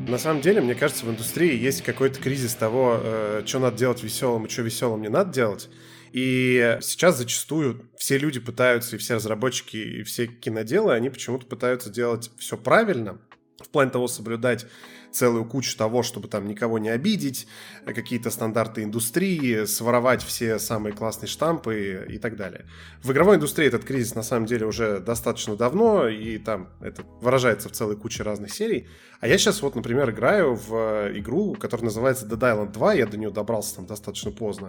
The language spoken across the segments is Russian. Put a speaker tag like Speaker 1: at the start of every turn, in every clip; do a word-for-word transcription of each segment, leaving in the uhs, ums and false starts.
Speaker 1: На самом деле, мне кажется, в индустрии есть какой-то кризис того, э, что надо делать веселым и что веселым не надо делать. И сейчас зачастую все люди пытаются, и все разработчики, и все киноделы, они почему-то пытаются делать все правильно, в плане того соблюдать целую кучу того, чтобы там никого не обидеть, какие-то стандарты индустрии, своровать все самые классные штампы и так далее. В игровой индустрии этот кризис на самом деле уже достаточно давно, и там это выражается в целой куче разных серий. А я сейчас вот, например, играю в игру, которая называется Dead Island два, я до нее добрался там достаточно поздно.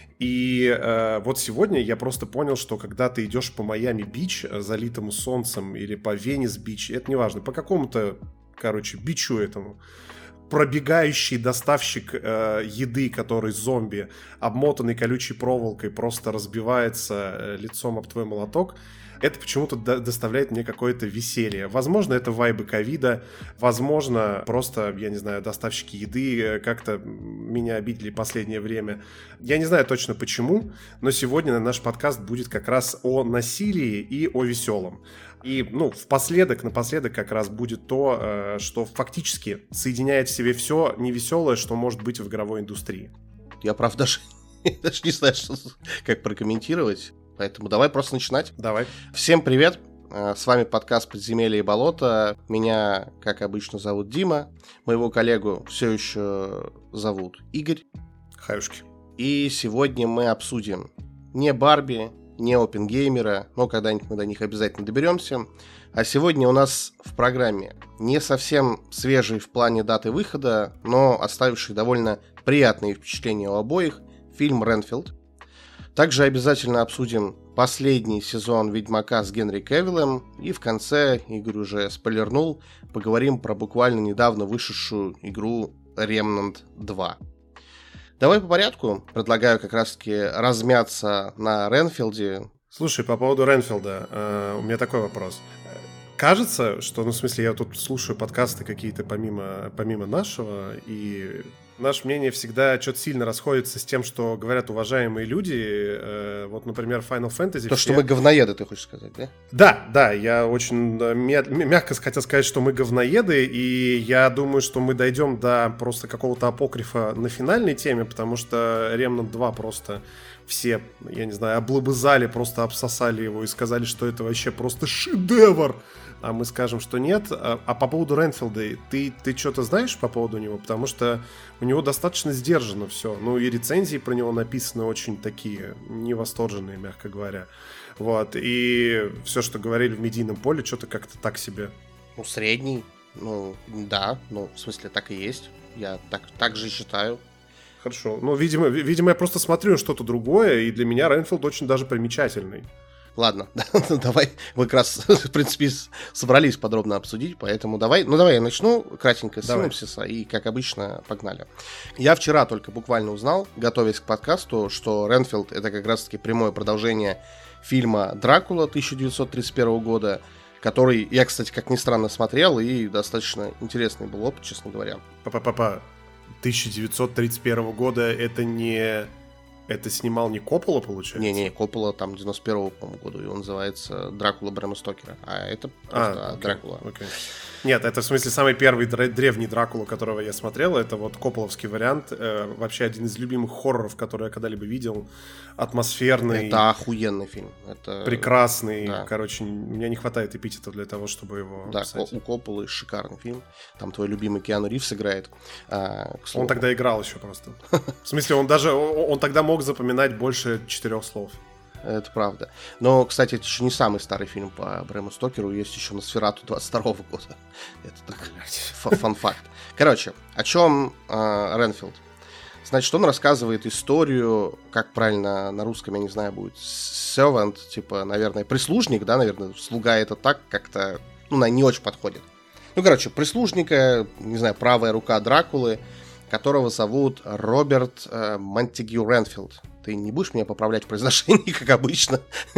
Speaker 1: И э, вот сегодня я просто понял, что когда ты идешь по Майами-Бич, залитому солнцем, или по Венес-Бич, это неважно, по какому-то, короче, бичу этому, пробегающий доставщик э, еды, который зомби, обмотанный колючей проволокой, просто разбивается э, лицом об твой молоток, это почему-то до- доставляет мне какое-то веселье. Возможно, это вайбы ковида, возможно, просто, я не знаю, доставщики еды как-то меня обидели в последнее время. Я не знаю точно почему, но сегодня наш подкаст будет как раз о насилии и о веселом. И, ну, впоследок, напоследок как раз будет то, что фактически соединяет в себе все невеселое, что может быть в игровой индустрии.
Speaker 2: Я, правда, даже, даже не знаю, что, как прокомментировать. Поэтому давай просто начинать.
Speaker 1: Давай.
Speaker 2: Всем привет. С вами подкаст «Подземелье и болото». Меня, как обычно, зовут Дима. Моего коллегу все еще зовут Игорь.
Speaker 1: Хаюшки.
Speaker 2: И сегодня мы обсудим не Барби, не Опенгеймера, но когда-нибудь мы до них обязательно доберемся. А сегодня у нас в программе не совсем свежий в плане даты выхода, но оставивший довольно приятные впечатления у обоих фильм «Ренфилд». Также обязательно обсудим последний сезон «Ведьмака» с Генри Кевиллом. И в конце, Игорь уже спойлернул, поговорим про буквально недавно вышедшую игру «Ремнант два». Давай по порядку. Предлагаю как раз-таки размяться на Ренфилде.
Speaker 1: Слушай, по поводу Ренфилда, э, у меня такой вопрос. Кажется, что, ну, в смысле, я тут слушаю подкасты какие-то помимо, помимо нашего, и наше мнение всегда что-то сильно расходится с тем, что говорят уважаемые люди. Э, вот, например, Final Fantasy...
Speaker 2: То,
Speaker 1: все...
Speaker 2: что мы говноеды, ты хочешь сказать, да?
Speaker 1: Да, да, я очень мя- мягко хотел сказать, что мы говноеды, и я думаю, что мы дойдем до просто какого-то апокрифа на финальной теме, потому что Remnant два просто... все, я не знаю, облобызали, просто обсосали его и сказали, что это вообще просто шедевр. А мы скажем, что нет. А, а по поводу Ренфилда, ты, ты что-то знаешь по поводу него? Потому что у него достаточно сдержано все. Ну и рецензии про него написаны очень такие невосторженные, мягко говоря. Вот. И все, что говорили в медийном поле, что-то как-то так себе.
Speaker 2: Ну, средний. Ну, да. Ну, в смысле, так и есть. Я так, так же считаю.
Speaker 1: Хорошо. Ну, видимо, видимо, я просто смотрю на что-то другое, и для меня Ренфилд очень даже примечательный.
Speaker 2: Ладно, давай, мы как раз, в принципе, собрались подробно обсудить, поэтому давай, ну давай я начну кратенько с синопсиса, и, как обычно, погнали. Я вчера только буквально узнал, готовясь к подкасту, что Ренфилд — это как раз-таки прямое продолжение фильма «Дракула» тысяча девятьсот тридцать первого года, который я, кстати, как ни странно, смотрел, и достаточно интересный был опыт, честно говоря.
Speaker 1: Па-па-па-па. тысяча девятьсот тридцать первого года это не... Это снимал не Коппола, получается?
Speaker 2: Не-не, Коппола там девяносто первого, по-моему, году, и он называется «Дракула» Брэма Стокера, а это просто
Speaker 1: а, окей,
Speaker 2: Дракула.
Speaker 1: Окей. Нет, это в смысле самый первый древний Дракула, которого я смотрел, это вот копполовский вариант, э, вообще один из любимых хорроров, который я когда-либо видел, атмосферный.
Speaker 2: Это охуенный фильм. Это...
Speaker 1: Прекрасный,
Speaker 2: да.
Speaker 1: Короче, у меня не хватает эпитетов для того, чтобы его
Speaker 2: Да,
Speaker 1: описать.
Speaker 2: у Копполы шикарный фильм, там твой любимый Киану Ривз играет. А,
Speaker 1: он тогда играл еще просто. В смысле, он даже, он тогда мог запоминать больше четырех слов.
Speaker 2: Это правда. Но, кстати, это еще не самый старый фильм по Брэму Стокеру. Есть еще «Носферату» двадцать второго года. Это так, фан-факт. Короче, о чем э, Ренфилд? Значит, он рассказывает историю, как правильно на русском, я не знаю, будет servant, типа, наверное, прислужник, да, наверное, слуга это так как-то, ну, не очень подходит. Ну, короче, прислужника, не знаю, правая рука Дракулы, которого зовут Роберт э, Монтегю Ренфилд. Ты не будешь меня поправлять в произношении, как обычно?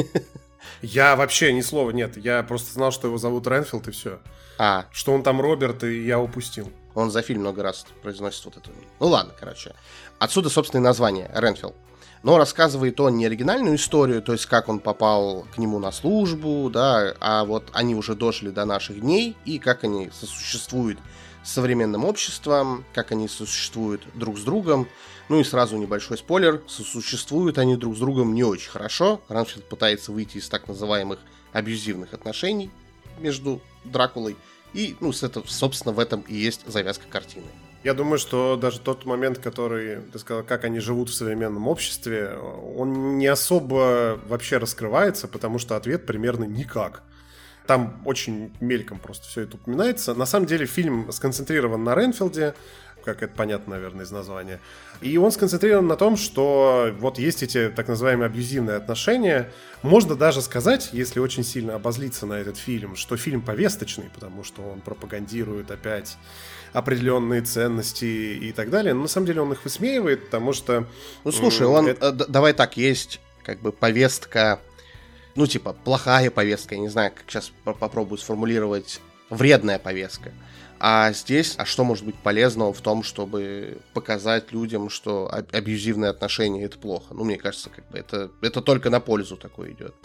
Speaker 1: Я вообще ни слова нет. Я просто знал, что его зовут Ренфилд, и все.
Speaker 2: А.
Speaker 1: Что он там Роберт, и я упустил.
Speaker 2: Он за фильм много раз произносит вот это. Ну ладно, короче. Отсюда, собственно, и название Ренфилд. но рассказывает он не оригинальную историю, то есть как он попал к нему на службу, да, а вот они уже дожили до наших дней, и как они сосуществуют с современным обществом, как они сосуществуют друг с другом. Ну и сразу небольшой спойлер, сосуществуют они друг с другом не очень хорошо. Ранфилд пытается выйти из так называемых абьюзивных отношений между Дракулой, и, ну, собственно, в этом и есть завязка картины.
Speaker 1: Я думаю, что даже тот момент, который, ты сказал, как они живут в современном обществе, он не особо вообще раскрывается, потому что ответ примерно никак. Там очень мельком просто все это упоминается. На самом деле фильм сконцентрирован на Ренфилде, как это понятно, наверное, из названия. И он сконцентрирован на том, что вот есть эти так называемые абьюзивные отношения. Можно даже сказать, если очень сильно обозлиться на этот фильм, что фильм повесточный, потому что он пропагандирует опять определенные ценности и так далее. Но на самом деле он их высмеивает, потому что...
Speaker 2: Ну, слушай, он... Это... Давай так, есть как бы повестка, ну, типа, плохая повестка, я не знаю, как сейчас попробую сформулировать, вредная повестка. А здесь, а что может быть полезного в том, чтобы показать людям, что абьюзивные отношения — это плохо? Ну, мне кажется, как бы это, это только на пользу такое идет.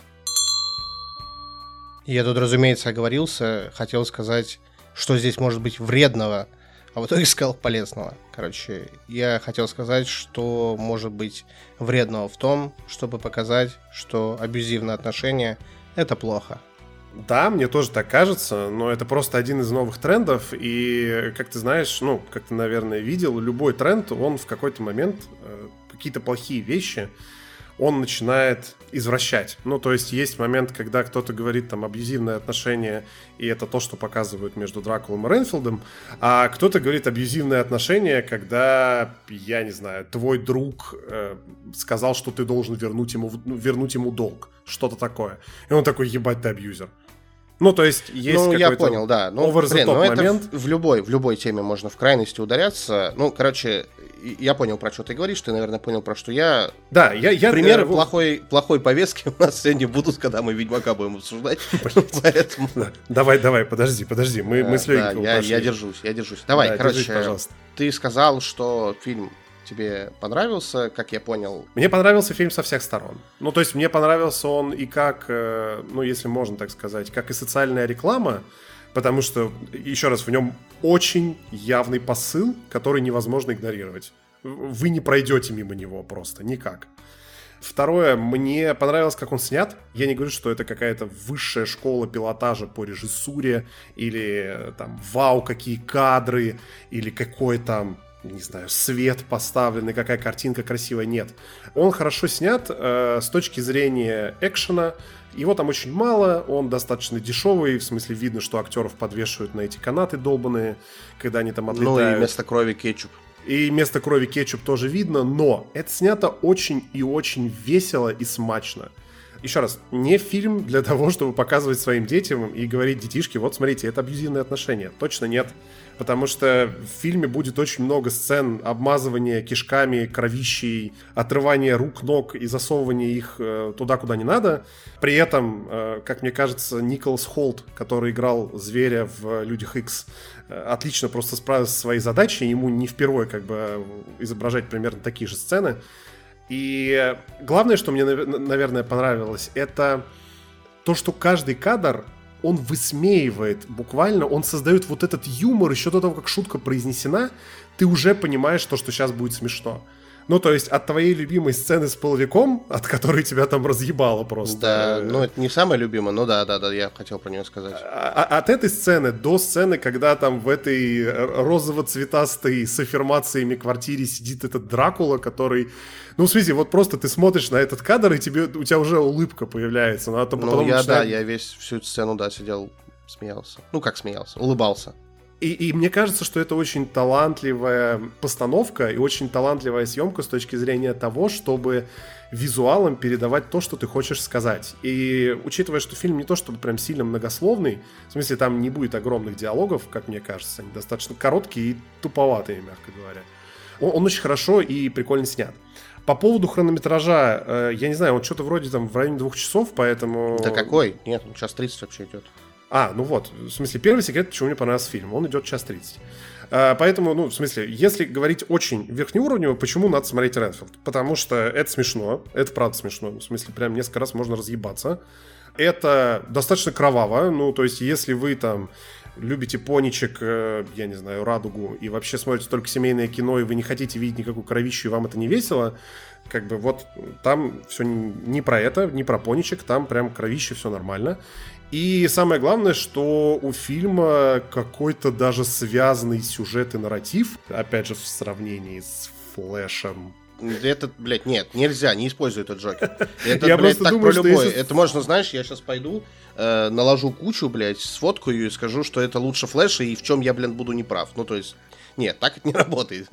Speaker 2: Я тут, разумеется, оговорился, хотел сказать, что здесь может быть вредного, а в итоге сказал полезного. Короче, я хотел сказать, что может быть вредного в том, чтобы показать, что абьюзивные отношения — это плохо.
Speaker 1: Да, мне тоже так кажется, но это просто один из новых трендов, и, как ты знаешь, ну, как ты, наверное, видел, любой тренд, он в какой-то момент э, какие-то плохие вещи он начинает извращать. Ну, то есть есть момент, когда кто-то говорит там абьюзивные отношения, и это то, что показывают между Дракулом и Ренфилдом, а кто-то говорит абьюзивные отношения, когда, я не знаю, твой друг э, сказал, что ты должен вернуть ему, вернуть ему долг, что-то такое. И он такой: ебать, ты абьюзер. Ну, то есть, есть
Speaker 2: ну,
Speaker 1: какой-то
Speaker 2: я понял, да. Ну, блин, ну, момент. Это в, в, любой, в любой теме можно в крайности ударяться. Ну, короче, я понял, про что ты говоришь, ты, наверное, понял, про что я...
Speaker 1: Да, я... я
Speaker 2: Примеры
Speaker 1: я...
Speaker 2: плохой, плохой повестки у нас сегодня будут, когда мы Ведьмака будем обсуждать. Поэтому...
Speaker 1: Давай, давай, подожди, подожди, мы, мы с Лёгиком
Speaker 2: я, я держусь, я держусь. Давай,
Speaker 1: да,
Speaker 2: короче,
Speaker 1: держись, пожалуйста.
Speaker 2: Ты сказал, что фильм тебе понравился, как я понял.
Speaker 1: Мне понравился фильм со всех сторон. Ну, то есть мне понравился он и как, ну, если можно так сказать, как и социальная реклама, потому что, еще раз, в нем очень явный посыл, который невозможно игнорировать. Вы не пройдете мимо него просто, никак. Второе, мне понравилось, как он снят. Я не говорю, что это какая-то высшая школа пилотажа по режиссуре, или там, вау, какие кадры, или какой там, не знаю, свет поставленный, какая картинка красивая. Нет. Он хорошо снят э, с точки зрения экшена. Его там очень мало, он достаточно дешевый, в смысле видно, что актеров подвешивают на эти канаты долбаные, когда они там отлетают.
Speaker 2: Ну и вместо крови кетчуп.
Speaker 1: И вместо крови кетчуп тоже видно, но это снято очень и очень весело и смачно. Еще раз, не фильм для того, чтобы показывать своим детям и говорить: детишки, вот смотрите, это абьюзивные отношения. Точно нет. Потому что в фильме будет очень много сцен обмазывания кишками, кровищей, отрывания рук, ног и засовывания их э, туда, куда не надо. При этом, э, как мне кажется, Николас Холт, который играл зверя в «Людях Икс», э, отлично просто справился со своей задачей. Ему не впервые как бы изображать примерно такие же сцены. И главное, что мне, наверное, понравилось, это то, что каждый кадр, он высмеивает буквально, он создает вот этот юмор, еще до того, как шутка произнесена, ты уже понимаешь то, что сейчас будет смешно. Ну, то есть от твоей любимой сцены с половиком, от которой тебя там разъебало просто.
Speaker 2: Да, ну это не самая любимая, но да, да, да, я хотел про нее сказать.
Speaker 1: А, от этой сцены до сцены, когда там в этой розово-цветастой с аффирмациями квартире сидит этот Дракула, который... Ну, в смысле, вот просто ты смотришь на этот кадр, и тебе, у тебя уже улыбка появляется. Ну, а то
Speaker 2: ну
Speaker 1: потом
Speaker 2: я,
Speaker 1: начинает...
Speaker 2: да, я весь всю эту сцену, да, сидел, смеялся. Ну, как смеялся, улыбался.
Speaker 1: И, и мне кажется, что это очень талантливая постановка и очень талантливая съемка с точки зрения того, чтобы визуалом передавать то, что ты хочешь сказать. И учитывая, что фильм не то чтобы прям сильно многословный, в смысле там не будет огромных диалогов, как мне кажется, они достаточно короткие и туповатые, мягко говоря. Он, он очень хорошо и прикольно снят. По поводу хронометража, э, я не знаю, он что-то вроде там в районе двух часов, поэтому...
Speaker 2: Да какой? Нет, он час тридцать вообще идет.
Speaker 1: А, ну вот, в смысле, первый секрет, почему мне понравился фильм. Он идет час тридцать. А, поэтому, ну, в смысле, если говорить очень верхнеуровнево, почему надо смотреть Ренфилд? Потому что это смешно, это правда смешно. В смысле, прям несколько раз можно разъебаться. Это достаточно кроваво, ну, то есть, если вы там любите поничек, э, я не знаю, радугу, и вообще смотрите только семейное кино, и вы не хотите видеть никакую кровищу, и вам это не весело, как бы вот там все не про это, не про поничек, там прям кровище, все нормально. И самое главное, что у фильма какой-то даже связанный сюжет и нарратив, опять же, в сравнении с Флэшем.
Speaker 2: Это, блядь, нет, нельзя, не используй этот Джокер. Это,
Speaker 1: я
Speaker 2: блядь,
Speaker 1: просто
Speaker 2: так
Speaker 1: думаю,
Speaker 2: про
Speaker 1: что
Speaker 2: любой.
Speaker 1: если...
Speaker 2: Это можно, знаешь, я сейчас пойду, э, наложу кучу, блядь, сфоткаю и скажу, что это лучше Флэша, и в чем я, блин, буду неправ. Ну, то есть, нет, так это не работает.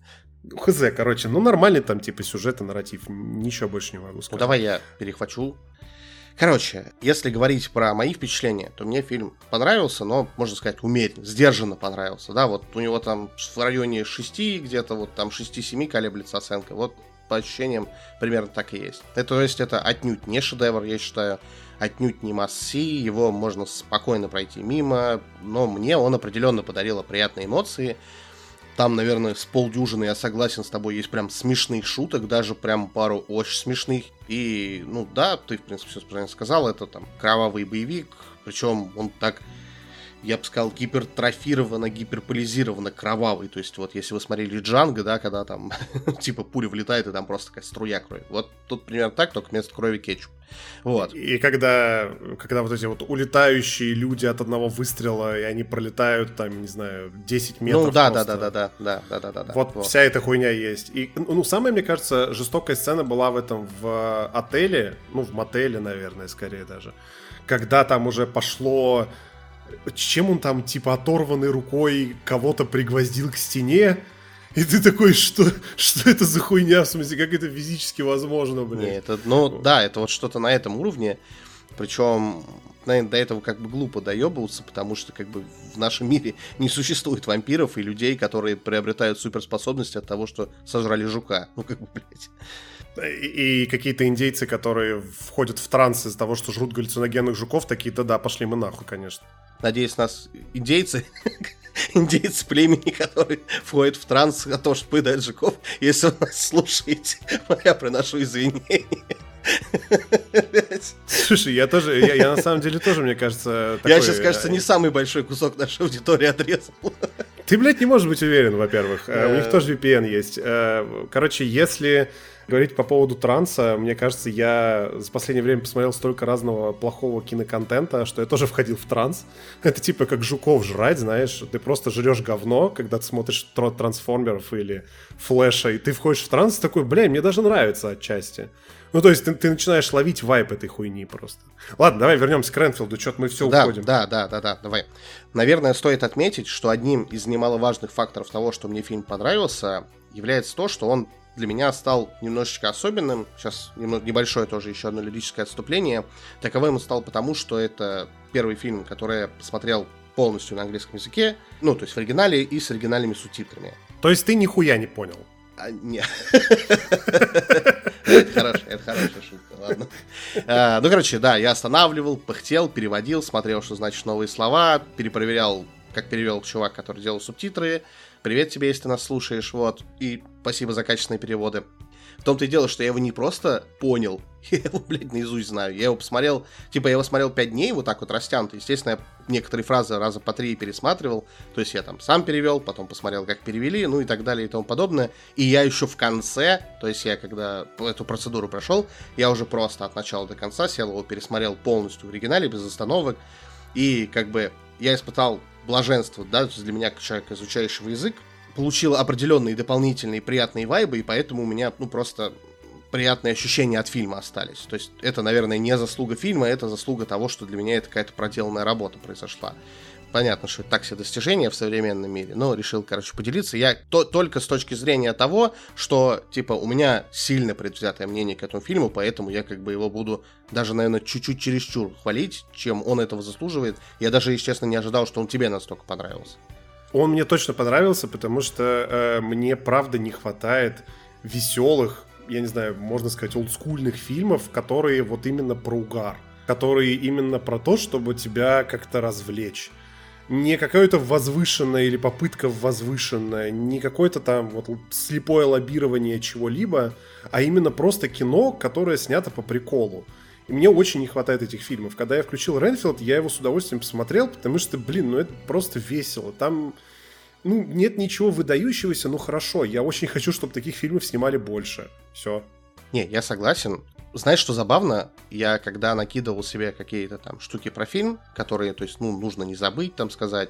Speaker 1: Хз, короче, ну нормальный там типа сюжет и нарратив, ничего больше не могу сказать.
Speaker 2: Ну, давай я перехвачу. Короче, если говорить про мои впечатления, то мне фильм понравился, но, можно сказать, умеренно, сдержанно понравился. Да, вот у него там в районе шести, где-то вот там шесть-семь колеблется оценка. Вот по ощущениям примерно так и есть. Это, то есть это отнюдь не шедевр, я считаю, отнюдь не масси, его можно спокойно пройти мимо, но мне он определенно подарил приятные эмоции. Там, наверное, с полдюжины, я согласен с тобой, есть прям смешных шуток, даже прям пару очень смешных. И, ну да, ты, в принципе, все правильно сказал, это там кровавый боевик, причем он так, я бы сказал, гипертрофированно, гиперполизированно кровавый. То есть вот если вы смотрели Джанго, да, когда там типа пуля влетает и там просто такая струя крови. Вот тут примерно так, только вместо крови кетчуп. Вот.
Speaker 1: И когда, когда вот эти вот улетающие люди от одного выстрела, и они пролетают там, не знаю, десять метров.
Speaker 2: Ну да,
Speaker 1: просто.
Speaker 2: да, да, да, да, да, да, да, да.
Speaker 1: Вот, вот вся эта хуйня есть. И, ну, самая, мне кажется, жестокая сцена была в этом, в отеле, ну, в мотеле, наверное, скорее даже. Когда там уже пошло... Чем он там, типа, оторванной рукой кого-то пригвоздил к стене? И ты такой, что, что это за хуйня? В смысле, как это физически возможно, блин?
Speaker 2: Не, это, ну, да, это вот что-то на этом уровне. Причем, наверное, до этого как бы глупо доебываться, потому что как бы в нашем мире не существует вампиров и людей, которые приобретают суперспособности от того, что сожрали жука. Ну, как бы, блядь.
Speaker 1: И, и какие-то индейцы, которые входят в транс из-за того, что жрут галлюциногенных жуков, такие-то, да, пошли мы нахуй, конечно.
Speaker 2: Надеюсь, нас индейцы, индейцы племени, которые входят в транс от того, что поедают жуков, если вы нас слушаете, я приношу извинения.
Speaker 1: Слушай, я тоже, я, я на самом деле тоже, мне кажется, такой...
Speaker 2: Я сейчас, кажется, не самый большой кусок нашей аудитории отрезал.
Speaker 1: Ты, блядь, не можешь быть уверен, во-первых. У них тоже ви пи эн есть. Короче, если говорить по поводу транса, мне кажется, я за последнее время посмотрел столько разного плохого киноконтента, что я тоже входил в транс. Это типа как жуков жрать, знаешь. Ты просто жрешь говно, когда ты смотришь трансформеров или Флэша, и ты входишь в транс, такой, бля, мне даже нравится отчасти. Ну, то есть ты, ты начинаешь ловить вайп этой хуйни просто. Ладно, давай вернемся к Ренфилду, что-то мы все
Speaker 2: да,
Speaker 1: уходим.
Speaker 2: Да, да, да, да, давай. Наверное, стоит отметить, что одним из немаловажных факторов того, что мне фильм понравился, является то, что он для меня стал немножечко особенным. Сейчас небольшое тоже еще одно лирическое отступление. Таковым он стал потому, что это первый фильм, который я посмотрел полностью на английском языке, ну, то есть в оригинале и с оригинальными субтитрами.
Speaker 1: То есть ты нихуя не понял?
Speaker 2: А, нет. Это хорошая, это хорошая шутка, ладно. А, ну, короче, да, я останавливал, пыхтел, переводил, смотрел, что значит новые слова, перепроверял, как перевел чувак, который делал субтитры. Привет тебе, если ты нас слушаешь, вот. И спасибо за качественные переводы. В том-то и дело, что я его не просто понял, я его, блядь, наизусть знаю. Я его посмотрел, типа, я его смотрел пять дней, вот так вот растянуто. Естественно, я некоторые фразы раза по три пересматривал. То есть я там сам перевел, потом посмотрел, как перевели, ну и так далее и тому подобное. И я еще в конце, то есть я когда эту процедуру прошел, я уже просто от начала до конца сел, его пересмотрел полностью в оригинале, без остановок. И как бы я испытал блаженство, да, для меня, как человека, изучающего язык, получил определенные дополнительные приятные вайбы, и поэтому у меня, ну, просто приятные ощущения от фильма остались. То есть это, наверное, не заслуга фильма, это заслуга того, что для меня это какая-то проделанная работа произошла. Понятно, что это так себе достижения в современном мире, но решил, короче, поделиться. Я то, только с точки зрения того, что, типа, у меня сильно предвзятое мнение к этому фильму, поэтому я, как бы, его буду даже, наверное, чуть-чуть чересчур хвалить, чем он этого заслуживает. Я даже, если честно, не ожидал, что он тебе настолько понравился.
Speaker 1: Он мне точно понравился, потому что э, мне, правда, не хватает веселых, я не знаю, можно сказать, олдскульных фильмов, которые вот именно про угар. которые именно про то, чтобы тебя как-то развлечь. Не какое-то возвышенное или попытка в возвышенное, не какое-то там вот слепое лоббирование чего-либо, а именно просто кино, которое снято по приколу. И мне очень не хватает этих фильмов. Когда я включил Ренфилд, я его с удовольствием посмотрел, потому что, блин, ну это просто весело. Там, ну, нет ничего выдающегося, ну хорошо. Я очень хочу, чтобы таких фильмов снимали больше. Все.
Speaker 2: Не, я согласен. Знаешь, что забавно? Я когда накидывал себе какие-то там штуки про фильм, которые, то есть, ну, нужно не забыть, там, сказать,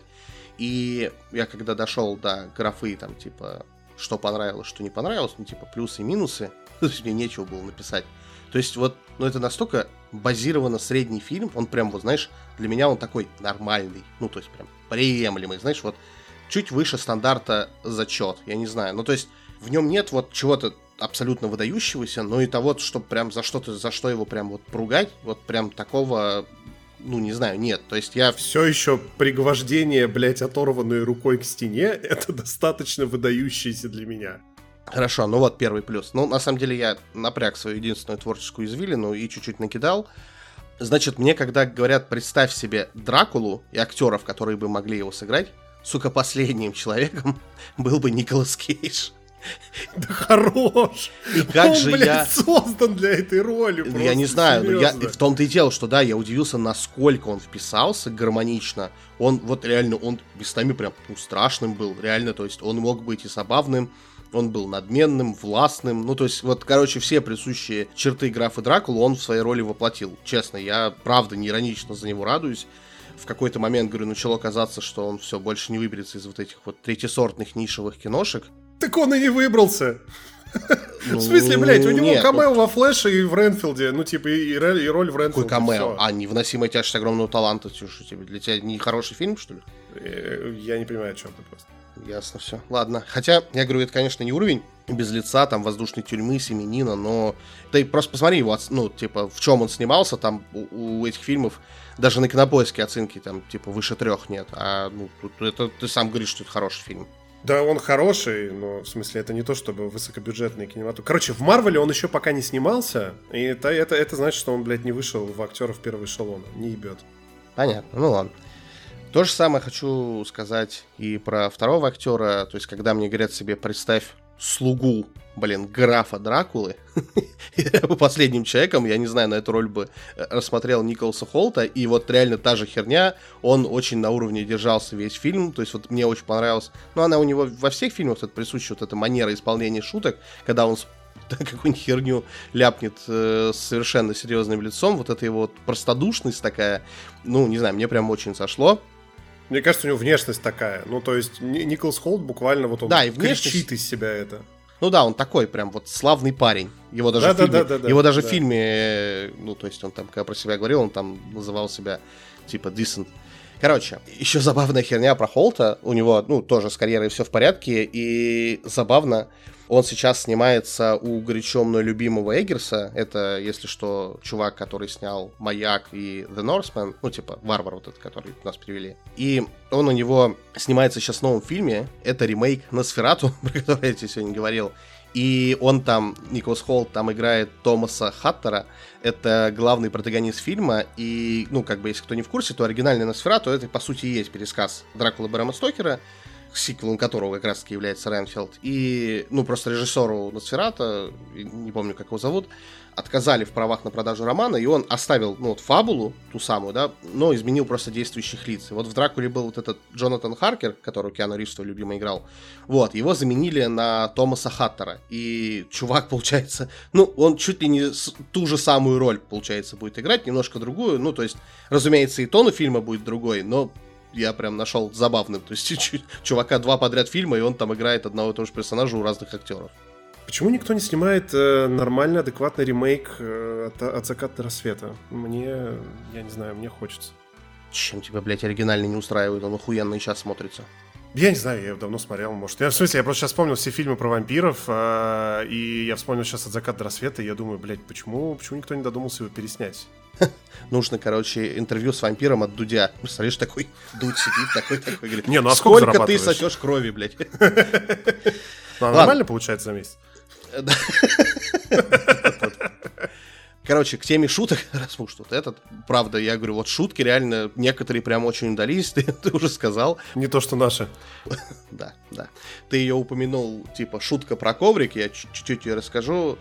Speaker 2: и я когда дошел до графы, там, типа, что понравилось, что не понравилось, ну, типа, плюсы и минусы, то есть, мне нечего было написать. То есть, вот, ну, это настолько базировано средний фильм, он прям, вот, знаешь, для меня он такой нормальный, ну, то есть, прям приемлемый, знаешь, вот, чуть выше стандарта зачет, я не знаю, ну, то есть, в нем нет вот чего-то абсолютно выдающегося, но и того, что прям за что-то, за что его прям вот поругать, вот прям такого, ну, не знаю, нет. То есть я...
Speaker 1: Все еще пригвождение, блять, оторванной рукой к стене, это достаточно выдающееся для меня.
Speaker 2: Хорошо, ну вот первый плюс. Ну, на самом деле я напряг свою единственную творческую извилину и чуть-чуть накидал. Значит, мне когда говорят, представь себе Дракулу и актеров, которые бы могли его сыграть, сука, последним человеком был бы Николас Кейдж.
Speaker 1: Да хорош!
Speaker 2: И как
Speaker 1: Он,
Speaker 2: же
Speaker 1: блядь,
Speaker 2: я...
Speaker 1: создан для этой роли. Просто,
Speaker 2: я не знаю, но я...
Speaker 1: серьезно.
Speaker 2: в том-то и дело, что да, я удивился, насколько он вписался гармонично. Он вот реально, он местами прям ну, страшным был, реально, то есть он мог быть и забавным, он был надменным, властным, ну то есть вот, короче, все присущие черты графа Дракулы он в своей роли воплотил. Честно, я правда не иронично за него радуюсь. В какой-то момент, говорю, начало казаться, что он все больше не выберется из вот этих вот третьесортных нишевых киношек.
Speaker 1: Так он и не выбрался.
Speaker 2: Ну,
Speaker 1: в смысле, блядь, у него
Speaker 2: нет,
Speaker 1: камео
Speaker 2: ну...
Speaker 1: во Флэше и в Ренфилде. Ну, типа, и, и роль в Ренфилде.
Speaker 2: Какой камео?
Speaker 1: Все.
Speaker 2: А, невыносимая тяжесть огромного таланта. Что тебе, для тебя не хороший фильм, что ли?
Speaker 1: Я не понимаю, о чем ты просто.
Speaker 2: Ясно все. Ладно. Хотя, я говорю, это, конечно, не уровень без лица, там, воздушной тюрьмы, Семенина, но... Ты просто посмотри его, ну, типа, в чем он снимался, там, у, у этих фильмов даже на Кинопоиске оценки, там, типа, выше трех нет. А, ну, тут это ты сам говоришь, что это хороший фильм.
Speaker 1: Да, он хороший, но, в смысле, это не то, чтобы высокобюджетный кинематограф. Короче, в Марвеле он еще пока не снимался, и это, это, это значит, что он, блядь, не вышел в актеров первого эшелона. Не ебет.
Speaker 2: Понятно, ну ладно. То же самое хочу сказать и про второго актера. То есть, когда мне говорят себе, представь слугу, блин, графа Дракулы, я бы последним человеком, я не знаю, на эту роль бы рассмотрел Николаса Холта, и вот реально та же херня, он очень на уровне держался весь фильм, то есть вот мне очень понравилось, ну она у него во всех фильмах это присуща, вот эта манера исполнения шуток, когда он какую-нибудь херню ляпнет э, с совершенно серьезным лицом, вот эта его вот простодушность такая, ну, не знаю, мне прям очень сошло.
Speaker 1: Мне кажется, у него внешность такая. Ну, то есть, Николас Холт буквально вот он
Speaker 2: да, и внешность...
Speaker 1: кричит из себя это.
Speaker 2: Ну да, он такой прям вот славный парень. Его даже,
Speaker 1: да,
Speaker 2: в, фильме,
Speaker 1: да, да, да,
Speaker 2: его даже
Speaker 1: да.
Speaker 2: в фильме, ну, то есть он там, когда про себя говорил, он там называл себя типа decent. Короче, еще забавная херня про Холта. У него, ну, тоже с карьерой все в порядке. И забавно, он сейчас снимается у горячо мной любимого Эггерса. Это, если что, чувак, который снял «Маяк» и «The Northman». Ну, типа, «Варвар» вот этот, который нас перевели. И он у него снимается сейчас в новом фильме. Это ремейк «Носферату», про который я тебе сегодня говорил. И он там, Николас Холт, там играет Томаса Хаттера. Это главный протагонист фильма. И, ну, как бы, если кто не в курсе, то оригинальный «Носферату» это, по сути, и есть пересказ Дракулы Брэма Стокера, сиквелом которого как раз-таки является Ренфилд. И, ну, просто режиссеру «Носферата», не помню, как его зовут, отказали в правах на продажу романа, и он оставил, ну, вот фабулу, ту самую, да, но изменил просто действующих лиц. И вот в «Дракуле» был вот этот Джонатан Харкер, который Киану Ривз свой любимый играл. Вот, его заменили на Томаса Хаттера. И чувак, получается, ну, он чуть ли не ту же самую роль, получается, будет играть, немножко другую. Ну, то есть, разумеется, и тон у фильма будет другой, но я прям нашел забавным. То есть, чувака два подряд фильма, и он там играет одного и того же персонажа у разных актеров.
Speaker 1: Почему никто не снимает э, нормальный, адекватный ремейк э, от, от «Заката до рассвета»? Мне, я не знаю, мне хочется.
Speaker 2: Чем тебя, блядь, оригинально не устраивает? Он охуенно и сейчас смотрится.
Speaker 1: Я не знаю, я его давно смотрел, может. Я, в смысле, я просто сейчас вспомнил все фильмы про вампиров, э, и я вспомнил сейчас «От заката до рассвета», и я думаю, блядь, почему, почему никто не додумался его переснять?
Speaker 2: Нужно, короче, интервью с вампиром от Дудя. Представляешь, такой Дудь сидит, такой, такой, говорит,
Speaker 1: не, ну а сколько,
Speaker 2: сколько ты сосешь крови, блядь?
Speaker 1: Ну, а нормально получается за месяц?
Speaker 2: Короче, к теме шуток, раз уж тут этот, правда, я говорю, вот шутки реально, некоторые прям очень удались, ты, ты уже сказал.
Speaker 1: Не то, что наши.
Speaker 2: Да, да. Ты ее упомянул, типа, шутка про коврик, я чуть-чуть ее расскажу.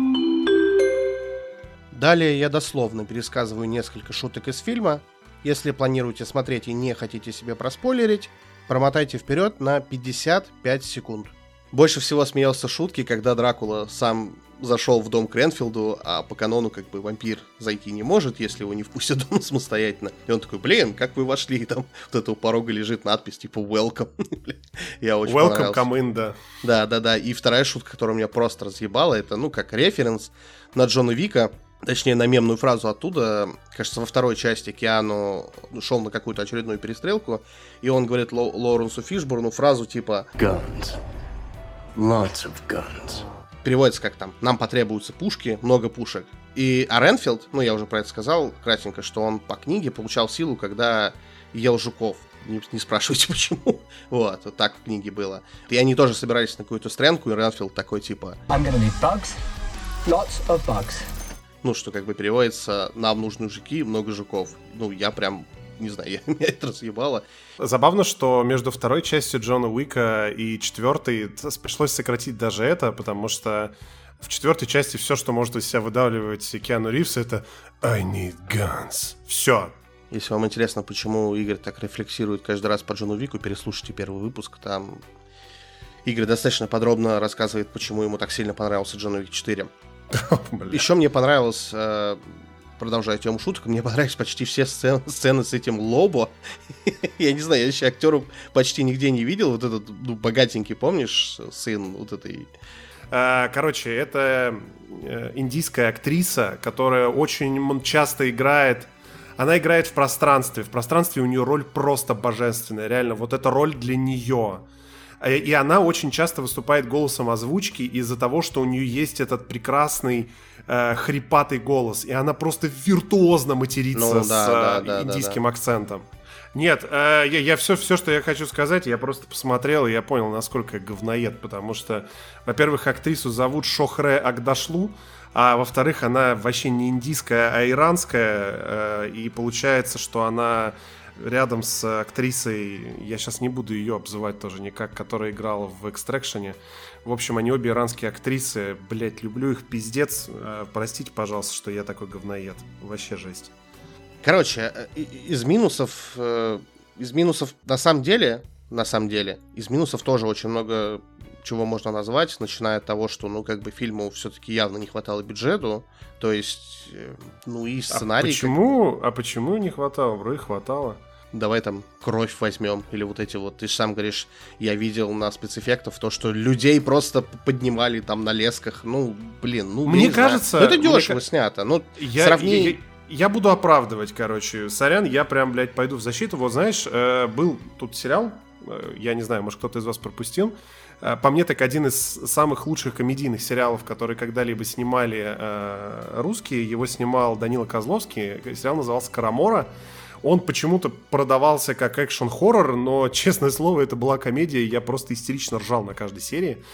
Speaker 2: Далее я дословно пересказываю несколько шуток из фильма. Если планируете смотреть и не хотите себе проспойлерить, промотайте вперед на пятьдесят пять секунд. Больше всего смеялся шутки, когда Дракула сам зашел в дом к Ренфилду, а по канону как бы вампир зайти не может, если его не впустят в дом самостоятельно. И он такой, блин, как вы вошли? И там вот это у порога лежит надпись типа welcome. Я очень
Speaker 1: Welcome, come in, да.
Speaker 2: Да, да, да. И вторая шутка, которая меня просто разъебала, это, ну, как референс на Джона Вика, точнее, на мемную фразу оттуда. Кажется, во второй части Киану шел на какую-то очередную перестрелку, и он говорит Ло- Лоуренсу Фишборну фразу типа
Speaker 3: Guns. Lots of guns.
Speaker 2: Переводится как там, нам потребуются пушки, много пушек. И а Ренфилд, ну я уже про это сказал кратенько, что он по книге получал силу, когда ел жуков. Не, не спрашивайте почему. Вот, вот так в книге было. И они тоже собирались на какую-то стрелку, и Ренфилд такой типа
Speaker 3: I'm gonna need bugs. Lots of bugs.
Speaker 2: Ну, что как бы переводится, нам нужны жуки, много жуков. Ну, я прям, не знаю, я, меня это разъебало.
Speaker 1: Забавно, что между второй частью Джона Уика и четвертой пришлось сократить даже это, потому что в четвертой части все, что может из себя выдавливать Киану Ривз, это I need guns. Все.
Speaker 2: Если вам интересно, почему Игорь так рефлексирует каждый раз по Джону Вику, переслушайте первый выпуск, там Игорь достаточно подробно рассказывает, почему ему так сильно понравился Джон Уик четыре. Еще мне понравилось, продолжая тему шуток, мне понравились почти все сцены, сцены с этим Лобо. Я не знаю, я еще актеру почти нигде не видел. Вот этот, ну, богатенький, помнишь, сын вот этой...
Speaker 1: Короче, это индийская актриса, которая очень часто играет... Она играет в пространстве. В пространстве у нее роль просто божественная. Реально, вот эта роль для нее. И она очень часто выступает голосом озвучки из-за того, что у нее есть этот прекрасный э, хрипатый голос. И она просто виртуозно матерится, ну, с да, да, индийским да, да. акцентом. Нет, э, я, я все, все, что я хочу сказать, я просто посмотрел, и я понял, насколько я говноед. Потому что, во-первых, актрису зовут Шохре Агдашлу, а во-вторых, она вообще не индийская, а иранская. Э, и получается, что она... рядом с актрисой, я сейчас не буду ее обзывать тоже никак, которая играла в «Экстракшене». В общем, они обе иранские актрисы. Блять, люблю их пиздец. Простите, пожалуйста, что я такой говноед. Вообще жесть.
Speaker 2: Короче, из минусов, из минусов на самом деле, на самом деле, из минусов тоже очень много чего можно назвать, начиная от того, что, ну, как бы фильму все-таки явно не хватало бюджету, то есть, ну, и сценарий...
Speaker 1: А почему, как... а почему не хватало? Вроде хватало.
Speaker 2: Давай там кровь возьмем, или вот эти вот, ты же сам говоришь, я видел на спецэффектах то, что людей просто поднимали там на лесках, ну, блин, ну,
Speaker 1: мне кажется...
Speaker 2: Ну, это дешево
Speaker 1: мне...
Speaker 2: снято, ну,
Speaker 1: я,
Speaker 2: сравни...
Speaker 1: Я, я, я буду оправдывать, короче, сорян, я прям, блядь, пойду в защиту, вот, знаешь, э, был тут сериал, э, я не знаю, может, кто-то из вас пропустил. По мне, так один из самых лучших комедийных сериалов, которые когда-либо снимали э, русские. Его снимал Данила Козловский. Сериал назывался «Карамора». Он почему-то продавался как экшн-хоррор, но, честное слово, это была комедия, я просто истерично ржал на каждой серии.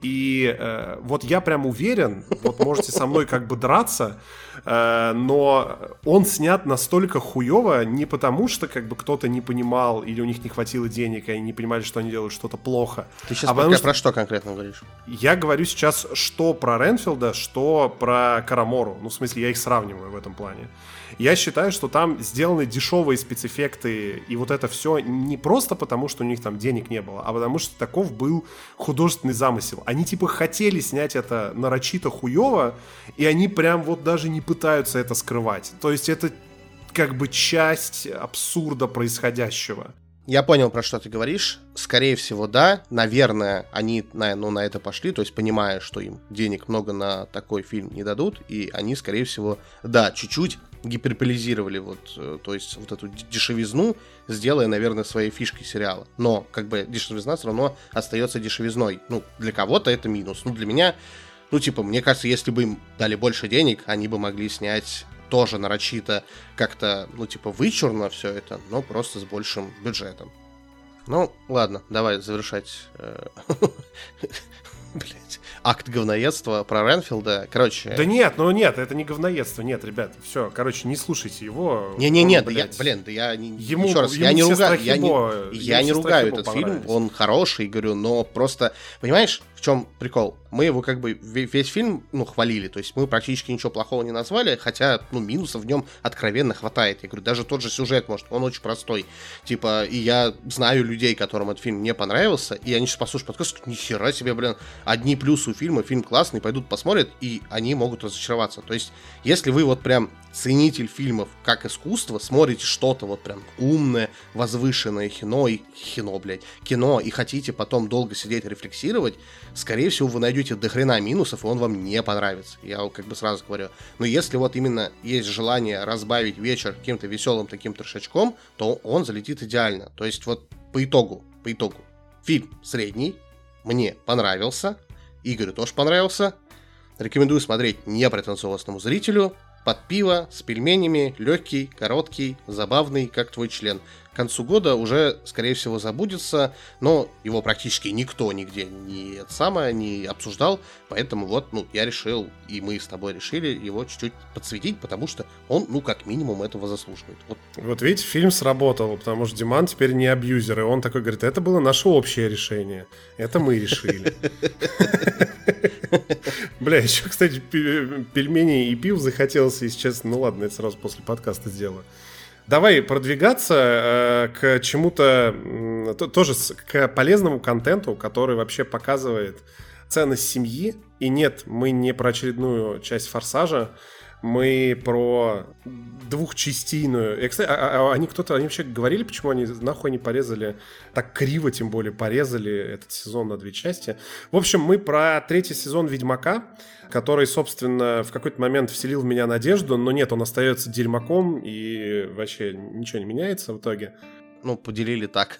Speaker 1: И э, вот я прям уверен, вот можете со мной как бы драться, э, но он снят настолько хуево не потому, что как бы кто-то не понимал или у них не хватило денег, и они не понимали, что они делают что-то плохо.
Speaker 2: Ты сейчас
Speaker 1: а
Speaker 2: про,
Speaker 1: потому,
Speaker 2: про что конкретно говоришь?
Speaker 1: Я говорю сейчас что про Ренфилда, что про Карамору. Ну, в смысле, я их сравниваю в этом плане. Я считаю, что там сделаны дешевые спецэффекты, и вот это все не просто потому, что у них там денег не было, а потому что таков был художественный замысел. Они типа хотели снять это нарочито хуево, и они прям вот даже не пытаются это скрывать. То есть это как бы часть абсурда происходящего.
Speaker 2: Я понял, про что ты говоришь. Скорее всего, да. Наверное, они на, ну, на это пошли, то есть понимая, что им денег много на такой фильм не дадут, и они, скорее всего, да, чуть-чуть гиперполизировали вот, то есть вот эту дешевизну, сделая, наверное, своей фишкой сериала. Но, как бы, дешевизна все равно остается дешевизной. Ну, для кого-то это минус. Ну, для меня, ну, типа, мне кажется, если бы им дали больше денег, они бы могли снять тоже нарочито как-то, ну, типа, вычурно все это, но просто с большим бюджетом. Ну, ладно, давай завершать. Блять. акт говноедства про Ренфилда. Короче...
Speaker 1: Да нет, ну нет, это не говноедство. Нет, ребят, все, короче, не слушайте его.
Speaker 2: Не-не-не, да я, блин, да я не...
Speaker 1: Ему,
Speaker 2: еще раз,
Speaker 1: ему
Speaker 2: я не, руга...
Speaker 1: страхи
Speaker 2: я не,
Speaker 1: Бо,
Speaker 2: я не ругаю этот фильм, он хороший, говорю, но просто, понимаешь, в чем прикол? Мы его как бы весь фильм, ну, хвалили, то есть мы практически ничего плохого не назвали, хотя, ну, минусов в нем откровенно хватает. Я говорю, даже тот же сюжет, может, он очень простой. Типа, и я знаю людей, которым этот фильм не понравился, и они сейчас послушают подкаст, скажут, нихера себе, блин, одни плюсы у фильма, фильм классный, пойдут посмотрят, и они могут разочароваться. То есть, если вы вот прям ценитель фильмов как искусство, смотрите что-то вот прям умное, возвышенное кино, и кино, блядь, кино, и хотите потом долго сидеть рефлексировать, скорее всего, вы найдете до хрена минусов, и он вам не понравится. Я как бы сразу говорю. Но если вот именно есть желание разбавить вечер каким-то веселым таким трешачком, то он залетит идеально. То есть вот по итогу, по итогу, фильм средний, мне понравился, Игорю тоже понравился. Рекомендую смотреть непретенциозному зрителю. Под пиво, с пельменями, легкий, короткий, забавный, как твой член. К концу года уже, скорее всего, забудется, но его практически никто нигде не, это самое, не обсуждал, поэтому вот, ну, я решил, и мы с тобой решили его чуть-чуть подсветить, потому что он, ну, как минимум, этого заслуживает. Вот,
Speaker 1: вот видите, фильм сработал, потому что Диман теперь не абьюзер, и он такой говорит, это было наше общее решение, это мы решили. Бля, еще, кстати, пельмени и пив захотелось, если честно, ну ладно, это сразу после подкаста сделаю. Давай продвигаться э, к чему-то, э, тоже к полезному контенту, который вообще показывает ценность семьи. И нет, мы не про очередную часть «Форсажа», мы про двухчастийную. И, кстати, а, а, они кто-то, они вообще говорили, почему они нахуй не порезали, так криво тем более порезали этот сезон на две части. В общем, мы про третий сезон «Ведьмака», который, собственно, в какой-то момент вселил в меня надежду, но нет, он остается дерьмаком и вообще ничего не меняется в итоге.
Speaker 2: Ну, поделили так.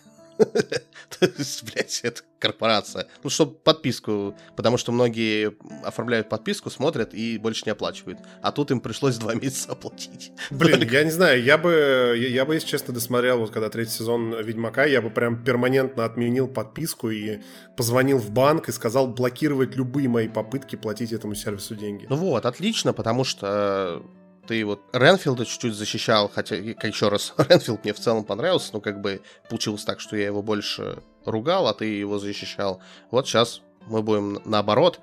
Speaker 2: То есть, блядь, это корпорация. Ну, чтобы подписку, потому что многие оформляют подписку, смотрят и больше не оплачивают. А тут им пришлось два месяца оплатить.
Speaker 1: Блин, Только... я не знаю, я бы, я, я бы, если честно, досмотрел, вот когда третий сезон Ведьмака, я бы прям перманентно отменил подписку и позвонил в банк и сказал блокировать любые мои попытки платить этому сервису деньги.
Speaker 2: Ну вот, отлично, потому что... Ты вот Ренфилда чуть-чуть защищал, хотя, еще раз, Ренфилд мне в целом понравился, но как бы получилось так, что я его больше ругал, а ты его защищал. Вот сейчас мы будем наоборот.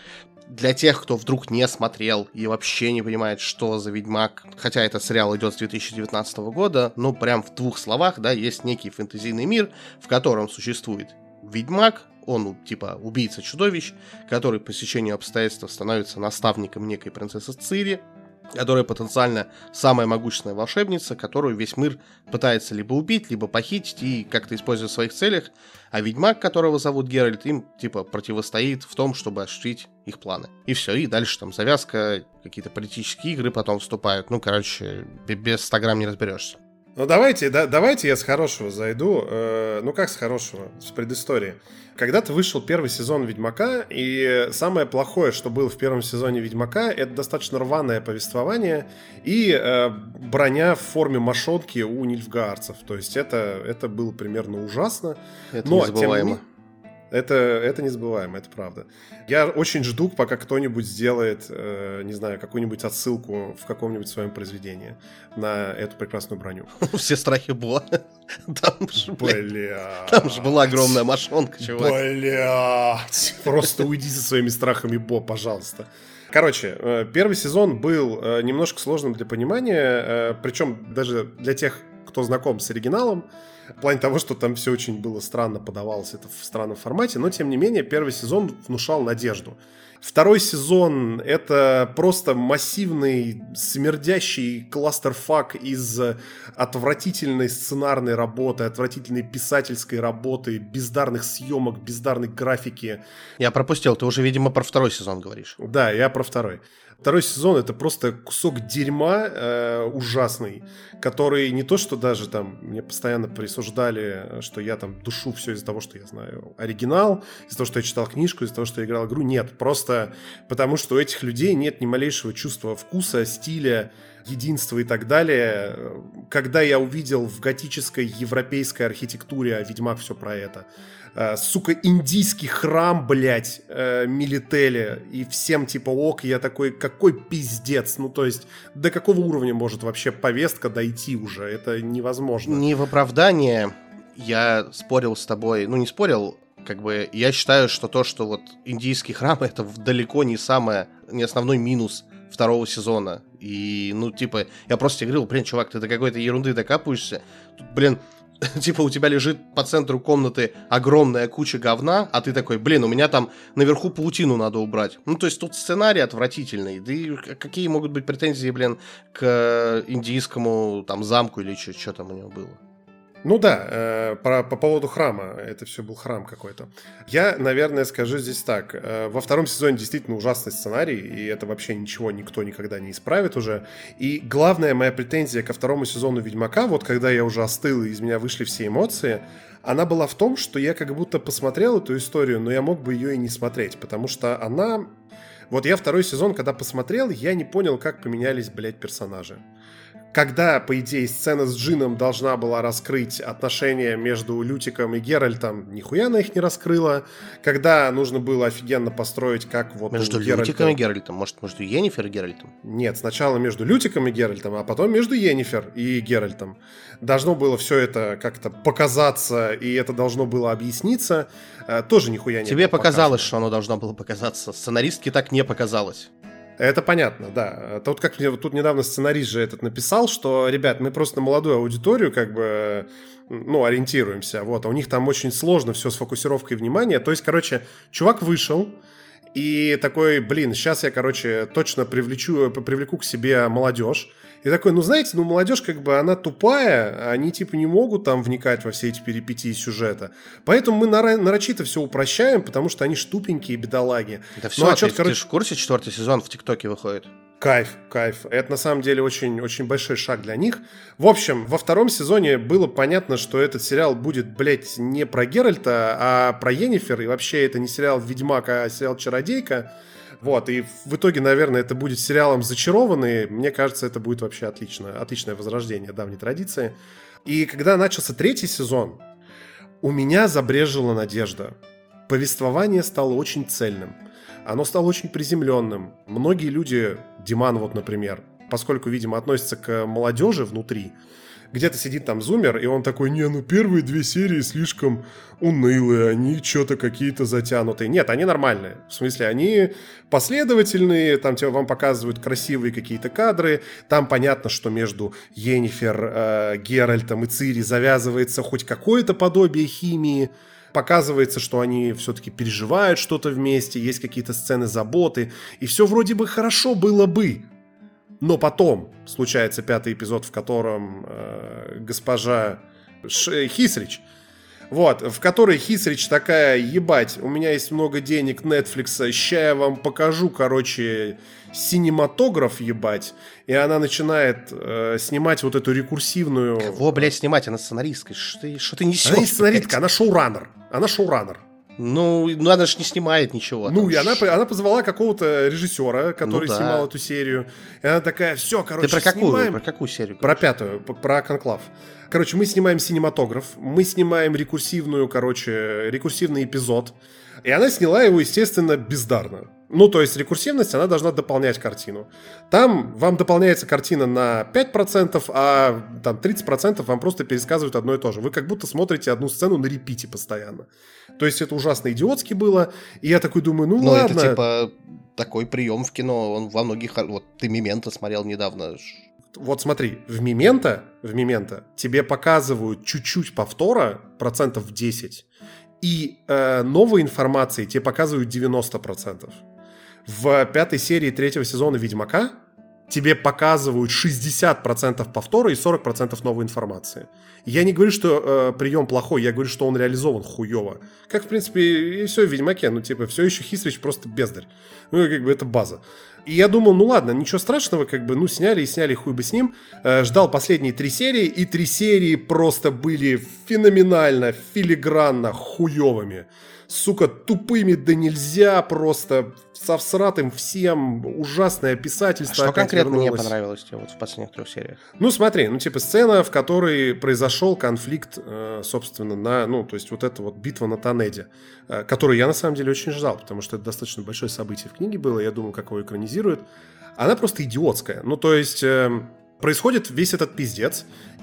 Speaker 2: Для тех, кто вдруг не смотрел и вообще не понимает, что за Ведьмак, хотя этот сериал идет с две тысячи девятнадцатого года, ну прям в двух словах, да, есть некий фэнтезийный мир, в котором существует Ведьмак, он типа убийца-чудовищ, который по стечению обстоятельств становится наставником некой принцессы Цири, которая потенциально самая могущественная волшебница, которую весь мир пытается либо убить, либо похитить и как-то использовать в своих целях, а ведьмак, которого зовут Геральт, им типа противостоит в том, чтобы осуществить их планы. И все, и дальше там завязка, какие-то политические игры потом вступают, ну, короче, без ста грамм не разберешься.
Speaker 1: Ну, давайте, да, давайте я с хорошего зайду. Э, ну, как с хорошего? С предыстории. Когда-то вышел первый сезон «Ведьмака», и самое плохое, что было в первом сезоне «Ведьмака», это достаточно рваное повествование и э, броня в форме мошонки у нильфгаарцев. То есть это, это было примерно ужасно.
Speaker 2: Это
Speaker 1: но,
Speaker 2: незабываемо.
Speaker 1: Тем... Это, это незабываемо, это правда. Я очень жду, пока кто-нибудь сделает, э, не знаю, какую-нибудь отсылку в каком-нибудь своем произведении на эту прекрасную броню.
Speaker 2: Все страхи Бо. Там же,
Speaker 1: Бля.
Speaker 2: Там же была огромная мошонка, чувак.
Speaker 1: Блядь. Просто уйди со своими страхами, Бо, пожалуйста. Короче, первый сезон был немножко сложным для понимания, причем даже для тех, кто знаком с оригиналом, в плане того, что там все очень было странно, подавалось это в странном формате, но тем не менее первый сезон внушал надежду. Второй сезон — это просто массивный, смердящий кластерфак из отвратительной сценарной работы, отвратительной писательской работы, бездарных съемок, бездарной графики.
Speaker 2: Я пропустил, ты уже, видимо, про второй сезон говоришь.
Speaker 1: Да, я про второй. Второй сезон — это просто кусок дерьма э, ужасный, который не то, что даже там мне постоянно присуждали, что я там душу все из-за того, что я знаю оригинал, из-за того, что я читал книжку, из-за того, что я играл игру. Нет, просто потому что у этих людей нет ни малейшего чувства вкуса, стиля, единство и так далее. Когда я увидел в готической европейской архитектуре, а Ведьмак все про это, сука, индийский храм, блядь, э, Милителя, и всем типа ок, я такой, какой пиздец, ну то есть до какого уровня может вообще повестка дойти уже, это невозможно.
Speaker 2: Не в оправдание, я спорил с тобой, ну не спорил, как бы я считаю, что то, что вот индийский храм, это далеко не самое, не основной минус второго сезона, и ну типа, я просто тебе говорил, блин, чувак, ты до какой-то ерунды докапываешься, тут, блин, типа у тебя лежит по центру комнаты огромная куча говна, а ты такой, блин, у меня там наверху паутину надо убрать. Ну, то есть тут сценарий отвратительный. Да и какие могут быть претензии, блин, к индийскому там замку или что, что там у него было?
Speaker 1: Ну да, э, по, по поводу храма, это все был храм какой-то. Я, наверное, скажу здесь так. Э, во втором сезоне действительно ужасный сценарий, и это вообще ничего никто никогда не исправит уже. И главная моя претензия ко второму сезону Ведьмака, вот когда я уже остыл и из меня вышли все эмоции, она была в том, что я как будто посмотрел эту историю, но я мог бы ее и не смотреть, потому что она... Вот я второй сезон, когда посмотрел, я не понял, как поменялись, блядь, персонажи. Когда, по идее, сцена с Джином должна была раскрыть отношения между Лютиком и Геральтом, нихуя она их не раскрыла. Когда нужно было офигенно построить, как вот
Speaker 2: между
Speaker 1: у Геральта...
Speaker 2: Лютиком и Геральтом? Может, между Йеннифер и Геральтом?
Speaker 1: Нет, сначала между Лютиком и Геральтом, а потом между Йеннифер и Геральтом. Должно было все это как-то показаться, и это должно было объясниться. Тоже нихуя не
Speaker 2: Тебе
Speaker 1: было
Speaker 2: показалось,
Speaker 1: показано.
Speaker 2: что оно должно было показаться. Сценаристке так не показалось.
Speaker 1: Это понятно, да. Тут как мне тут недавно сценарист же этот написал, что, ребят, мы просто на молодую аудиторию как бы, ну, ориентируемся, вот, а у них там очень сложно все с фокусировкой внимания. То есть, короче, чувак вышел и такой, блин, сейчас я, короче, точно привлечу, привлеку к себе молодежь. И такой, ну, знаете, ну, молодежь, как бы, она тупая, они, типа, не могут там вникать во все эти перипетии сюжета. Поэтому мы нарочито все упрощаем, потому что они ж тупенькие бедолаги.
Speaker 2: Да все,
Speaker 1: ну, а
Speaker 2: ты,
Speaker 1: чё, короче...
Speaker 2: ты же в курсе, четвертый сезон в ТикТоке выходит?
Speaker 1: Кайф, кайф. Это, на самом деле, очень, очень большой шаг для них. В общем, во втором сезоне было понятно, что этот сериал будет, блядь, не про Геральта, а про Йеннифер. И вообще это не сериал «Ведьмак», а сериал «Чародейка». Вот, и в итоге, наверное, это будет сериалом «Зачарованные». Мне кажется, это будет вообще отлично, отличное возрождение давней традиции. И когда начался третий сезон, у меня забрежила надежда. Повествование стало очень цельным. Оно стало очень приземленным. Многие люди, Диман вот, например, поскольку, видимо, относится к молодежи внутри, где-то сидит там зумер, и он такой, не, ну первые две серии слишком унылые, они что-то какие-то затянутые. Нет, они нормальные. В смысле, они последовательные, там тебе вам показывают красивые какие-то кадры, там понятно, что между Йеннифер, э, Геральтом и Цири завязывается хоть какое-то подобие химии. Показывается, что они все-таки переживают что-то вместе, есть какие-то сцены заботы, и все вроде бы хорошо было бы. Но потом случается пятый эпизод, в котором э, госпожа Ш... Хисрич, вот, в которой Хисрич такая, ебать, у меня есть много денег Netflix, ща я вам покажу, короче, синематограф, ебать. И она начинает э, снимать вот эту рекурсивную...
Speaker 2: Кого, блядь, снимать? Она сценаристка. Что ты, что ты несешь?
Speaker 1: Она не сценаристка, она шоураннер. Она шоураннер.
Speaker 2: Ну, ну, она же не снимает ничего.
Speaker 1: Ну,
Speaker 2: там.
Speaker 1: и она, она позвала какого-то режиссера, который
Speaker 2: ну, да.
Speaker 1: снимал эту серию. И она такая, все, короче,
Speaker 2: Ты про какую?
Speaker 1: снимаем...
Speaker 2: Про какую серию?
Speaker 1: Про пятую, про Конклав. Короче, мы снимаем синематограф, мы снимаем рекурсивную, короче, рекурсивный эпизод. И она сняла его, естественно, бездарно. Ну, то есть рекурсивность, она должна дополнять картину. Там вам дополняется картина на пять процентов, а там тридцать процентов вам просто пересказывают одно и то же. Вы как будто смотрите одну сцену на репите постоянно. То есть это ужасно идиотски было. И я такой думаю, ну
Speaker 2: Но
Speaker 1: ладно.
Speaker 2: это типа такой прием в кино, он во многих... Вот ты «Мементо» смотрел недавно.
Speaker 1: Вот смотри, в «Мементо», в «Мементо» тебе показывают чуть-чуть повтора, процентов десять, и э, новой информации тебе показывают девяносто процентов. В пятой серии третьего сезона «Ведьмака» тебе показывают шестьдесят процентов повтора и сорок процентов новой информации. Я не говорю, что э, прием плохой, я говорю, что он реализован хуёво. Как, в принципе, и все в «Ведьмаке». Ну, типа, все еще Хисрич просто бездарь. Ну, как бы, это база. И я думал, ну ладно, ничего страшного, как бы, ну, сняли и сняли, хуй бы с ним. Э, ждал последние три серии, и три серии просто были феноменально, филигранно хуёвыми. Сука, тупыми да нельзя, просто со всратым всем, ужасное писательство.
Speaker 2: А что конкретно
Speaker 1: вернулось.
Speaker 2: мне понравилось тебе вот в последних трех сериях?
Speaker 1: Ну, смотри, ну, типа, сцена, в которой произошел конфликт, э, собственно, на, ну, то есть, вот эта вот битва на Танеде, э, которую я, на самом деле, очень ждал, потому что это достаточно большое событие в книге было, я думал, как его экранизируют. Она просто идиотская. Ну, то есть, э, происходит весь этот пиздец,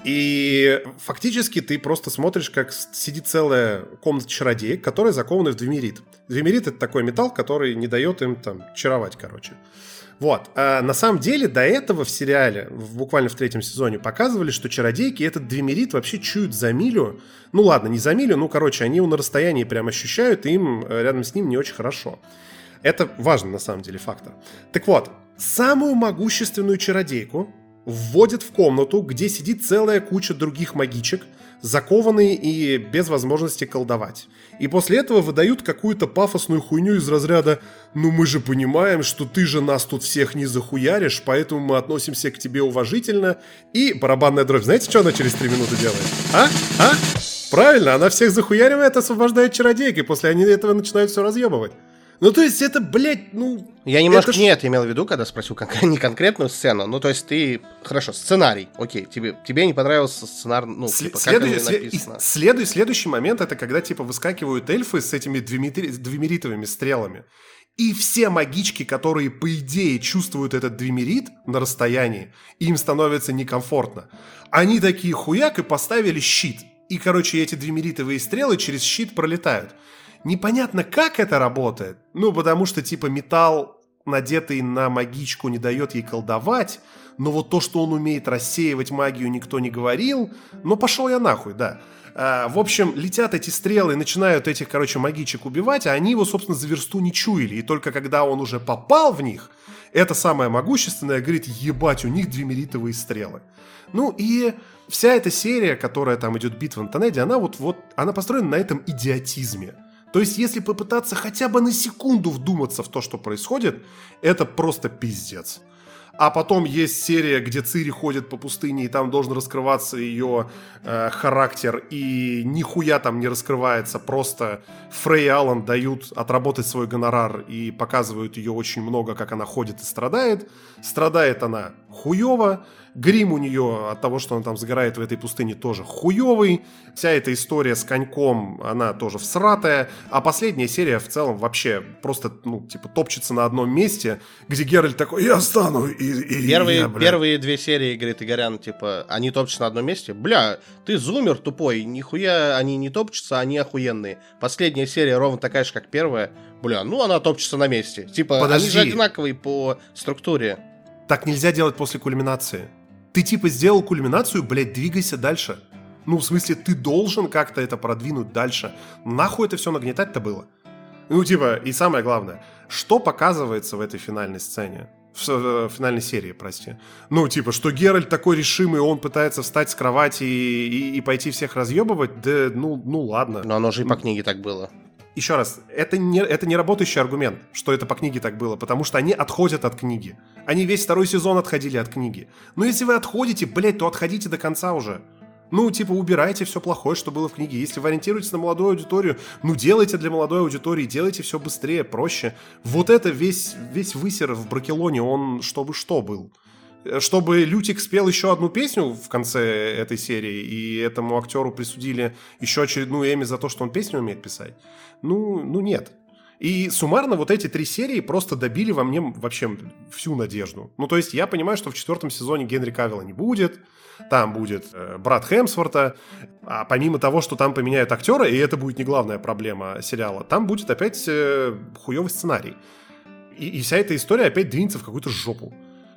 Speaker 1: и фактически ты просто смотришь, как сидит целая комната чародеек, которые закованы в двемерит. Двемерит — это такой металл, который не дает им там чаровать, короче. Вот. А на самом деле до этого в сериале, в, буквально в третьем сезоне, показывали, что чародейки этот двемерит вообще чуют за милю. Ну ладно, не за милю, ну короче, они его на расстоянии прям ощущают, и им рядом с ним не очень хорошо. Это важно на самом деле фактор. Так вот, самую могущественную чародейку вводят в комнату, где сидит целая куча других магичек, закованные и без возможности колдовать. И после этого выдают какую-то пафосную хуйню из разряда «Ну мы же понимаем, что ты же нас тут всех не захуяришь, поэтому мы относимся к тебе уважительно». И барабанная дробь. Знаете, что она через три минуты делает? А? А? Правильно, она всех захуяривает, освобождает чародейки, после они этого начинают все разъебывать. Ну, то есть, это, блядь, ну...
Speaker 2: Я немножко
Speaker 1: ж...
Speaker 2: нет имел в виду, когда спросил кон- не конкретную сцену. Ну, то есть, ты... Хорошо, сценарий. Окей, тебе, тебе не понравился сценарий, ну,
Speaker 1: След...
Speaker 2: типа, как
Speaker 1: Следующий,
Speaker 2: оно написано.
Speaker 1: Следуй, следующий момент, это когда, типа, выскакивают эльфы с этими двемери... двемеритовыми стрелами. И все магички, которые, по идее, чувствуют этот двемерит на расстоянии, им становится некомфортно. Они такие хуяк и поставили щит. И, короче, эти двемеритовые стрелы через щит пролетают. Непонятно, как это работает. Ну, потому что, типа, металл, надетый на магичку, не дает ей колдовать. Но вот то, что он умеет рассеивать магию, никто не говорил. Но пошел я нахуй, да. А, в общем, летят эти стрелы и начинают этих, короче, магичек убивать, а они его, собственно, за версту не чуяли. И только когда он уже попал в них, это самое могущественное говорит: ебать, у них двемеритовые стрелы. Ну и вся эта серия, которая там идет битва на Танеде, она вот, вот, она построена на этом идиотизме. То есть, если попытаться хотя бы на секунду вдуматься в то, что происходит, это просто пиздец. А потом есть серия, где Цири ходит по пустыне, и там должен раскрываться ее э, характер, и нихуя там не раскрывается, просто Фрей и Алан дают отработать свой гонорар и показывают ее очень много, как она ходит и страдает. Страдает она хуево, грим у нее от того, что она там загорает в этой пустыне, тоже хуевый. Вся эта история с коньком, она тоже всратая. А последняя серия в целом вообще просто, ну, типа, топчется на одном месте, где Геральт такой: я стану и... и
Speaker 2: Первые,
Speaker 1: я, бля.
Speaker 2: первые две серии, говорит Игорян, типа, они топчутся на одном месте. Бля, ты зумер тупой, нихуя они не топчутся, они охуенные. Последняя серия ровно такая же, как первая. Бля, ну она топчется на месте. Типа,
Speaker 1: Подожди.
Speaker 2: они же одинаковые по структуре.
Speaker 1: Так нельзя делать после кульминации. Ты типа сделал кульминацию, блядь, двигайся дальше. Ну, в смысле, ты должен как-то это продвинуть дальше. Нахуй это все нагнетать-то было? Ну, типа, и самое главное, что показывается в этой финальной сцене? В, в финальной серии, прости. Ну, типа, что Геральт такой решимый, он пытается встать с кровати и, и, и пойти всех разъебывать? Да, ну, ну ладно.
Speaker 2: Но оно же и по книге так было.
Speaker 1: Еще раз, это не, это не работающий аргумент, что это по книге так было, потому что они отходят от книги. Они весь второй сезон отходили от книги. Но если вы отходите, блядь, то отходите до конца уже. Ну, типа, убирайте все плохое, что было в книге. Если вы ориентируетесь на молодую аудиторию, ну, делайте для молодой аудитории, делайте все быстрее, проще. Вот это весь, весь высер в Бракелоне, он чтобы что был. Чтобы Лютик спел еще одну песню в конце этой серии, и этому актеру присудили еще очередную Эмми за то, что он песню умеет писать. Ну, ну нет. И суммарно вот эти три серии просто добили во мне вообще всю надежду. Ну, то есть я понимаю, что в четвертом сезоне Генри Кавилла не будет, там будет э, брат Хемсворта, а помимо того, что там поменяют актера, и это будет не главная проблема сериала, там будет опять э, хуёвый сценарий. И, и вся эта история опять двинется в какую-то жопу.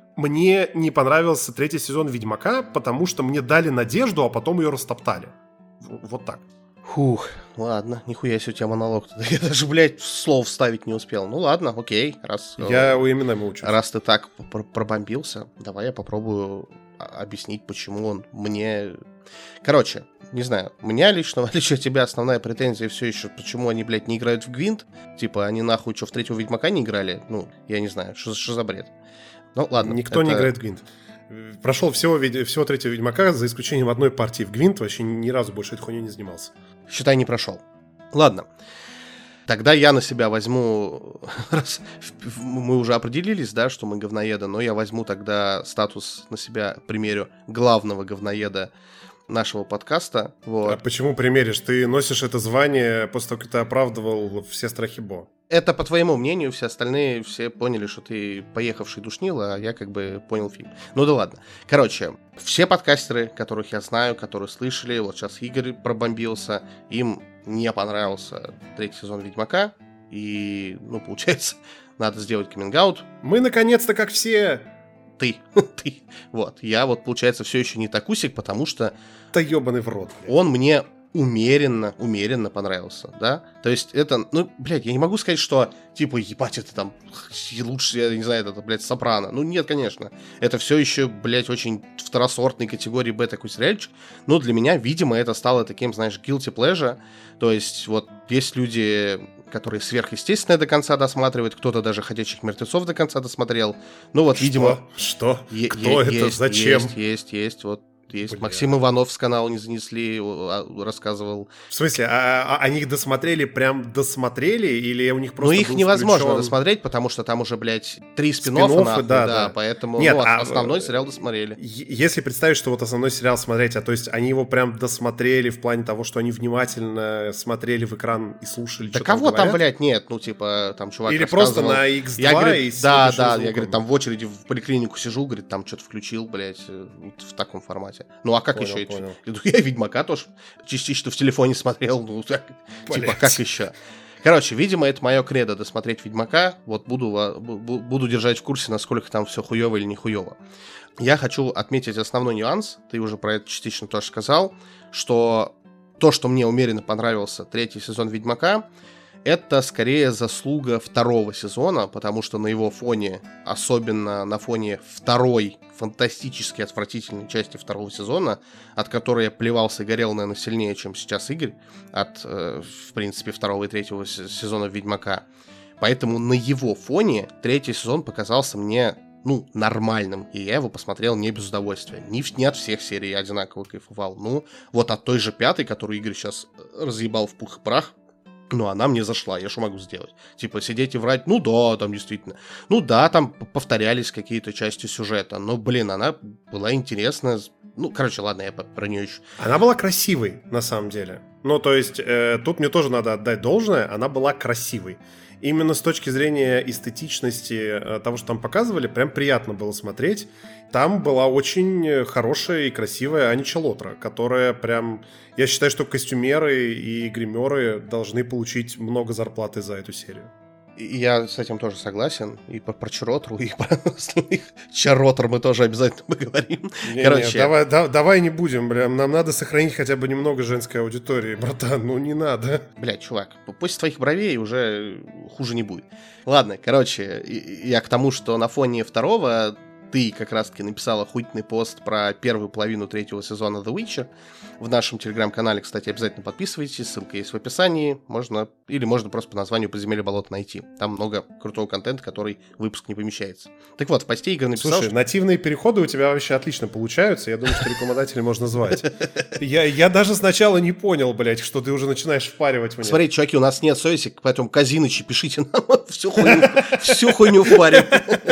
Speaker 1: Мне не понравился третий сезон Ведьмака, потому что мне дали надежду, а потом ее растоптали. Вот так.
Speaker 2: Фух, ладно, нихуя себе у тебя монолог. Я даже, блядь, слов вставить не успел. Ну ладно, окей. Раз,
Speaker 1: я у именами учусь.
Speaker 2: Раз ты так пр- пробомбился, давай я попробую объяснить, почему он мне... Короче, не знаю, у меня лично, в отличие от тебя, основная претензия все еще, почему они, блядь, не играют в Гвинт. Типа, они нахуй что, в третьего Ведьмака не играли? Ну, я не знаю, что, что за бред. Ну, ладно.
Speaker 1: Никто это... не играет в Гвинт. Прошел всего, всего третьего Ведьмака, за исключением одной партии в Гвинт, вообще ни разу больше этой хуйней не занимался.
Speaker 2: Считай, не прошел. Ладно. Тогда я на себя возьму, раз мы уже определились, да, что мы говноеды, но я возьму тогда статус на себя, примерю, главного говноеда нашего подкаста. Вот.
Speaker 1: А почему примеришь? Ты носишь это звание после того, как ты оправдывал все страхи Бо.
Speaker 2: Это по твоему мнению, все остальные все поняли, что ты поехавший душнил, а я как бы понял фильм. Ну да ладно. Короче, все подкастеры, которых я знаю, которые слышали, вот сейчас Игорь пробомбился, им не понравился третий сезон Ведьмака, и, ну, получается, надо сделать каминг-аут.
Speaker 1: Мы наконец-то как все...
Speaker 2: Ты, ты. Вот, я вот, получается, все еще не такусик, потому что...
Speaker 1: Да ебаный в рот. Блядь.
Speaker 2: Он мне умеренно, умеренно понравился, да? То есть это, ну, блядь, я не могу сказать, что, типа, ебать, это там лучше, я не знаю, это, блядь, Сопрано. Ну, нет, конечно. Это все еще, блядь, очень второсортной категории Б такой сериальчик. Но для меня, видимо, это стало таким, знаешь, guilty pleasure. То есть вот есть люди, которые сверхъестественное до конца досматривают, кто-то даже «Ходячих мертвецов» до конца досмотрел. Ну вот,
Speaker 1: что?
Speaker 2: видимо...
Speaker 1: Что?
Speaker 2: Е-
Speaker 1: Кто
Speaker 2: е-
Speaker 1: это?
Speaker 2: есть,
Speaker 1: Зачем?
Speaker 2: Есть, есть, есть, вот. Есть.
Speaker 1: Бля.
Speaker 2: Максим Иванов с канала не занесли, рассказывал.
Speaker 1: В смысле, а, а они их досмотрели, прям досмотрели, или у них
Speaker 2: Ну,
Speaker 1: просто
Speaker 2: их
Speaker 1: был
Speaker 2: невозможно
Speaker 1: включен...
Speaker 2: досмотреть, потому что там уже, блядь, три спин-оффа,
Speaker 1: Спин-оффы,
Speaker 2: нахуй,
Speaker 1: да,
Speaker 2: да,
Speaker 1: да.
Speaker 2: поэтому
Speaker 1: Нет,
Speaker 2: ну,
Speaker 1: а,
Speaker 2: основной сериал досмотрели.
Speaker 1: Если представить, что вот основной сериал смотреть, а то есть они его прям досмотрели в плане того, что они внимательно смотрели в экран и слушали,
Speaker 2: Да
Speaker 1: что
Speaker 2: кого
Speaker 1: там
Speaker 2: там,
Speaker 1: говорят?
Speaker 2: блядь, нет, ну, типа, там чувак
Speaker 1: Или просто
Speaker 2: рассказывал.
Speaker 1: на икс два
Speaker 2: я, говорит,
Speaker 1: и с
Speaker 2: да,
Speaker 1: выключенным
Speaker 2: да,
Speaker 1: звуком.
Speaker 2: я, говорит, там в очереди в поликлинику сижу, говорит, там что-то включил, блядь, вот в таком формате. Ну, а как
Speaker 1: Понял,
Speaker 2: еще?
Speaker 1: понял.
Speaker 2: Я Ведьмака тоже частично в телефоне смотрел, ну, так, типа,
Speaker 1: Блядь.
Speaker 2: как еще? Короче, видимо, это мое кредо досмотреть Ведьмака. Вот буду, буду держать в курсе, насколько там все хуево или не хуево. Я хочу отметить основной нюанс, ты уже про это частично тоже сказал, что то, что мне умеренно понравился третий сезон Ведьмака, это скорее заслуга второго сезона, потому что на его фоне, особенно на фоне второй фантастически отвратительной части второго сезона, от которой я плевался и горел, наверное, сильнее, чем сейчас Игорь, от, э, в принципе, второго и третьего сезона Ведьмака. Поэтому на его фоне третий сезон показался мне, ну, нормальным, и я его посмотрел не без удовольствия. Не, не от всех серий я одинаково кайфовал. Ну, вот от той же пятой, которую Игорь сейчас разъебал в пух и прах, ну, она мне зашла, я что могу сделать? Типа, сидеть и врать? Ну да, там действительно. Ну да, там повторялись какие-то части сюжета, но, блин, она была интересная. Ну, короче, ладно, я про нее еще...
Speaker 1: Она была красивой, на самом деле. Ну, то есть, э, тут мне тоже надо отдать должное, она была красивой. Именно с точки зрения эстетичности э, того, что там показывали, прям приятно было смотреть. Там была очень хорошая и красивая Анича Лотра, которая прям... Я считаю, что костюмеры и гримеры должны получить много зарплаты за эту серию.
Speaker 2: Я с этим тоже согласен. И про, про Чаротру, и про остальных. Чаротр мы тоже обязательно поговорим.
Speaker 1: Не,
Speaker 2: Короче...
Speaker 1: не, давай, да, давай не будем, прям. Нам надо сохранить хотя бы немного женской аудитории, братан. Ну не надо.
Speaker 2: Блядь, чувак, после твоих бровей уже хуже не будет. Ладно, короче, я к тому, что на фоне второго ты как раз-таки написала охуительный пост про первую половину третьего сезона The Witcher. В нашем телеграм-канале, кстати, обязательно подписывайтесь, ссылка есть в описании. Можно, или можно просто по названию «Подземелье болот» найти. Там много крутого контента, который в выпуск не помещается. Так вот, в посте Игорь написал...
Speaker 1: Слушай,
Speaker 2: что...
Speaker 1: нативные переходы у тебя вообще отлично получаются. Я думаю, что рекламодателей можно звать. Я, я даже сначала не понял, блядь, что ты уже начинаешь впаривать мне.
Speaker 2: Смотрите, чуваки, у нас нет совести, поэтому Казинычи, пишите нам всю хуйню, всю хуйню впарим.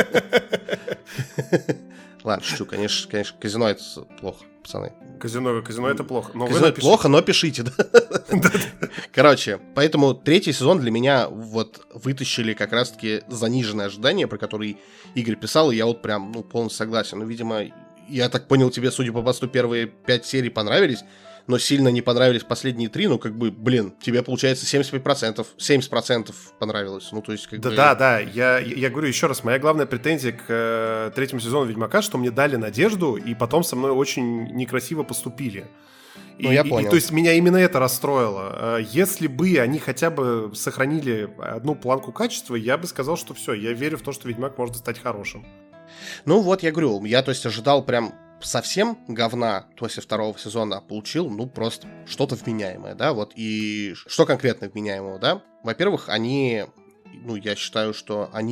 Speaker 2: Ладно, шучу, конечно, конечно, казино это плохо, пацаны.
Speaker 1: Казино, казино это плохо. Но
Speaker 2: казино это плохо, но пишите, да? Короче, поэтому третий сезон для меня вот вытащили как раз-таки заниженные ожидания, про которые Игорь писал, и я вот прям, ну, полностью согласен. Ну, видимо, я так понял, тебе, судя по посту, первые пять серий понравились, но сильно не понравились последние три, ну, как бы, блин, тебе, получается, семьдесят пять процентов, семьдесят процентов понравилось, ну, то есть, как
Speaker 1: да,
Speaker 2: бы...
Speaker 1: Да, да, я, я говорю еще раз, моя главная претензия к э, третьему сезону Ведьмака, что мне дали надежду, и потом со мной очень некрасиво поступили.
Speaker 2: Ну,
Speaker 1: и,
Speaker 2: я
Speaker 1: и,
Speaker 2: понял.
Speaker 1: И, то есть, меня именно это расстроило. Если бы они хотя бы сохранили одну планку качества, я бы сказал, что все, я верю в то, что Ведьмак может стать хорошим.
Speaker 2: Ну, вот я говорю, я, то есть, ожидал прям совсем говна после второго сезона, получил, ну, просто что-то вменяемое, да, вот, и что конкретно вменяемого, да? Во-первых, они, ну, я считаю, что они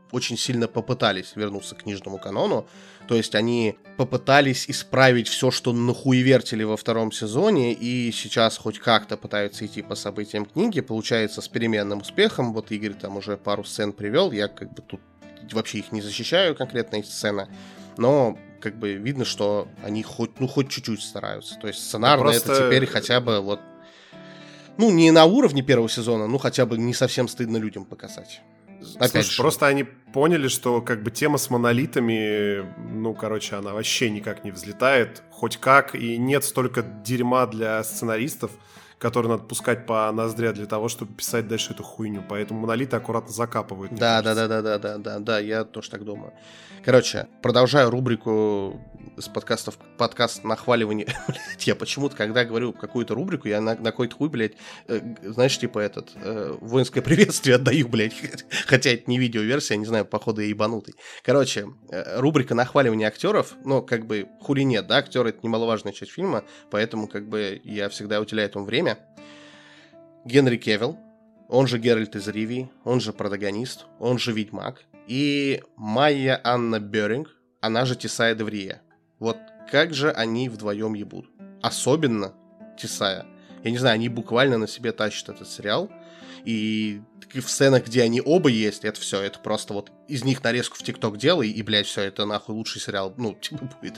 Speaker 2: очень сильно попытались вернуться к книжному канону. То есть они попытались исправить все, что нахуевертили во втором сезоне, и сейчас хоть как-то пытаются идти по событиям книги. Получается с переменным успехом. Вот Игорь там уже пару сцен привел. Я как бы тут вообще их не защищаю, конкретно эти сцены. Но как бы видно, что они хоть, ну, хоть чуть-чуть стараются. То есть сценарно да просто... это теперь хотя бы вот... Ну, не на уровне первого сезона, ну, хотя бы не совсем стыдно людям показать. Опять
Speaker 1: Слушай,
Speaker 2: же.
Speaker 1: Просто они поняли, что как бы тема с монолитами, ну, короче, она вообще никак не взлетает, хоть как, и нет столько дерьма для сценаристов, которые надо пускать по ноздре для того, чтобы писать дальше эту хуйню. Поэтому монолиты аккуратно закапывают.
Speaker 2: Да, да, да, да, да, да, да, да, я тоже так думаю. Короче, продолжаю рубрику с подкастов, подкаст нахваливания. Блять, я почему-то, когда говорю какую-то рубрику, я на, на какой-то хуй, блядь, э, знаешь, типа этот, э, воинское приветствие отдаю, блядь. Хотя это не видеоверсия, я не знаю, походу я ебанутый. Короче, э, рубрика нахваливания актеров, ну, как бы, хули нет, да, актеры — это немаловажная часть фильма, поэтому, как бы, я всегда уделяю этому время. Генри Кевилл, он же Геральт из Ривии, он же протагонист, он же Ведьмак, и Майя Анна Бёринг, она же Тесая Деврия. Вот как же они вдвоем ебут. Особенно Тесая. Я не знаю, они буквально на себе тащат этот сериал. И в сценах, где они оба есть, это все, это просто вот из них нарезку в ТикТок делай, и, блядь, все, это нахуй лучший сериал, ну, типа, будет.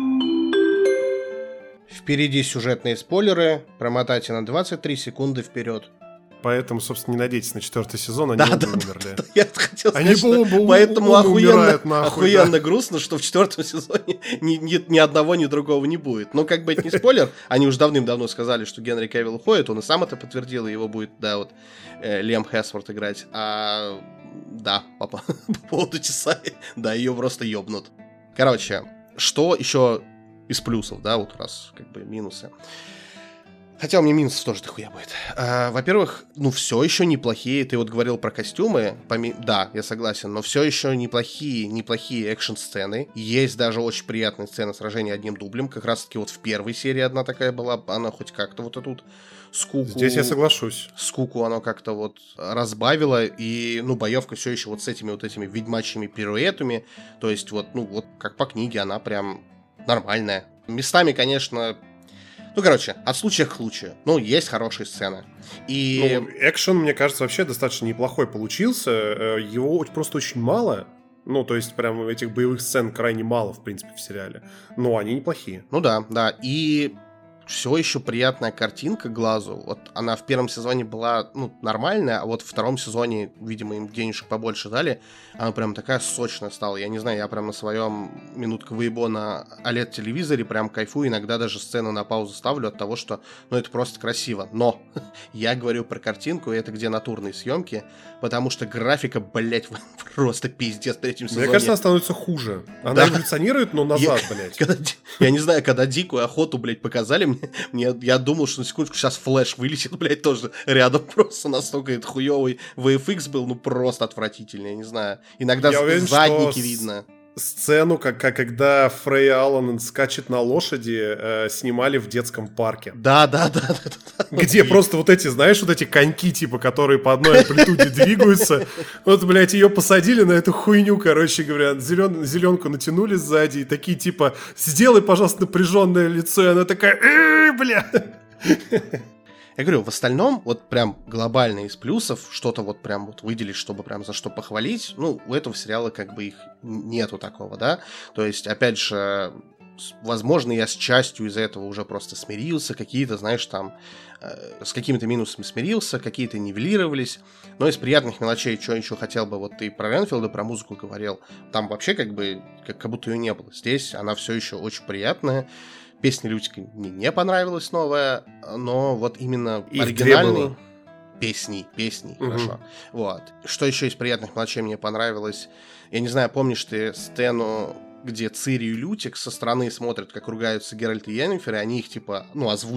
Speaker 2: Впереди сюжетные спойлеры, промотайте на двадцать три секунды вперед.
Speaker 1: Поэтому, собственно, не надейтесь на четвертый сезон, они
Speaker 2: да,
Speaker 1: оба
Speaker 2: да,
Speaker 1: умерли.
Speaker 2: Да, да, я хотел сказать,
Speaker 1: они
Speaker 2: что
Speaker 1: оба,
Speaker 2: поэтому
Speaker 1: оба
Speaker 2: охуенно,
Speaker 1: умирают, нахуй,
Speaker 2: охуенно
Speaker 1: да.
Speaker 2: грустно, что в четвертом сезоне ни, ни, ни одного, ни другого не будет. Но как бы это не спойлер, они уже давным-давно сказали, что Генри Кевилл уходит, он и сам это подтвердил, и его будет, да, вот, э, Лиам Хемсворт играть. А, да, по, по поводу Тесаи, да, ее просто ёбнут. Короче, что еще из плюсов, да, вот раз, как бы, минусы. Хотя у меня минусов тоже дохуя будет. А, во-первых, ну все еще неплохие. Ты вот говорил про костюмы. Поми... Да, я согласен, но все еще неплохие, неплохие экшн-сцены. Есть даже очень приятная сцена сражения одним дублем. Как раз-таки вот в первой серии одна такая была. Она хоть как-то вот эту скуку...
Speaker 1: Здесь я соглашусь.
Speaker 2: Скуку она как-то вот разбавила. И, ну, боевка все еще вот с этими вот этими ведьмачьими пируэтами. То есть вот, ну, вот как по книге она прям нормальная. Местами, конечно... Ну, короче, от случая к случаю. Ну, есть хорошие сцены. И...
Speaker 1: Ну, экшен, мне кажется, вообще достаточно неплохой получился. Его просто очень мало. Ну, то есть, прям этих боевых сцен крайне мало, в принципе, в сериале. Но они неплохие.
Speaker 2: Ну да, да. И все еще приятная картинка глазу. Вот она в первом сезоне была, ну, нормальная, а вот в втором сезоне, видимо, им денежек побольше дали. Она прям такая сочная стала. Я не знаю, я прям на своем минутка выебо на о лед телевизоре прям кайфую. Иногда даже сцену на паузу ставлю от того, что, ну, это просто красиво. Но я говорю про картинку, и это где натурные съемки, потому что графика, блять, просто пиздец в третьем сезоне.
Speaker 1: Мне кажется, она становится хуже. Она
Speaker 2: да.
Speaker 1: эволюционирует, но назад,
Speaker 2: я,
Speaker 1: блять.
Speaker 2: Когда, я не знаю, когда дикую охоту, блять, показали, мне, мне, я думал, что на секундочку сейчас Флэш вылетит, блять, тоже рядом. Просто настолько это хуёвый ви эф икс был, ну, просто отвратительный, я не знаю. Иногда
Speaker 1: я уверен,
Speaker 2: задники видно.
Speaker 1: Сцену, как, как когда Фрейя Аллан скачет на лошади, э, снимали в детском парке.
Speaker 2: Да, да, да, да, да.
Speaker 1: Где вот просто вот эти, знаешь, вот эти коньки, типа, которые по одной амплитуде двигаются. Вот, блядь, ее посадили на эту хуйню, короче говоря, зелен, зеленку натянули сзади, и такие, типа, сделай, пожалуйста, напряженное лицо, и она такая, бля.
Speaker 2: Я говорю, в остальном, вот прям глобально из плюсов, что-то вот прям вот выделить, чтобы прям за что похвалить, ну, у этого сериала как бы их нету такого, да, то есть, опять же, возможно, я с частью из-за этого уже просто смирился, какие-то, знаешь, там, э, с какими-то минусами смирился, какие-то нивелировались, но из приятных мелочей, что еще хотел бы, вот ты про Ренфилда, про музыку говорил, там вообще как бы, как, как будто ее не было, здесь она все еще очень приятная. Песня Лютика мне не понравилась новая, но вот именно
Speaker 1: их
Speaker 2: оригинальный... Песни, песни,
Speaker 1: угу.
Speaker 2: Хорошо. Вот. Что еще из приятных мелочей мне понравилось? Я не знаю, помнишь ты сцену, где Цири и Лютик со стороны смотрят, как ругаются Геральт и Йеннифер, и они их, типа, ну, озвучивают.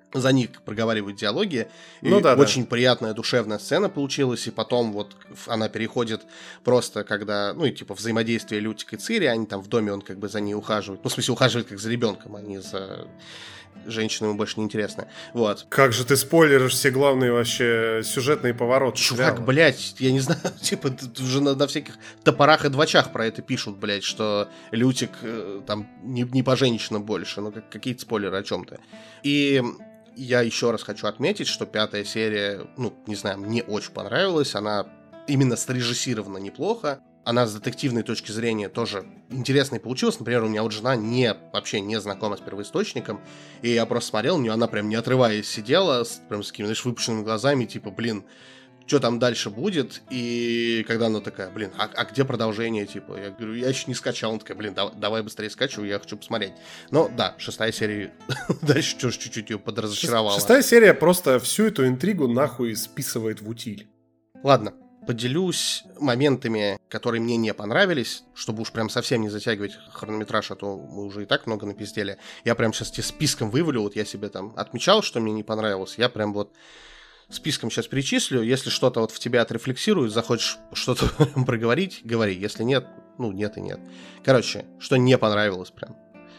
Speaker 2: за них проговаривают диалоги.
Speaker 1: Ну,
Speaker 2: и
Speaker 1: да,
Speaker 2: очень
Speaker 1: да.
Speaker 2: приятная душевная сцена получилась, и потом вот она переходит просто, когда, ну, и типа взаимодействие Лютика и Цири, они там в доме, он как бы за ней ухаживает. Ну, в смысле, ухаживает как за ребенком, а не за... Женщина ему больше не интересна. Вот.
Speaker 1: Как же ты спойлеришь все главные вообще сюжетные повороты.
Speaker 2: Чувак,
Speaker 1: сериала.
Speaker 2: блядь, я не знаю, типа, тут уже на, на всяких топорах и двачах про это пишут, блядь, что Лютик э, там не, не по женщинам больше. Ну, как, какие-то спойлеры о чем-то. И я еще раз хочу отметить, что пятая серия, ну, не знаю, мне очень понравилась. Она именно срежиссирована неплохо. Она с детективной точки зрения тоже интересной получилась. Например, у меня вот жена не, вообще не знакома с первоисточником, и я просто смотрел на нее, она прям не отрываясь сидела, с, прям с такими, знаешь, выпущенными глазами, типа, блин, что там дальше будет? И когда она такая, блин, а, а где продолжение? Типа, я говорю, я еще не скачал. Она такая, блин, давай, давай быстрее скачивай, я хочу посмотреть. Но да, шестая серия дальше чуть-чуть ее подразочаровала.
Speaker 1: Шестая серия просто всю эту интригу нахуй списывает в утиль.
Speaker 2: Ладно. Поделюсь моментами, которые мне не понравились, чтобы уж прям совсем не затягивать хронометраж, а то мы уже и так много напиздели. Я прям сейчас тебе списком вывалю, вот я себе там отмечал, что мне не понравилось, я прям вот списком сейчас перечислю. Если что-то вот в тебя отрефлексирует, захочешь что-то проговорить, говори. Если нет, ну нет и нет. Короче, что не понравилось прям.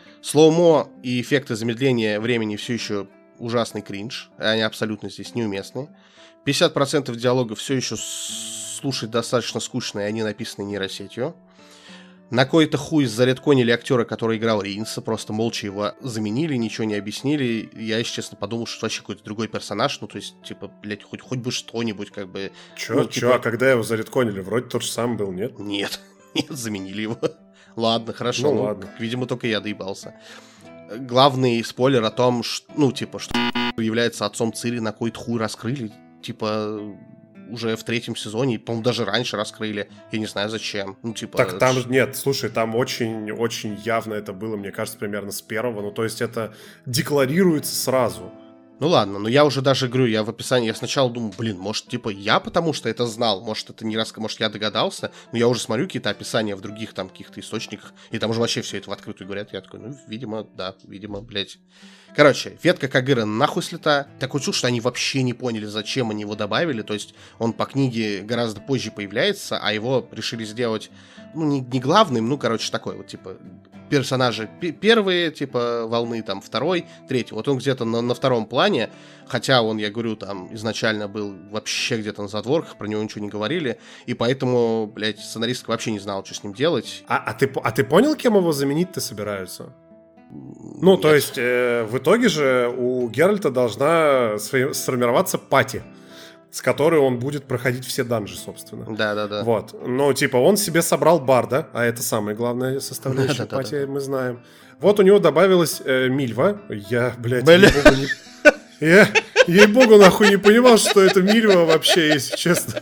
Speaker 2: Слоумо и эффекты замедления времени все еще ужасный кринж, они абсолютно здесь неуместны. пятьдесят процентов диалога все еще слушать достаточно скучно, и они написаны нейросетью. На кой-то хуй заредконили актера, который играл Ринса, просто молча его заменили, ничего не объяснили. Я, если честно, подумал, что вообще какой-то другой персонаж, ну, то есть, типа, блядь, хоть, хоть бы что-нибудь, как бы...
Speaker 1: Чё,
Speaker 2: ну,
Speaker 1: чё,
Speaker 2: типа...
Speaker 1: а когда его заредконили? Вроде тот же самый был, нет?
Speaker 2: Нет, нет, заменили его. Ладно, хорошо,
Speaker 1: Ну,
Speaker 2: ну,
Speaker 1: ладно.
Speaker 2: Видимо, только я доебался. Главный спойлер о том, что, ну, типа, что является отцом Цири, на кой-то хуй раскрыли, типа... уже в третьем сезоне, по-моему, даже раньше раскрыли. Я не знаю, зачем. Ну, типа...
Speaker 1: Так там, нет, слушай, там очень-очень явно это было, мне кажется, примерно с первого. Ну, то есть это декларируется сразу.
Speaker 2: Ну ладно, но я уже даже говорю, я в описании, я сначала думаю, блин, может, типа, я потому что это знал, может, это не раз, может, я догадался, но я уже смотрю какие-то описания в других там каких-то источниках, и там уже вообще все это в открытую говорят, я такой, ну, видимо, да, видимо, блядь. Короче, ветка Кагыра нахуй слета. Такое чувство, что они вообще не поняли, зачем они его добавили, то есть он по книге гораздо позже появляется, а его решили сделать, ну, не, не главным, ну, короче, такой вот, типа... персонажи первые, типа, волны, там, второй, третий. Вот он где-то на, на втором плане, хотя он, я говорю, там, изначально был вообще где-то на задворках, про него ничего не говорили, и поэтому, блядь, сценаристка вообще не знала, что с ним делать.
Speaker 1: А, а, ты, а ты понял, кем его заменить-то собираются? Ну,
Speaker 2: Нет.
Speaker 1: то есть, э, в итоге же у Геральта должна сфо- сформироваться пати, с которой он будет проходить все данжи, собственно.
Speaker 2: Да-да-да.
Speaker 1: Вот. Но, типа, он себе собрал барда, а это самая главная составляющая
Speaker 2: Да-да-да.
Speaker 1: пати, мы знаем. Вот у него добавилась э, Мильва. Я, блядь,
Speaker 2: Бля.
Speaker 1: ей-богу, не... Я, ей-богу, нахуй не понимал, что это Мильва вообще, если честно.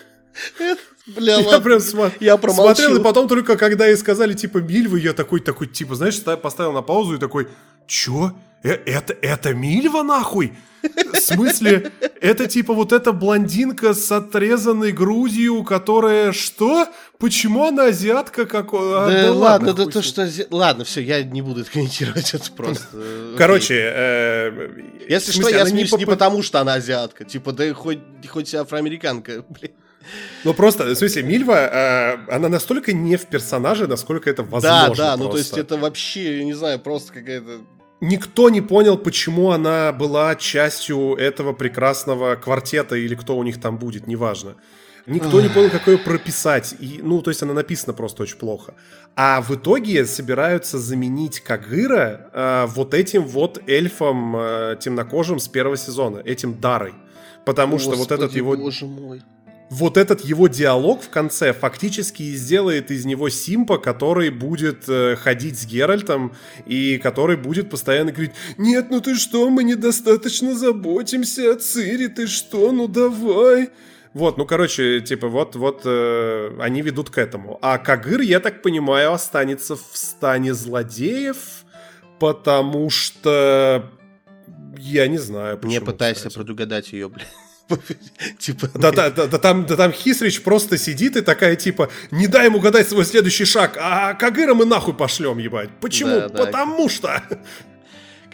Speaker 2: Бля,
Speaker 1: Я
Speaker 2: ладно.
Speaker 1: прям сма-
Speaker 2: Я промолчу.
Speaker 1: смотрел, и потом только когда ей сказали, типа, Мильва, я такой, такой, типа, знаешь, ста- поставил на паузу и такой, чё? Э- Это, это Мильва, нахуй? В смысле, это типа вот эта блондинка с отрезанной грудью, которая что? Почему она азиатка? Как... а,
Speaker 2: Да,
Speaker 1: да
Speaker 2: ладно, да
Speaker 1: хуй
Speaker 2: то,
Speaker 1: с ним.
Speaker 2: что... зе- Ладно, все, я не буду это комментировать, это просто... э,
Speaker 1: Короче, э,
Speaker 2: Если
Speaker 1: в
Speaker 2: что,
Speaker 1: смысле,
Speaker 2: я
Speaker 1: она
Speaker 2: смеюсь не
Speaker 1: попы-
Speaker 2: потому, что она азиатка. Типа, да хоть, хоть афроамериканка, блин.
Speaker 1: Ну просто, в смысле, Мильва, э, она настолько не в персонаже, насколько это возможно.
Speaker 2: Да, да, ну то есть
Speaker 1: просто.
Speaker 2: это вообще, я не знаю, просто какая-то...
Speaker 1: Никто не понял, почему она была частью этого прекрасного квартета или кто у них там будет, неважно. Никто не понял, как ее прописать. И, ну, то есть она написана просто очень плохо. А в итоге собираются заменить Кагыра э, вот этим вот эльфом э, темнокожим с первого сезона, этим Дарой. Потому что вот этот его...
Speaker 2: Боже мой.
Speaker 1: Вот этот его диалог в конце фактически и сделает из него Симпа, который будет э, ходить с Геральтом и который будет постоянно говорить: «Нет, ну ты что, мы недостаточно заботимся о Цири, ты что, ну давай». Вот, ну короче, типа вот, вот э, они ведут к этому. А Кагыр, я так понимаю, останется в стане злодеев, потому что... Я не знаю, почему.
Speaker 2: Не пытайся
Speaker 1: кстати.
Speaker 2: предугадать ее, блин. Типа...
Speaker 1: Да, да, да, да, там, да там Хисрич просто сидит и такая типа: не дай ему угадать свой следующий шаг, а Кагыра мы нахуй пошлем, ебать. Почему?
Speaker 2: Да, да.
Speaker 1: Потому что...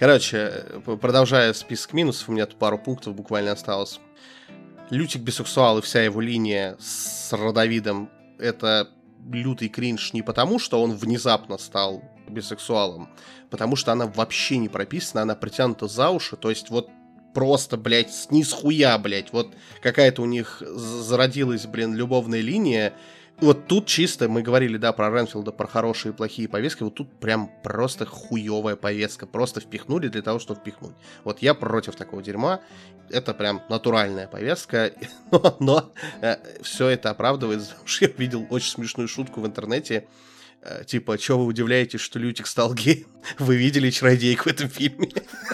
Speaker 2: Короче, продолжая список минусов, у меня тут пару пунктов буквально осталось. Лютик бисексуал и вся его линия с Родовидом — это лютый кринж не потому, что он внезапно стал бисексуалом, потому что она вообще не прописана, она притянута за уши, то есть вот просто, блядь, с низ хуя, блядь, вот какая-то у них зародилась, блин, любовная линия. Вот тут чисто, мы говорили, да, про Ренфилда, про хорошие и плохие повестки, вот тут прям просто хуевая повестка, просто впихнули для того, чтобы впихнуть. Вот я против такого дерьма, это прям натуральная повестка, но, но э, все это оправдывается, потому что я видел очень смешную шутку в интернете, э, типа, чего вы удивляетесь, что Лютик стал геем? Вы видели чародейку в этом фильме?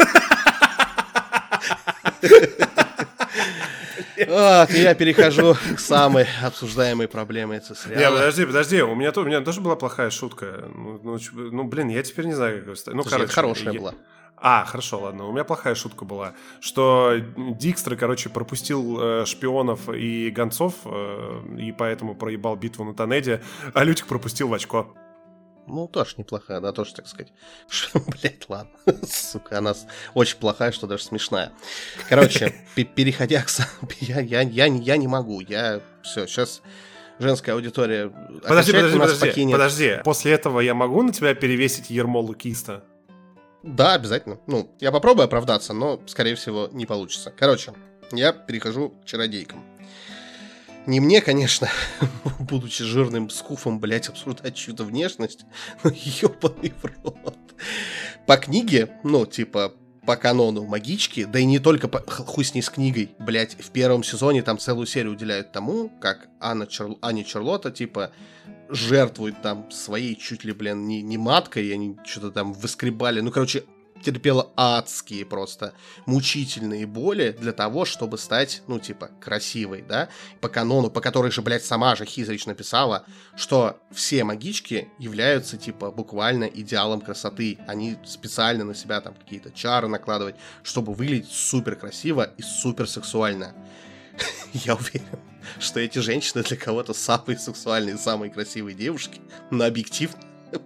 Speaker 2: Вот, я перехожу к самой обсуждаемой проблеме этого сериала.
Speaker 1: Не, подожди, подожди, у меня, то, у меня тоже была плохая шутка. Ну, ну, ну блин, я теперь не знаю, как ее вставить. Ну,
Speaker 2: Слушай,
Speaker 1: короче,
Speaker 2: хорошая
Speaker 1: я...
Speaker 2: была.
Speaker 1: А, хорошо, ладно. У меня плохая шутка была, что Дикстер, короче, пропустил э, шпионов и гонцов, э, и поэтому проебал битву на Тоннеде, а Лютик пропустил в очко.
Speaker 2: Ну, тоже неплохая, да, тоже, так сказать. Блять, ладно. Сука, она очень плохая, что даже смешная. Короче, переходя к... Я, я, я, я не могу. Я... Все, сейчас женская аудитория...
Speaker 1: Подожди, подожди, подожди,
Speaker 2: покинет.
Speaker 1: подожди. После этого я могу на тебя перевесить ермо лукиста?
Speaker 2: Да, обязательно. Ну, я попробую оправдаться, но, скорее всего, не получится. Короче, я перехожу к чародейкам. Не мне, конечно, будучи жирным скуфом, блять, обсуждать чью-то внешность, но ёбаный в рот. По книге, ну, типа, по канону магички, да и не только по... хуй с ней с книгой, блять, в первом сезоне там целую серию уделяют тому, как Анна Чар... Аня Чарлотта, типа, жертвует там своей чуть ли, блин, не, не маткой, и они что-то там выскребали, ну, короче, терпела адские просто мучительные боли для того, чтобы стать, ну, типа, красивой, да, по канону, по которой же, блядь, сама же Хизрич написала, что все магички являются, типа, буквально идеалом красоты. Они специально на себя там какие-то чары накладывают, чтобы выглядеть супер красиво и супер сексуально. Я уверен, что эти женщины для кого-то самые сексуальные, самые красивые девушки, но объективно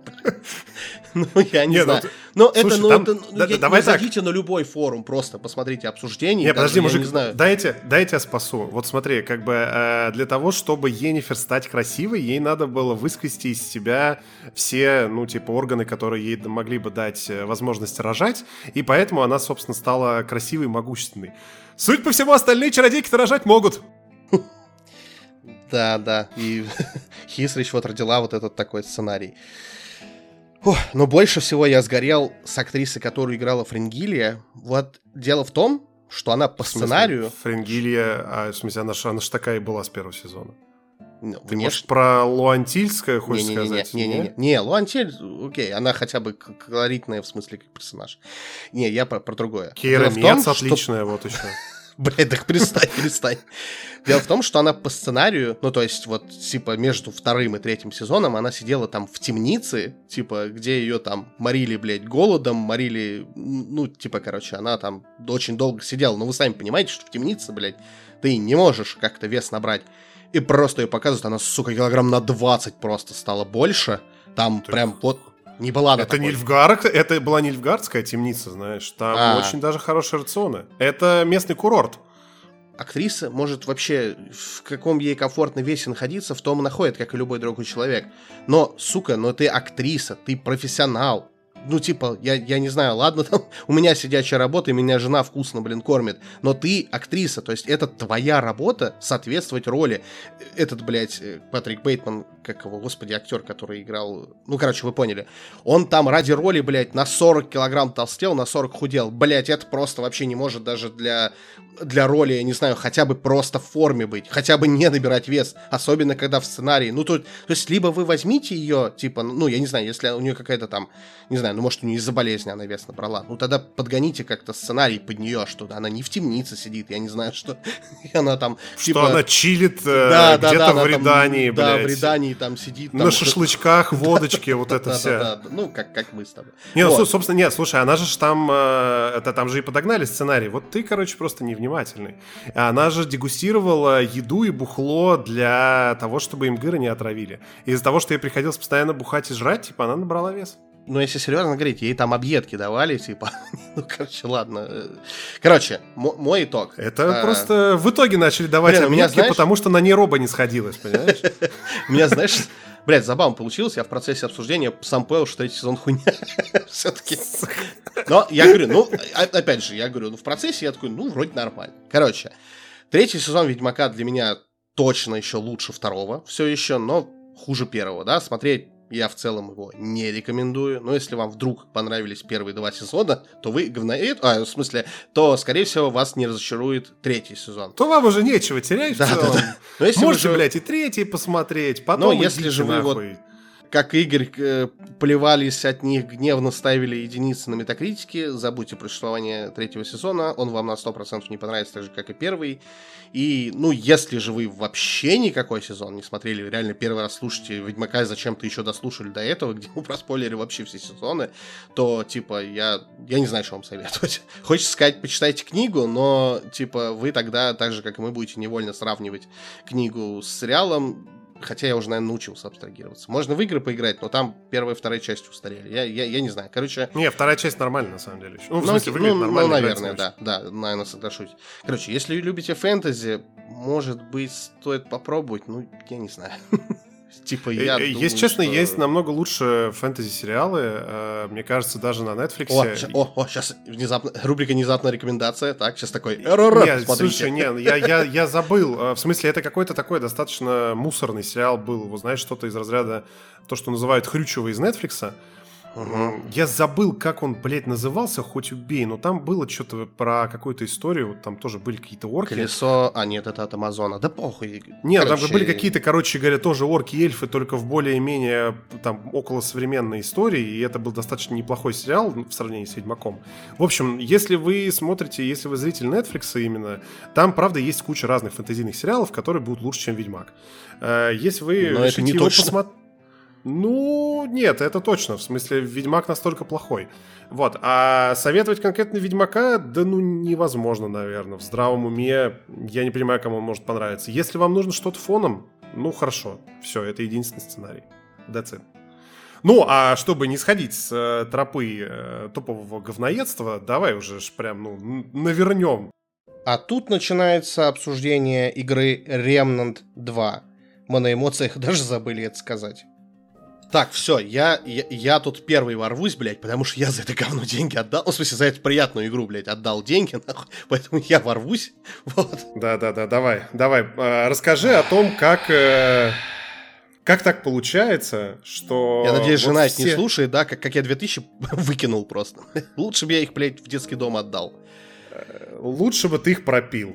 Speaker 2: ну, я не, не знаю. Ну, это, слушай, ну, там, это, да, я, давай не зайдите на любой форум, просто посмотрите обсуждения.
Speaker 1: Не, подожди, мужик,
Speaker 2: не знаю.
Speaker 1: Дайте, дайте я спасу. Вот смотри, как бы э, для того, чтобы Йеннифер стать красивой, ей надо было выскрести из себя все, ну, типа, органы, которые ей могли бы дать возможность рожать, и поэтому она, собственно, стала красивой и могущественной. Судя по всему, остальные чародейки-то рожать могут.
Speaker 2: Да, да, и Хизрич вот родила вот этот такой сценарий. Фух, но больше всего я сгорел с актрисой, которая играла Фрингилия. Вот дело в том, что она по сценарию...
Speaker 1: Фрингилия, а в смысле, она, она ж такая и была с первого сезона.
Speaker 2: Ну,
Speaker 1: Ты,
Speaker 2: внеш...
Speaker 1: может, про Луантильское хочешь
Speaker 2: не, не,
Speaker 1: сказать?
Speaker 2: Не-не-не, не, не, Луантиль, окей, она хотя бы колоритная в смысле как персонаж. Не, я про, про другое.
Speaker 1: Кейра Мец отличная, что... вот еще.
Speaker 2: Блядь, так перестань, перестань. Дело в том, что она по сценарию, ну, то есть, вот, типа, между вторым и третьим сезоном она сидела там в темнице, типа, где ее там морили, блядь, голодом, морили, ну, типа, короче, она там очень долго сидела. Ну, вы сами понимаете, что в темнице, блядь, ты не можешь как-то вес набрать. И просто ее показывают, она, сука, килограмм на двадцать просто стала больше. Там так... прям вот... Не была
Speaker 1: это, Нильфгар, это была Нильфгардская темница, знаешь. Там а. очень даже хорошие рационы. Это местный курорт.
Speaker 2: Актриса может вообще в каком ей комфортно весе находиться, в том и находит, как и любой другой человек. Но, сука, ну ты актриса, ты профессионал. Ну, типа, я, я не знаю, ладно, там у меня сидячая работа, и меня жена вкусно, блин, кормит. Но ты актриса, то есть это твоя работа соответствовать роли. Этот, блядь, Патрик Бейтман, как его, господи, актер, который играл... Ну, короче, вы поняли. Он там ради роли, блядь, на сорок килограмм толстел, на сорок худел. Блядь, это просто вообще не может даже для, для роли, я не знаю, хотя бы просто в форме быть. Хотя бы не набирать вес. Особенно, когда в сценарии. Ну, то, то есть, либо вы возьмите ее, типа, ну, я не знаю, если у нее какая-то там, не знаю, ну, может, у нее из-за болезни она вес набрала. Ну, тогда подгоните как-то сценарий под нее, что она не в темнице сидит, я не знаю, что... И она там,
Speaker 1: что
Speaker 2: типа...
Speaker 1: она чилит э, да, где-то да, в Редании,
Speaker 2: там,
Speaker 1: блядь.
Speaker 2: Да, в Редании там сидит. Там,
Speaker 1: на шашлычках, водочке, вот это все.
Speaker 2: Да, да, ну, как, как мы с тобой.
Speaker 1: Не, ну, собственно, нет, слушай, она же там, это там же и подогнали сценарий. Вот ты, короче, просто невнимательный. Она же дегустировала еду и бухло для того, чтобы имгыры не отравили. Из-за того, что ей приходилось постоянно бухать и жрать, типа, она набрала вес.
Speaker 2: Ну, если серьезно говорить, ей там объедки давали, типа, ну, короче, ладно. Короче, м- мой итог.
Speaker 1: Это
Speaker 2: а...
Speaker 1: просто в итоге начали давать
Speaker 2: Блин,
Speaker 1: объедки,
Speaker 2: меня, знаешь...
Speaker 1: потому что на ней роба не сходилась, понимаешь?
Speaker 2: У меня, знаешь, блядь, забавно получилось, я в процессе обсуждения сам понял, что третий сезон хуйня. Все-таки. Но я говорю, ну, опять же, я говорю, ну, в процессе я такой, ну, вроде нормально. Короче, третий сезон Ведьмака для меня точно еще лучше второго, все еще, но хуже первого, да, смотреть я в целом его не рекомендую, но если вам вдруг понравились первые два сезона, то вы говноед, а, в смысле, то, скорее всего, вас не разочарует третий сезон.
Speaker 1: То вам уже нечего терять
Speaker 2: да,
Speaker 1: в целом.
Speaker 2: Да, да. Но если
Speaker 1: Можете,
Speaker 2: же...
Speaker 1: блядь, и третий посмотреть, потом
Speaker 2: но если же вы
Speaker 1: нахуй.
Speaker 2: Вот, как Игорь, э, плевались от них, гневно ставили единицы на метакритике, забудьте про существование третьего сезона, он вам на сто процентов не понравится, так же, как и первый. И, ну, если же вы вообще никакой сезон не смотрели, реально первый раз слушаете Ведьмака и зачем-то еще дослушали до этого, где мы проспойлерили вообще все сезоны, то, типа, я, я не знаю, что вам советовать. Хочется сказать, почитайте книгу, но, типа, вы тогда, так же, как и мы, будете невольно сравнивать книгу с сериалом. Хотя я уже, наверное, научился абстрагироваться. Можно в игры поиграть, но там первая и вторая часть устарели. Я, я, я не знаю. Короче...
Speaker 1: Не, вторая часть нормальная, на самом деле. Еще. Ну, в
Speaker 2: ну,
Speaker 1: смысле, выглядит
Speaker 2: ну,
Speaker 1: нормально.
Speaker 2: Ну, наверное, да. Да, наверное, соглашусь. Короче, если любите фэнтези, может быть, стоит попробовать. Ну, я не знаю. Типа, я
Speaker 1: Если
Speaker 2: думаю,
Speaker 1: честно,
Speaker 2: что...
Speaker 1: есть намного лучше фэнтези-сериалы. Мне кажется, даже на Netflix.
Speaker 2: О, ща, о, о, сейчас внезапно, рубрика «Внезапная рекомендация». Так, сейчас такой...
Speaker 1: Нет, слушай, нет, я, я, я забыл. В смысле, это какой-то такой достаточно мусорный сериал был. Вы знаете, что-то из разряда, то, что называют хрючево из Netflix. Угу. Я забыл, как он, блядь, назывался, хоть убей, но там было что-то про какую-то историю, там тоже были какие-то орки.
Speaker 2: Колесо, а нет, это от Амазона, да похуй.
Speaker 1: Нет, короче... там были какие-то, короче говоря, тоже орки-эльфы, только в более-менее там около современной истории, и это был достаточно неплохой сериал в сравнении с Ведьмаком. В общем, если вы смотрите, если вы зритель Netflix именно, там, правда, есть куча разных фэнтезийных сериалов, которые будут лучше, чем Ведьмак. Если вы
Speaker 2: но
Speaker 1: решите
Speaker 2: это не
Speaker 1: его
Speaker 2: точно.
Speaker 1: посмотреть... Ну, нет, это точно. В смысле, Ведьмак настолько плохой. Вот. А советовать конкретно Ведьмака, да ну невозможно, наверное. В здравом уме я не понимаю, кому он может понравиться. Если вам нужно что-то фоном, ну хорошо. Все, это единственный сценарий. That's it. Ну, а чтобы не сходить с э, тропы э, топового говноедства, давай уже ж прям, ну, навернем.
Speaker 2: А тут начинается обсуждение игры Remnant два. Мы на эмоциях даже забыли это сказать. Так, все, я, я, я тут первый ворвусь, блядь, потому что я за это говно деньги отдал. Ну, в смысле, за эту приятную игру, блядь, отдал деньги, нахуй. Поэтому я ворвусь. Вот.
Speaker 1: Да-да-да, давай, давай. Э, расскажи о том, как... Э, как так получается, что...
Speaker 2: Я надеюсь,
Speaker 1: вот
Speaker 2: жена
Speaker 1: все...
Speaker 2: это не слушает, да, как, как я две тысячи выкинул просто. Лучше бы я их, блядь, в детский дом отдал.
Speaker 1: Лучше бы ты их пропил.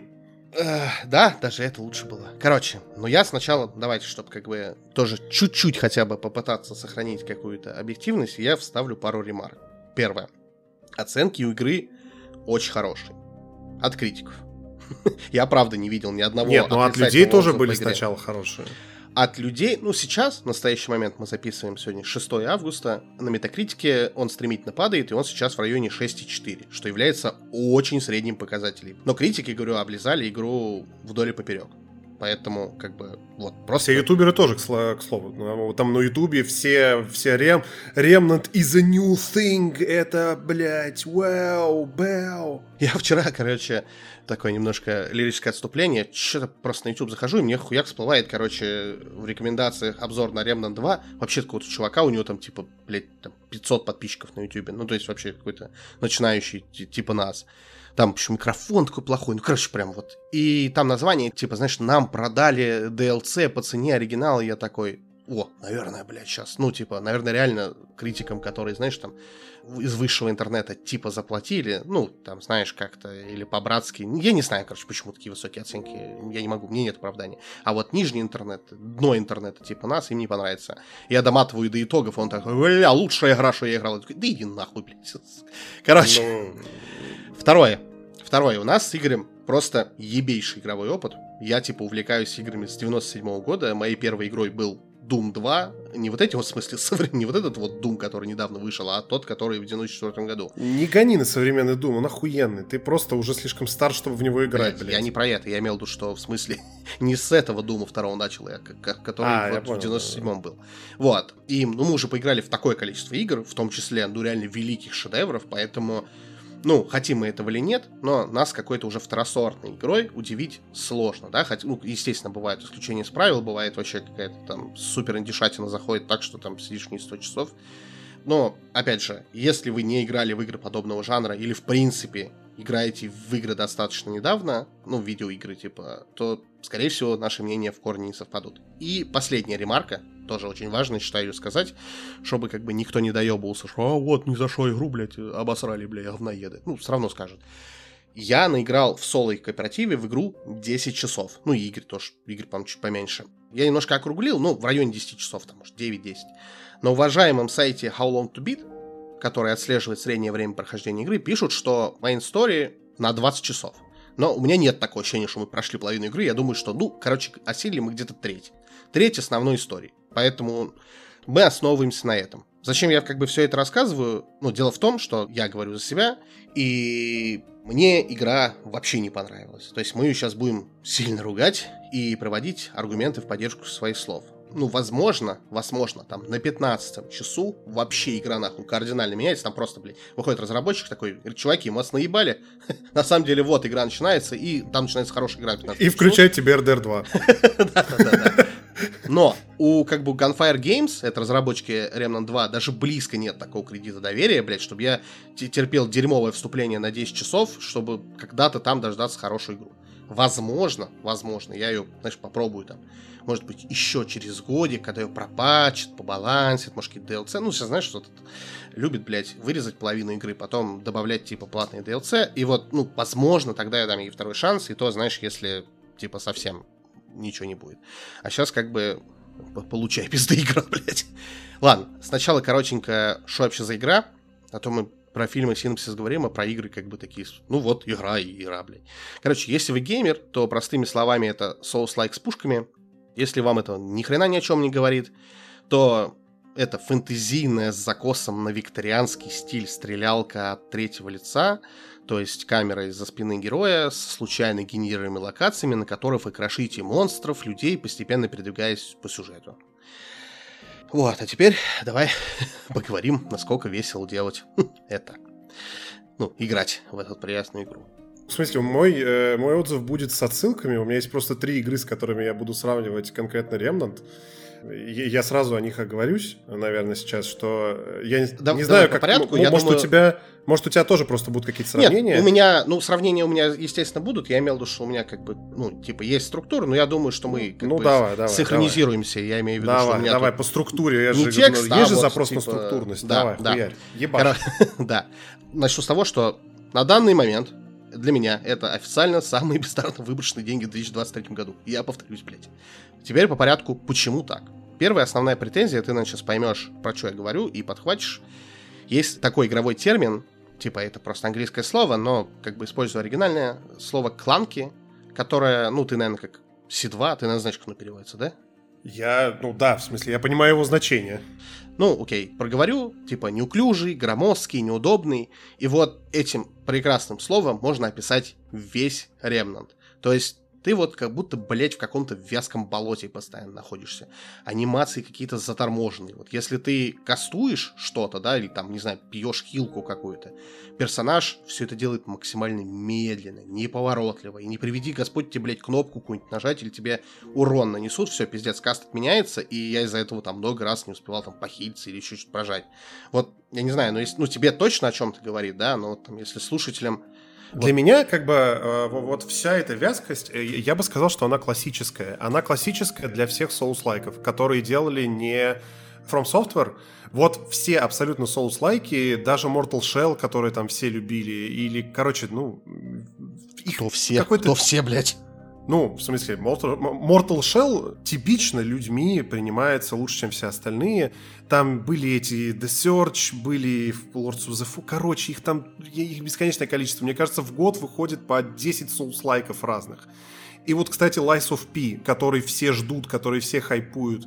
Speaker 2: Да, даже это лучше было. Короче, ну я сначала, давайте, чтобы как бы тоже чуть-чуть хотя бы попытаться сохранить какую-то объективность, я вставлю пару ремарок. Первое. Оценки у игры очень хорошие. От критиков. Я, правда, не видел ни одного...
Speaker 1: Нет, ну от людей тоже были сначала хорошие.
Speaker 2: От людей, ну сейчас, в настоящий момент мы записываем сегодня шестое августа, на Метакритике он стремительно падает, и он сейчас в районе шесть и четыре, что является очень средним показателем. Но критики, говорю, облизали игру вдоль и поперек. Поэтому, как бы, вот, просто...
Speaker 1: Все ютуберы тоже, к, сло- к слову. Там на ютубе все, все рем... Remnant is a new thing. Это, блядь, вау, бау.
Speaker 2: Я вчера, короче, такое немножко лирическое отступление. Что-то просто на YouTube захожу, и мне хуяк всплывает, короче, в рекомендациях обзор на Remnant два. Вообще какого-то чувака, у него там, типа, блядь, там пятьсот подписчиков на YouTube. Ну, то есть, вообще какой-то начинающий, типа нас. Там еще микрофон такой плохой, ну, короче, прям вот. И там название, типа, знаешь, нам продали ди эл си по цене оригинала, и я такой, о, наверное, блядь, сейчас, ну, типа, наверное, реально критикам, которые, знаешь, там, из высшего интернета, типа, заплатили, ну, там, знаешь, как-то, или по-братски, я не знаю, короче, почему такие высокие оценки, я не могу, мне нет оправдания. А вот нижний интернет, дно интернета, типа, нас, им не понравится. Я доматываю до итогов, он такой, бля, лучшая игра, что я играл. Я такой, да иди нахуй, блядь. Короче, ну... Второе. Второе. У нас с Игорем просто ебейший игровой опыт. Я, типа, увлекаюсь играми с девяносто седьмого года. Моей первой игрой был Doom два, не вот эти вот, в смысле, современный, не вот этот вот Doom, который недавно вышел, а тот, который в девяносто четвёртом году.
Speaker 1: Не гони на современный Doom, он охуенный. Ты просто уже слишком стар, чтобы в него играть,
Speaker 2: блядь.
Speaker 1: блядь.
Speaker 2: Я не про это, я имел в виду, что в смысле не с этого Дума второго начал я, который
Speaker 1: а,
Speaker 2: вот
Speaker 1: я понял,
Speaker 2: в девяносто седьмом
Speaker 1: да.
Speaker 2: был. Вот. И ну, мы уже поиграли в такое количество игр, в том числе, ну, реально великих шедевров, поэтому... Ну, хотим мы этого или нет, но нас какой-то уже второсортной игрой удивить сложно, да, хотя, ну, естественно, бывают исключения из правил, бывает вообще какая-то там супер индишатина заходит так, что там сидишь не сто часов, но, опять же, если вы не играли в игры подобного жанра или, в принципе, играете в игры достаточно недавно, ну, видеоигры, типа, то, скорее всего, наши мнения в корне не совпадут. И последняя ремарка, тоже очень важно, считаю, сказать, чтобы как бы никто не доебывался, что а вот, не за что игру, блядь, обосрали, блядь, говноеды. Ну, все равно скажут. Я наиграл в соло и кооперативе в игру десять часов. Ну, и игры тоже, игры, по-моему, чуть поменьше. Я немножко округлил, ну, в районе десять часов, там, может, девять-десять. На уважаемом сайте How Long to Beat, который отслеживает среднее время прохождения игры, пишут, что main story на двадцать часов. Но у меня нет такого ощущения, что мы прошли половину игры. Я думаю, что, ну, короче, осилили мы где-то треть. Треть основной истории. Поэтому мы основываемся на этом. Зачем я как бы все это рассказываю? Ну, дело в том, что я говорю за себя, и мне игра вообще не понравилась. То есть мы ее сейчас будем сильно ругать и проводить аргументы в поддержку своих слов. Ну, возможно, возможно, там на пятнадцатом часу вообще игра нахуй кардинально меняется. Там просто, блядь, выходит разработчик такой, говорит, чуваки, мы вас наебали. На самом деле, вот, игра начинается, и там начинается хорошая игра.
Speaker 1: И включает тебе эр дэ эр два.
Speaker 2: Да-да-да. Но у как бы Gunfire Games, это разработчики Remnant два, даже близко нет такого кредита доверия, блядь, чтобы я терпел дерьмовое вступление на десять часов, чтобы когда-то там дождаться хорошую игру. Возможно, возможно, я ее, знаешь, попробую там, может быть, еще через годик, когда ее пропатчат, побалансят, может, какие-то ди эл си. Ну, сейчас, знаешь, что-то любит, блядь, вырезать половину игры, потом добавлять, типа, платные ди эл си. И вот, ну, возможно, тогда я дам ей второй шанс, и то, знаешь, если, типа, совсем ничего не будет. А сейчас, как бы, получай пизды игра, блядь. Ладно, сначала коротенько, что вообще за игра, а то мы про фильмы синопсис говорим, а про игры как бы такие, ну вот, игра и игра, блядь. Короче, если вы геймер, то простыми словами это Souls-like с пушками. Если вам это ни хрена ни о чем не говорит, то это фэнтезийная с закосом на викторианский стиль стрелялка от третьего лица, то есть камера из-за спины героя с случайно генерируемыми локациями, на которых вы крошите монстров, людей, постепенно передвигаясь по сюжету. Вот, а теперь давай поговорим, насколько весело делать это. Ну, играть в эту приятную игру.
Speaker 1: В смысле, мой, э, мой отзыв будет с отсылками. У меня есть просто три игры, с которыми я буду сравнивать конкретно Remnant. Я сразу о них оговорюсь, наверное, сейчас, что я не,
Speaker 2: да,
Speaker 1: не знаю, как...
Speaker 2: порядку,
Speaker 1: м-
Speaker 2: я
Speaker 1: может,
Speaker 2: думаю...
Speaker 1: у тебя, может, у тебя тоже просто будут какие-то сравнения?
Speaker 2: Нет, у меня, ну, сравнения у меня, естественно, будут. Я имел в виду, что у меня, как бы, ну, типа, есть структура, но я думаю, что мы, как
Speaker 1: ну,
Speaker 2: бы,
Speaker 1: давай, давай,
Speaker 2: синхронизируемся. Давай. Я имею в виду,
Speaker 1: давай,
Speaker 2: что у меня
Speaker 1: давай,
Speaker 2: тут
Speaker 1: по структуре. Я
Speaker 2: не
Speaker 1: же,
Speaker 2: текст,
Speaker 1: ну,
Speaker 2: а
Speaker 1: есть же
Speaker 2: вот,
Speaker 1: запрос
Speaker 2: типа,
Speaker 1: на структурность.
Speaker 2: да,
Speaker 1: давай,
Speaker 2: да.
Speaker 1: хуярь, ебать.
Speaker 2: Да. Начну с того, что на данный момент для меня это официально самые бездарно выброшенные деньги в две тысячи двадцать третьем году. Я повторюсь, блядь. Теперь по порядку, почему так? Первая основная претензия, ты, наверное, сейчас поймешь, про что я говорю, и подхватишь. Есть такой игровой термин, типа это просто английское слово, но как бы использую оригинальное слово «кланки», которое, ну, ты, наверное, как си два, ты, наверное, знаешь, как оно переводится, да?
Speaker 1: Я, ну да, в смысле, я понимаю его значение.
Speaker 2: Ну, окей, проговорю, типа неуклюжий, громоздкий, неудобный. И вот этим прекрасным словом можно описать весь Remnant. То есть ты вот как будто, блять, в каком-то вязком болоте постоянно находишься. Анимации какие-то заторможенные. Вот если ты кастуешь что-то, да, или там, не знаю, пьешь хилку какую-то, персонаж все это делает максимально медленно, неповоротливо. И не приведи Господь тебе, блять, кнопку какую-нибудь нажать, или тебе урон нанесут, все, пиздец, каст отменяется, и я из-за этого там много раз не успевал там похилиться или еще что-то прожать. Вот, я не знаю, ну, если, ну тебе точно о чем-то говорит, да, но вот там, если слушателям...
Speaker 1: Для вот. меня, как бы, э, вот вся эта вязкость, э, я бы сказал, что она классическая. Она классическая для всех соус-лайков, которые делали не From Software. Вот все абсолютно соус-лайки, даже Mortal Shell, которые там все любили, или, короче, ну...
Speaker 2: Их кто все? Кто все, блядь?
Speaker 1: Ну, в смысле, Mortal, Mortal Shell типично людьми принимается лучше, чем все остальные. Там были эти The Search, были Lords of the Fallen. Короче, их там их бесконечное количество. Мне кажется, в год выходит по десять соус-лайков разных. И вот, кстати, Lies of P, который все ждут, который все хайпуют.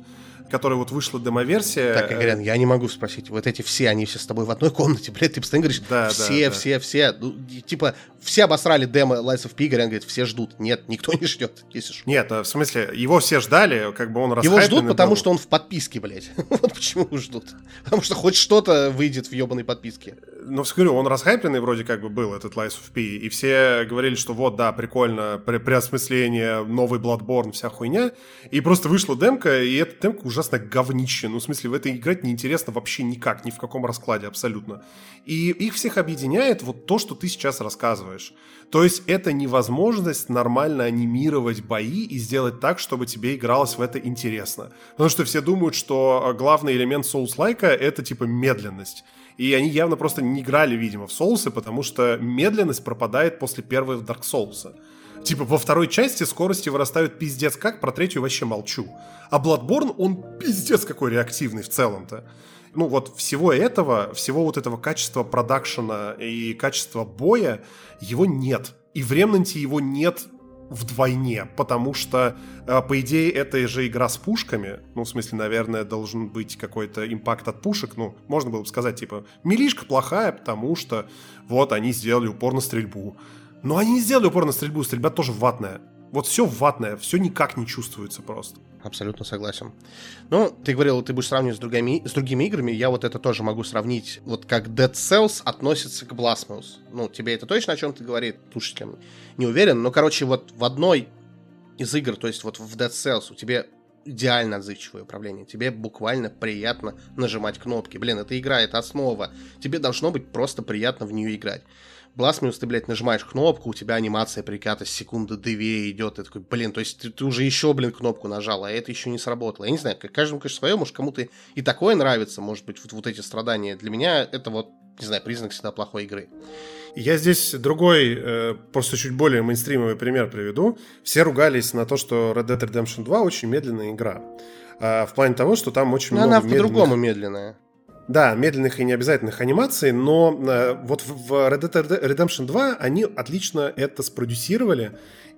Speaker 1: которая вот вышла демоверсия...
Speaker 2: Так, Игорян, я не могу спросить. Вот эти все, они все с тобой в одной комнате, блядь, ты постоянно говоришь,
Speaker 1: да,
Speaker 2: все,
Speaker 1: да,
Speaker 2: все,
Speaker 1: да.
Speaker 2: все. Ну, типа, все обосрали демо Lies of P, Игорян говорит, все ждут. Нет, никто не ждет, если что.
Speaker 1: Нет, в смысле, его все ждали, как бы он
Speaker 2: Его
Speaker 1: расхайпленный
Speaker 2: ждут, потому
Speaker 1: был.
Speaker 2: что он в подписке, блядь. Вот почему его ждут. Потому что хоть что-то выйдет в ебаной подписке.
Speaker 1: Ну, говорю, он расхайпленный вроде как бы был, этот Lies of P, и все говорили, что вот, да, прикольно, при, преосмысление, новый Bloodborne, вся хуйня, и просто вышла демка, и эта демка ужасно говнище. Ну, в смысле, в это играть неинтересно вообще никак, ни в каком раскладе абсолютно. И их всех объединяет вот то, что ты сейчас рассказываешь. То есть это невозможность нормально анимировать бои и сделать так, чтобы тебе игралось в это интересно. Потому что все думают, что главный элемент Souls-like — это типа медленность. И они явно просто не играли, видимо, в Соулсы, потому что медленность пропадает после первой в Dark Souls. Типа, во второй части скорости вырастают пиздец как, про третью вообще молчу. А Bloodborne, он пиздец какой реактивный в целом-то. Ну вот всего этого, всего вот этого качества продакшена и качества боя, его нет. И в Remnant его нет вдвойне, потому что, по идее, это же игра с пушками. Ну, в смысле, наверное, должен быть какой-то импакт от пушек. Ну, можно было бы сказать, типа, милишка плохая, потому что вот они сделали упор на стрельбу. Но они не сделали упор на стрельбу, стрельба тоже ватная. Вот все ватное, все никак не чувствуется просто.
Speaker 2: Абсолютно согласен. Ну, ты говорил, ты будешь сравнивать с другими, с другими играми, я вот это тоже могу сравнить, вот как Dead Cells относится к Blasphemous. Ну, тебе это точно о чем-то говорит? Слушателям не уверен, но, короче, вот в одной из игр, то есть вот в Dead Cells у тебя идеально отзывчивое управление, тебе буквально приятно нажимать кнопки. Блин, эта игра, это основа, тебе должно быть просто приятно в нее играть. Blasphemous, ты, блядь, нажимаешь кнопку, у тебя анимация приката с секунды две идет, и такой, блин, то есть ты, ты уже еще, блин, кнопку нажал, а это еще не сработало. Я не знаю, каждому, конечно, свое, может, кому-то и такое нравится, может быть, вот, вот эти страдания. Для меня это вот, не знаю, признак всегда плохой игры.
Speaker 1: Я здесь другой, э, просто чуть более мейнстримовый пример приведу. Все ругались на то, что Red Dead Redemption два очень медленная игра. Э, в плане того, что там очень
Speaker 2: Но
Speaker 1: много
Speaker 2: она
Speaker 1: медленных...
Speaker 2: по-другому медленная.
Speaker 1: Да, медленных и необязательных анимаций, но э, вот в Red Dead Redemption два они отлично это спродюсировали,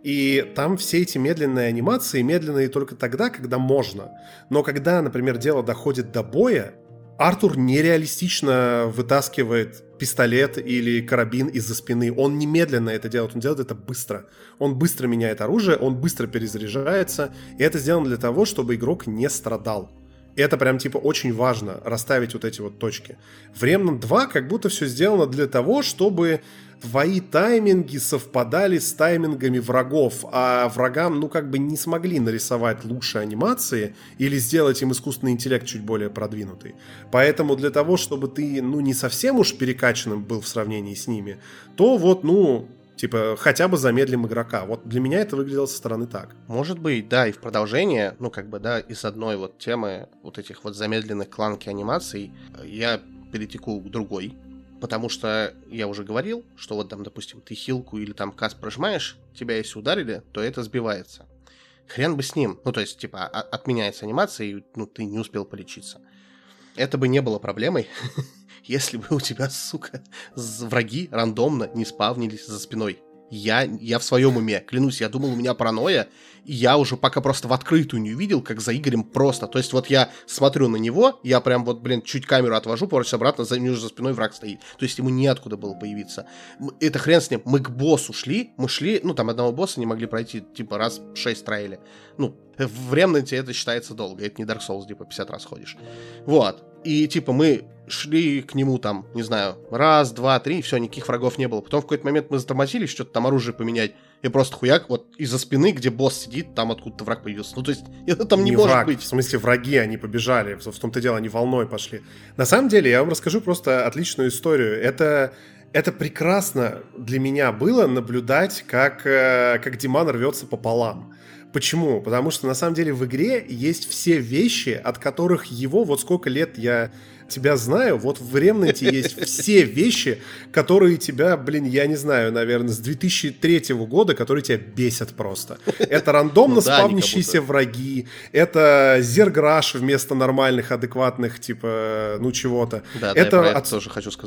Speaker 1: и там все эти медленные анимации медленные только тогда, когда можно. Но когда, например, дело доходит до боя, Артур нереалистично вытаскивает пистолет или карабин из-за спины. Он немедленно это делает, он делает это быстро. Он быстро меняет оружие, он быстро перезаряжается, и это сделано для того, чтобы игрок не страдал. И это прям типа очень важно, расставить вот эти вот точки. В Remnant два как будто все сделано для того, чтобы твои тайминги совпадали с таймингами врагов, а врагам, ну, как бы не смогли нарисовать лучшие анимации или сделать им искусственный интеллект чуть более продвинутый. Поэтому для того, чтобы ты, ну, не совсем уж перекачанным был в сравнении с ними, то вот, ну... Типа, хотя бы замедлим игрока. Вот для меня это выглядело со стороны так.
Speaker 2: Может быть, да, и в продолжение, ну, как бы, да, из одной вот темы вот этих вот замедленных кланки анимаций я перетеку к другой. Потому что я уже говорил, что вот там, допустим, ты хилку или там каст прожимаешь, тебя если ударили, то это сбивается. Хрен бы с ним. Ну, то есть, типа, отменяется анимация, и, ну, ты не успел полечиться. Это бы не было проблемой, если бы у тебя, сука, враги рандомно не спавнились за спиной. Я, я в своем уме, клянусь, я думал, у меня паранойя, и я уже пока просто в открытую не увидел, как за Игорем просто. То есть вот я смотрю на него, я прям вот, блин, чуть камеру отвожу, поворачиваюсь обратно, за, за спиной враг стоит. То есть ему неоткуда было появиться. Это хрен с ним. Мы к боссу шли, мы шли, ну там одного босса не могли пройти, типа раз шесть траили. Ну, в Remnant это считается долго, это не Dark Souls, типа пятьдесят раз ходишь. Вот. И типа мы шли к нему там, не знаю, раз, два, три, все, никаких врагов не было. Потом в какой-то момент мы затормозились, что-то там оружие поменять, и просто хуяк, вот из-за спины, где босс сидит, там откуда-то враг появился. Ну, то есть, это там не, не может
Speaker 1: враг,
Speaker 2: быть.
Speaker 1: В смысле, враги, они побежали, в том-то дело, они волной пошли. На самом деле, я вам расскажу просто отличную историю. Это... Это прекрасно для меня было наблюдать, как, как Диман рвется пополам. Почему? Потому что на самом деле в игре есть все вещи, от которых его, вот сколько лет я тебя знаю, вот в Remnant есть все вещи, которые тебя, блин, я не знаю, наверное, с две тысячи третьего года, которые тебя бесят просто. Это рандомно спавнящиеся враги, это зерграш вместо нормальных, адекватных, типа, ну чего-то.
Speaker 2: Да, я про это тоже хочу сказать.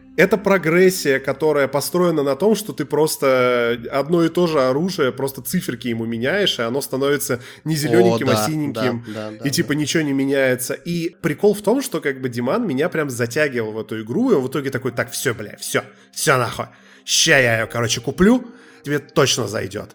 Speaker 1: Это прогрессия, которая построена на том, что ты просто одно и то же оружие, просто циферки ему меняешь, и оно становится не зелененьким,
Speaker 2: О, да,
Speaker 1: а синеньким,
Speaker 2: да, да, да,
Speaker 1: и типа
Speaker 2: да.
Speaker 1: ничего не меняется. И прикол в том, что как бы Диман меня прям затягивал в эту игру, и он в итоге такой, так, все, бля, все, все нахуй, ща я ее, короче, куплю, тебе точно зайдет.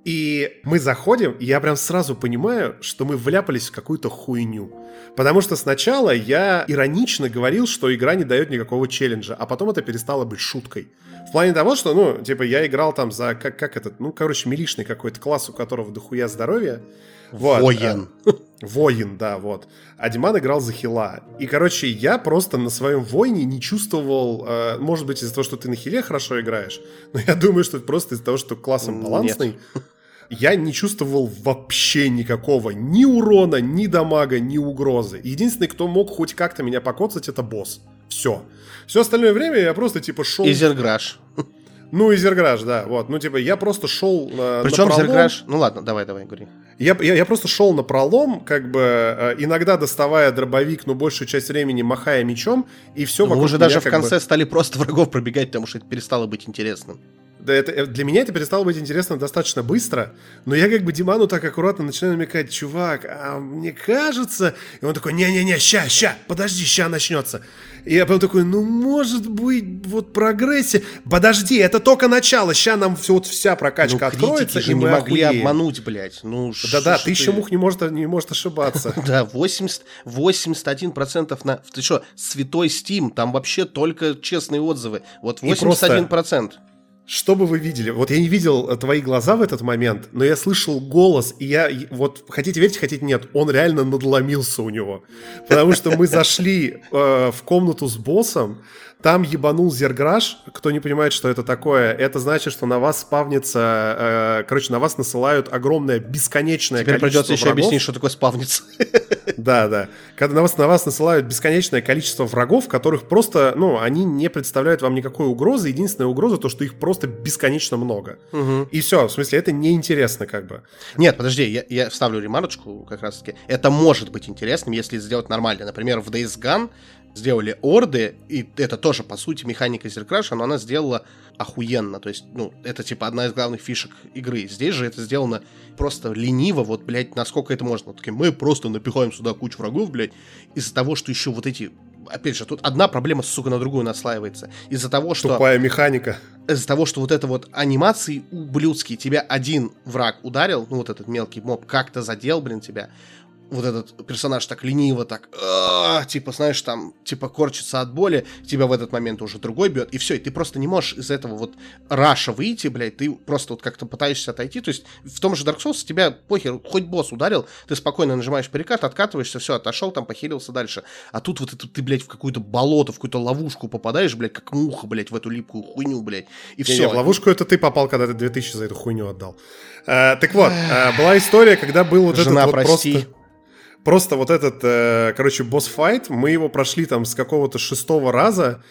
Speaker 1: И мы заходим, и я прям сразу понимаю, что мы вляпались в какую-то хуйню. Потому что сначала я иронично говорил, что игра не дает никакого челленджа, а потом это перестало быть шуткой. В плане того, что, ну, типа, я играл там за, как, как этот, ну, короче, милишный какой-то класс, у которого дохуя здоровья. Вот.
Speaker 2: Воин.
Speaker 1: Воин, да, вот. А Диман играл за хила. И, короче, я просто на своем воине не чувствовал, э, может быть, из-за того, что ты на хиле хорошо играешь, но я думаю, что это просто из-за того, что классом балансный. Нет. Я не чувствовал вообще никакого ни урона, ни дамага, ни угрозы. Единственный, кто мог хоть как-то меня покоцать, это босс. Все. Все остальное время я просто, типа, шел...
Speaker 2: Изерграш.
Speaker 1: Ну, Изерграш, да, вот. Ну, типа, я просто шел э,
Speaker 2: Причем
Speaker 1: на пролом.
Speaker 2: Изерграш... Ну, ладно, давай, давай, говори.
Speaker 1: Я, я, я просто шел на пролом, как бы, э, иногда доставая дробовик, но большую часть времени махая мечом, и все
Speaker 2: ну,
Speaker 1: вокруг
Speaker 2: вы уже
Speaker 1: меня,
Speaker 2: даже в конце
Speaker 1: бы...
Speaker 2: стали просто врагов пробегать, потому что это перестало быть интересным.
Speaker 1: Да, это, для меня это перестало быть интересно достаточно быстро, но я как бы Диману так аккуратно начинаю намекать, чувак, а мне кажется... И он такой, не-не-не, ща, ща, подожди, ща начнется. И я потом такой, ну, может быть, вот прогрессия... Подожди, это только начало, ща нам все, вот вся прокачка
Speaker 2: ну,
Speaker 1: откроется,
Speaker 2: же
Speaker 1: и
Speaker 2: не
Speaker 1: мы
Speaker 2: могли
Speaker 1: охуеем.
Speaker 2: обмануть, блядь. Ну,
Speaker 1: да-да, тысяча мух не может, не может ошибаться.
Speaker 2: Да, восемьдесят, восемьдесят один процент на... Ты что, святой Steam, там вообще только честные отзывы. Вот восемьдесят один процент.
Speaker 1: Что бы вы видели? Вот я не видел твои глаза в этот момент, но я слышал голос, и я, вот, хотите верьте, хотите нет, он реально надломился у него. Потому что мы зашли э, в комнату с боссом, там ебанул Зерграш. Кто не понимает, что это такое, это значит, что на вас спавнится, э, короче, на вас насылают огромное бесконечное
Speaker 2: Теперь
Speaker 1: количество
Speaker 2: придется еще
Speaker 1: врагов.
Speaker 2: объяснить, что такое спавнится.
Speaker 1: Да, да. Когда на вас, на вас насылают бесконечное количество врагов, которых просто, ну, они не представляют вам никакой угрозы. Единственная угроза то, что их просто бесконечно много.
Speaker 2: Угу.
Speaker 1: И все, в смысле, это неинтересно как бы.
Speaker 2: Нет, подожди, я, я вставлю ремарочку как раз-таки. Это может быть интересным, если сделать нормально. Например, в Days Gone сделали орды, и это тоже, по сути, механика Зеркраша, но она сделала охуенно. То есть, ну, это, типа, одна из главных фишек игры. Здесь же это сделано просто лениво, вот, блядь, насколько это можно. Вот такие, мы просто напихаем сюда кучу врагов, блядь, из-за того, что еще вот эти... Опять же, тут одна проблема, сука, на другую наслаивается. Из-за того, что...
Speaker 1: Тупая механика.
Speaker 2: Из-за того, что вот это вот анимации ублюдские. Тебя один враг ударил, ну, вот этот мелкий моб как-то задел, блин, тебя... Вот этот персонаж так лениво, так, типа, знаешь, там, типа, корчится от боли, тебя в этот момент уже другой бьет, и все, и ты просто не можешь из этого вот раша выйти, блядь, ты просто вот как-то пытаешься отойти, то есть в том же Dark Souls тебя похер, хоть босс ударил, ты спокойно нажимаешь перекат, откатываешься, все, отошел, там, похилился дальше, а тут вот это ты, блядь, в какую-то болото, в какую-то ловушку попадаешь, блядь, как муха, блядь, в эту липкую хуйню, блядь, и все.
Speaker 1: Не, не, в ловушку это ты попал, когда ты две тысячи за эту хуйню отдал. А, так вот, а, была история, когда был вот
Speaker 2: Жена,
Speaker 1: этот вот
Speaker 2: прости.
Speaker 1: просто... Просто вот этот, э, короче, босс-файт, мы его прошли там с какого-то шестого раза,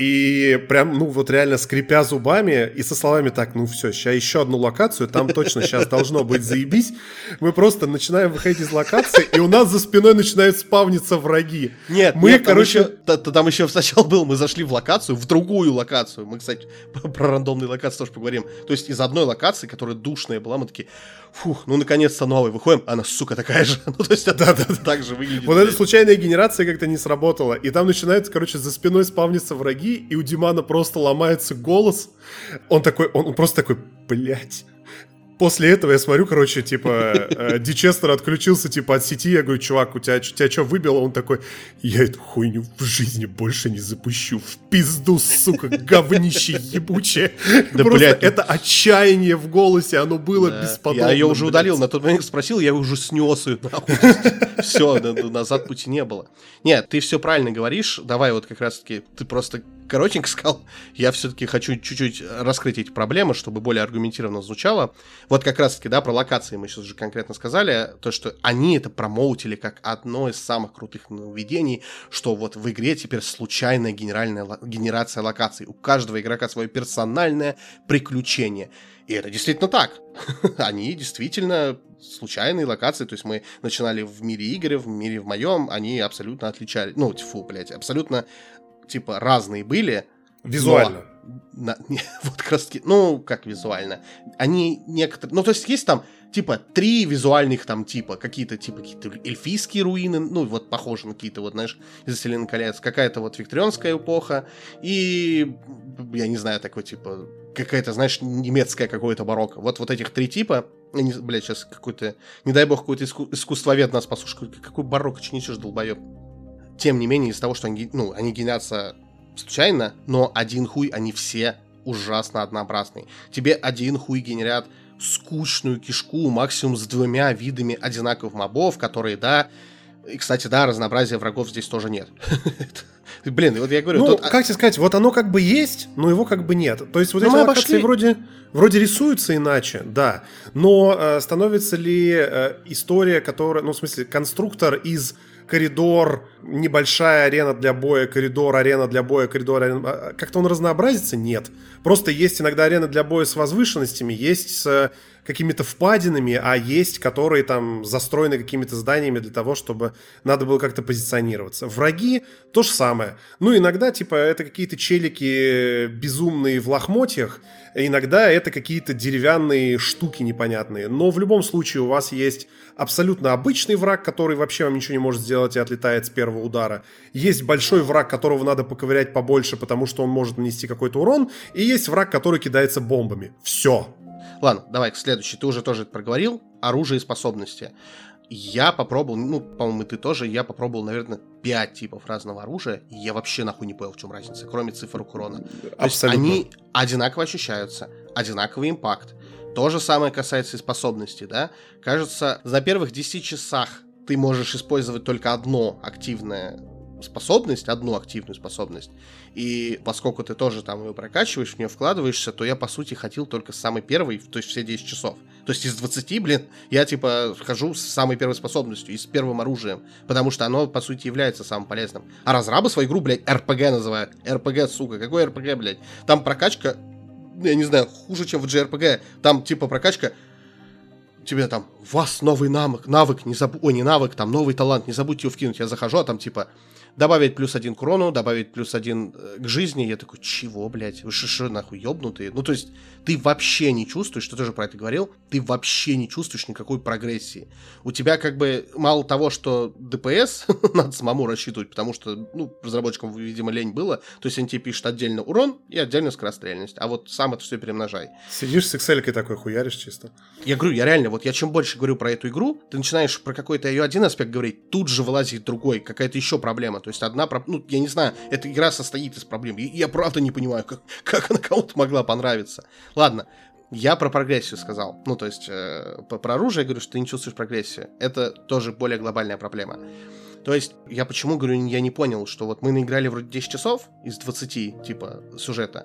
Speaker 1: и прям, ну, вот реально скрипя зубами и со словами так, ну все, сейчас еще одну локацию, там точно сейчас должно быть заебись. Мы просто начинаем выходить из локации, и у нас за спиной начинают спавниться враги.
Speaker 2: Нет,
Speaker 1: мы,
Speaker 2: нет,
Speaker 1: короче...
Speaker 2: Там еще, там еще сначала был, мы зашли в локацию, в другую локацию. Мы, кстати, про рандомные локации тоже поговорим. То есть из одной локации, которая душная была, мы такие, фух, ну наконец-то новый. Выходим, она, сука, такая же. Ну, то есть это да, да, так же выглядит.
Speaker 1: Вот эта случайная генерация как-то не сработала. И там начинают, короче, за спиной спавниться враги, и у Димана просто ломается голос. Он такой, он, он просто такой, блять. После этого я смотрю, короче, типа, Дичестер отключился, типа, от сети. Я говорю, чувак, у тебя, тебя что выбило? Он такой, я эту хуйню в жизни больше не запущу. В пизду, сука, говнище ебучее.
Speaker 2: Да,
Speaker 1: просто
Speaker 2: блядь,
Speaker 1: это отчаяние в голосе, оно было
Speaker 2: да.
Speaker 1: бесподобно.
Speaker 2: Я ее уже
Speaker 1: блядь.
Speaker 2: удалил, на тот момент спросил, я уже снес ее. Все, назад пути не было. Нет, ты все правильно говоришь. Давай вот как раз-таки, ты просто коротенько сказал. Я все-таки хочу чуть-чуть раскрыть эти проблемы, чтобы более аргументированно звучало. Вот как раз-таки, да, про локации мы сейчас уже конкретно сказали, то, что они это промоутили как одно из самых крутых нововведений, что вот в игре теперь случайная генеральная ло- генерация локаций. У каждого игрока свое персональное приключение. И это действительно так. Они действительно случайные локации, то есть мы начинали в мире игры, в мире в моем, они абсолютно отличались, ну, тьфу, блядь, абсолютно, типа, разные были,
Speaker 1: Визуально.
Speaker 2: Но, на, не, вот как раз таки, ну, как визуально. Они некоторые... Ну, то есть есть там, типа, три визуальных там типа, какие-то, типа, какие-то эльфийские руины, ну, вот похожи на какие-то, вот, знаешь, из «Властелина колец», какая-то вот викторианская эпоха, и, я не знаю, такой, типа, какая-то, знаешь, немецкая какое-то барокко. Вот, вот этих три типа, я не, блядь, сейчас какой-то, не дай бог, какой-то иску, искусствовед нас послушает, какой барокко, че несешь, долбоеб. Тем не менее, из-за того, что они, ну, они генерятся случайно, но один хуй, они все ужасно однообразные. Тебе один хуй генерят скучную кишку, максимум с двумя видами одинаковых мобов, которые, да, и, кстати, да, разнообразия врагов здесь тоже нет. Блин, вот я говорю...
Speaker 1: Ну,
Speaker 2: тут...
Speaker 1: как тебе сказать, вот оно как бы есть, но его как бы нет. То есть вот
Speaker 2: но
Speaker 1: эти локации
Speaker 2: обошли...
Speaker 1: вроде, вроде рисуются иначе, да, но э, становится ли э, история, которая... Ну, в смысле, конструктор из коридор, небольшая арена для боя, коридор, арена для боя, коридор, арена... Как-то он разнообразится? Нет. Просто есть иногда арены для боя с возвышенностями, есть с какими-то впадинами, а есть, которые там застроены какими-то зданиями для того, чтобы надо было как-то позиционироваться. Враги то же самое. Ну, иногда, типа, это какие-то челики безумные в лохмотьях, иногда это какие-то деревянные штуки непонятные. Но в любом случае у вас есть абсолютно обычный враг, который вообще вам ничего не может сделать и отлетает с первого удара. Есть большой враг, которого надо поковырять побольше, потому что он может нанести какой-то урон. И есть враг, который кидается бомбами. Все.
Speaker 2: Ладно, давай, следующий. Ты уже тоже это проговорил. Оружие и способности. Я попробовал, ну, по-моему, ты тоже, я попробовал, наверное, пять типов разного оружия, и я вообще нахуй не понял, в чем разница, кроме цифр урона. То есть они одинаково ощущаются, одинаковый импакт. То же самое касается и способностей, да? Кажется, на первых десяти часах ты можешь использовать только одно активное способность, одну активную способность, и поскольку ты тоже там ее прокачиваешь, в нее вкладываешься, то я, по сути, хотел только с самой первой, то есть все десять часов. То есть из двадцати, блин, я, типа, хожу с самой первой способностью и с первым оружием, потому что оно, по сути, является самым полезным. А разрабы свою игру, блядь, эр пи джи называют. эр пи джи, сука, какой эр пи джи, блядь? Там прокачка, я не знаю, хуже, чем в джей ар пи джи. Там, типа, прокачка... Тебе там, у вас новый навык, навык, не забудь, ой, не навык, там новый талант, не забудьте его вкинуть. Я захожу, а там типа добавить плюс один к урону, добавить плюс один э, к жизни. Я такой, чего, блядь, вы что, нахуй ёбнутые? Ну, то есть, ты вообще не чувствуешь, ты тоже про это говорил, ты вообще не чувствуешь никакой прогрессии. У тебя как бы мало того, что ди пи эс надо самому рассчитывать, потому что, ну, разработчикам, видимо, лень было, то есть они тебе пишут отдельно урон и отдельно скорострельность, а вот сам это все перемножай.
Speaker 1: Сидишь с Excel-кой такой, хуяришь чисто.
Speaker 2: Я говорю, я реально, вот я чем больше говорю про эту игру, ты начинаешь про какой-то ее один аспект говорить, тут же вылазит другой, какая-то еще проблема. То есть одна, ну, я не знаю, эта игра состоит из проблем. И я правда не понимаю, как, как она кому-то могла понравиться. Ладно, я про прогрессию сказал. Ну, то есть, э, про оружие я говорю, что ты не чувствуешь прогрессию. Это тоже более глобальная проблема. То есть, я почему говорю, я не понял, что вот мы наиграли вроде десять часов из двадцати, типа, сюжета,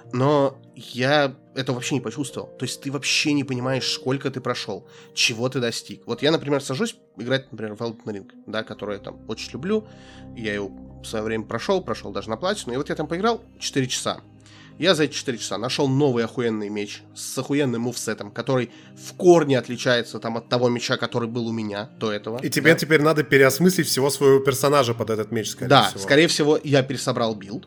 Speaker 2: но я это вообще не почувствовал. То есть ты вообще не понимаешь, сколько ты прошел, чего ты достиг. Вот я, например, сажусь играть, например, в Elden Ring, да, которую я там очень люблю. Я ее в свое время прошел, прошел даже на платину. И вот я там поиграл четыре часа. Я за эти четыре часа нашел новый охуенный меч с охуенным мувсетом, который в корне отличается там от того меча, который был у меня до этого.
Speaker 1: И тебе
Speaker 2: да.
Speaker 1: теперь надо переосмыслить всего своего персонажа под этот меч, скорее
Speaker 2: да,
Speaker 1: всего.
Speaker 2: Да, скорее всего, я пересобрал билд.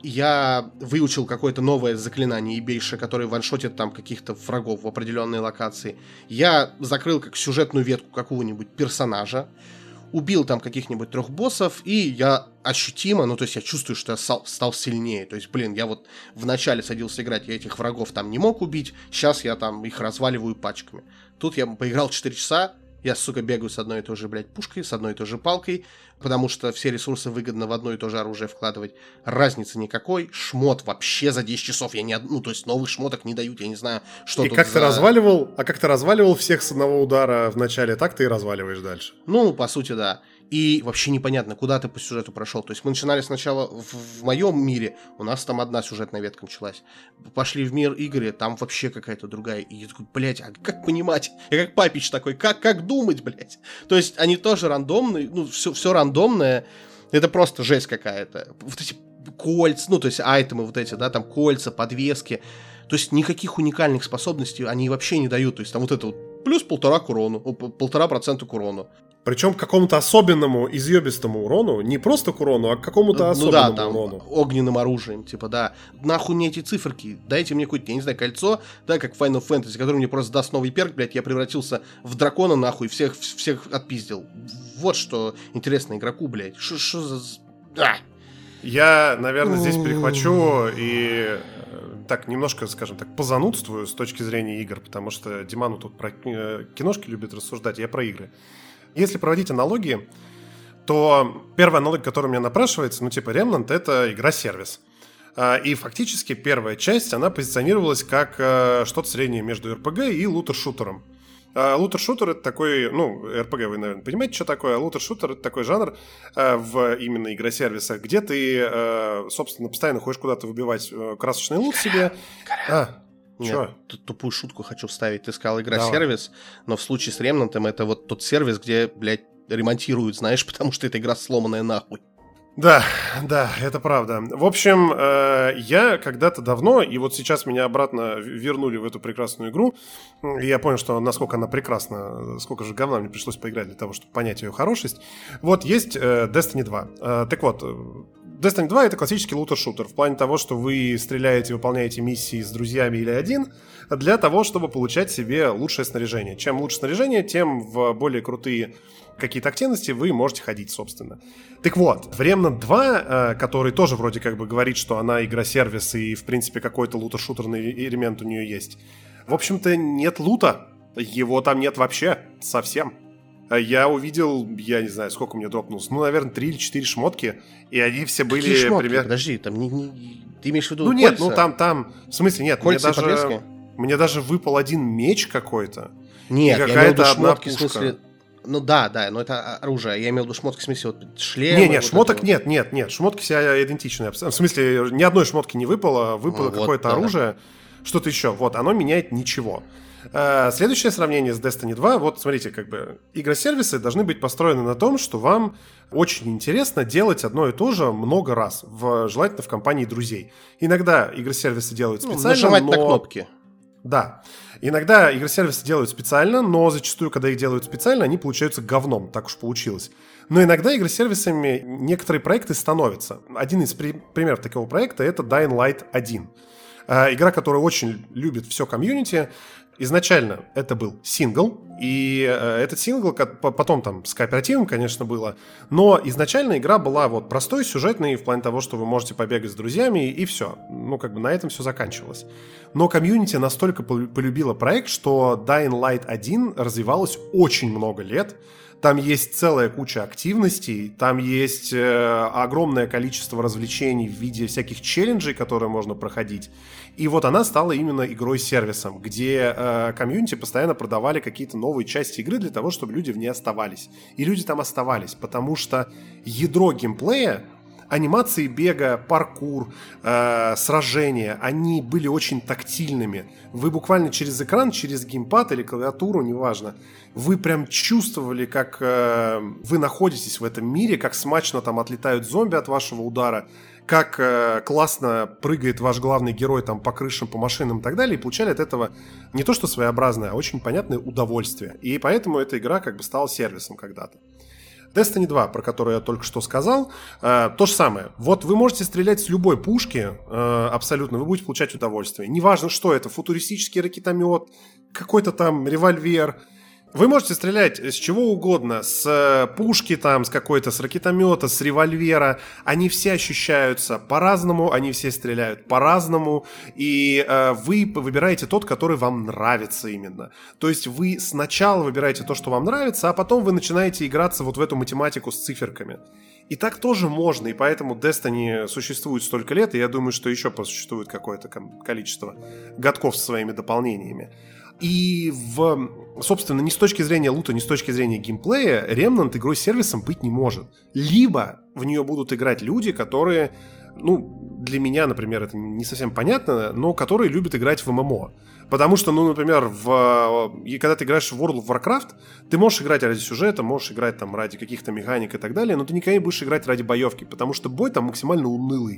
Speaker 2: Я выучил какое-то новое заклинание ебейшее, которое ваншотит там каких-то врагов в определенной локации. Я закрыл как сюжетную ветку какого-нибудь персонажа, убил там каких-нибудь трех боссов, и я ощутимо, ну то есть я чувствую, что я стал, стал сильнее. То есть, блин, я вот вначале садился играть, я этих врагов там не мог убить, сейчас я там их разваливаю пачками. Тут я поиграл четыре часа, я, сука, бегаю с одной и той же, блядь, пушкой, с одной и той же палкой, потому что все ресурсы выгодно в одно и то же оружие вкладывать. Разницы никакой. Шмот вообще за десять часов я не... Ну, то есть новых шмоток не дают, я не знаю, что
Speaker 1: и
Speaker 2: тут
Speaker 1: как
Speaker 2: за...
Speaker 1: ты разваливал, а как ты разваливал всех с одного удара в начале, так ты и разваливаешь дальше.
Speaker 2: Ну, по сути, да. И вообще непонятно, куда ты по сюжету прошел. То есть мы начинали сначала в, в моем мире, у нас там одна сюжетная ветка началась. Пошли в мир Игоря, там вообще какая-то другая. И я такой, блядь, а как понимать? Я как папич такой, как, как думать, блядь? То есть они тоже рандомные, ну, все, все рандомное. Это просто жесть какая-то. Вот эти кольца, ну, то есть айтемы вот эти, да, там кольца, подвески. То есть никаких уникальных способностей они вообще не дают. То есть там вот это вот плюс полтора к урону, полтора процента к урону.
Speaker 1: Причем к какому-то особенному изъебистому урону, не просто к урону, а к какому-то
Speaker 2: Ну
Speaker 1: особенному
Speaker 2: да, там
Speaker 1: урону.
Speaker 2: огненным оружием, типа, да. Нахуй мне эти циферки, дайте мне какое-то, я не знаю, кольцо, да, как в Final Fantasy, который мне просто даст новый перк, блядь, я превратился в дракона, нахуй, всех, всех отпиздил. Вот что интересно игроку, блядь. Что за... Да.
Speaker 1: Я, наверное, здесь перехвачу и так немножко, скажем так, позанудствую с точки зрения игр, потому что Диману тут про киношки любит рассуждать, я про игры. Если проводить аналогии, то первая аналогия, которая у меня напрашивается, ну типа Remnant — это игра-сервис. И фактически первая часть, она позиционировалась как что-то среднее между эр пи джи и лутер-шутером. Лутер-шутер — это такой, ну, эр пи джи вы, наверное, понимаете, что такое, а лутер-шутер — это такой жанр в именно игра-сервисах, где ты, собственно, постоянно ходишь куда-то выбивать красочный лут себе. А,
Speaker 2: Нет, тупую шутку хочу вставить. Ты сказал игра-сервис, но в случае с Remnant это вот тот сервис, где, блядь, ремонтируют, знаешь, потому что эта игра сломанная нахуй.
Speaker 1: Да, да, это правда. В общем, э, я когда-то давно, и вот сейчас меня обратно вернули в эту прекрасную игру, и я понял, что насколько она прекрасна, сколько же говна мне пришлось поиграть для того, чтобы понять ее хорошесть. Вот есть э, Destiny два. Э, так вот, Destiny два — это классический лутер-шутер в плане того, что вы стреляете, выполняете миссии с друзьями или один для того, чтобы получать себе лучшее снаряжение. Чем лучше снаряжение, тем в более крутые какие-то активности вы можете ходить, собственно. Так вот, в Remnant два, который тоже вроде как бы говорит, что она игра-сервис и, в принципе, какой-то лутер-шутерный элемент у нее есть, в общем-то, нет лута. Его там нет вообще совсем. Я увидел, я не знаю, сколько мне дропнулось, ну, наверное, три или четыре шмотки, и они все были...
Speaker 2: Какие шмотки?
Speaker 1: Пример...
Speaker 2: Подожди, там не, не... ты имеешь в виду
Speaker 1: Ну нет,
Speaker 2: кольца?
Speaker 1: ну там, там, в смысле, нет,
Speaker 2: Кольца
Speaker 1: мне даже, мне даже выпал один меч какой-то.
Speaker 2: Нет,
Speaker 1: и
Speaker 2: я имею в виду
Speaker 1: одна
Speaker 2: шмотки,
Speaker 1: пушка.
Speaker 2: в смысле... Ну да, да, но это оружие. Я имел в виду шмотки, в смысле, вот шлем.
Speaker 1: Не, нет,
Speaker 2: вот
Speaker 1: шмоток
Speaker 2: это...
Speaker 1: нет, нет, нет, шмотки все идентичные. В смысле, ни одной шмотки не выпало, выпало
Speaker 2: ну,
Speaker 1: какое-то
Speaker 2: вот,
Speaker 1: оружие, да. Что-то еще. Вот, оно меняет ничего. Следующее сравнение с Destiny два. Вот, смотрите, как бы игросервисы должны быть построены на том, что вам очень интересно делать одно и то же много раз, в, желательно в компании друзей. Иногда игросервисы делают специально,
Speaker 2: ну, нажимать
Speaker 1: но...
Speaker 2: на кнопки.
Speaker 1: Да. Иногда игросервисы делают специально, но зачастую, когда их делают специально, они получаются говном, так уж получилось. Но иногда игросервисами некоторые проекты становятся. Один из при- примеров такого проекта — это Dying Light один. Э, игра, которую очень любит все комьюнити. Изначально это был сингл, и э, этот сингл потом там с кооперативом, конечно, было, но изначально игра была вот простой, сюжетной, в плане того, что вы можете побегать с друзьями, и все. Ну, как бы на этом все заканчивалось. Но комьюнити настолько полюбило проект, что Dying Light один развивалась очень много лет. Там есть целая куча активностей, там есть э, огромное количество развлечений в виде всяких челленджей, которые можно проходить. И вот она стала именно игрой-сервисом, где э, комьюнити постоянно продавали какие-то новые части игры для того, чтобы люди в ней оставались. И люди там оставались, потому что ядро геймплея, анимации бега, паркур, э, сражения, они были очень тактильными. Вы буквально через экран, через геймпад или клавиатуру, неважно, вы прям чувствовали, как э, вы находитесь в этом мире, как смачно там отлетают зомби от вашего удара, как э, классно прыгает ваш главный герой там по крышам, по машинам и так далее, и получали от этого не то что своеобразное, а очень понятное удовольствие. И поэтому эта игра как бы стала сервисом когда-то. Destiny два, про который я только что сказал, э, то же самое. Вот вы можете стрелять с любой пушки, э, абсолютно, вы будете получать удовольствие. Неважно, что это, футуристический ракетомет, какой-то там револьвер. Вы можете стрелять с чего угодно, с пушки там, с какой-то, с ракетомета, с револьвера. Они все ощущаются по-разному, они все стреляют по-разному, и э, вы выбираете тот, который вам нравится именно. То есть вы сначала выбираете то, что вам нравится, а потом вы начинаете играться вот в эту математику с циферками. И так тоже можно, и поэтому Destiny существует столько лет, и я думаю, что еще посуществует какое-то количество годков со своими дополнениями. И, в, собственно, ни с точки зрения лута, ни с точки зрения геймплея Remnant игрой-сервисом быть не может. Либо в нее будут играть люди, которые, ну, для меня, например, это не совсем понятно, но которые любят играть в эм эм о. Потому что, ну, например, в, и когда ты играешь в World of Warcraft, ты можешь играть ради сюжета, можешь играть там ради каких-то механик и так далее, но ты никогда не будешь играть ради боевки, потому что бой там максимально унылый.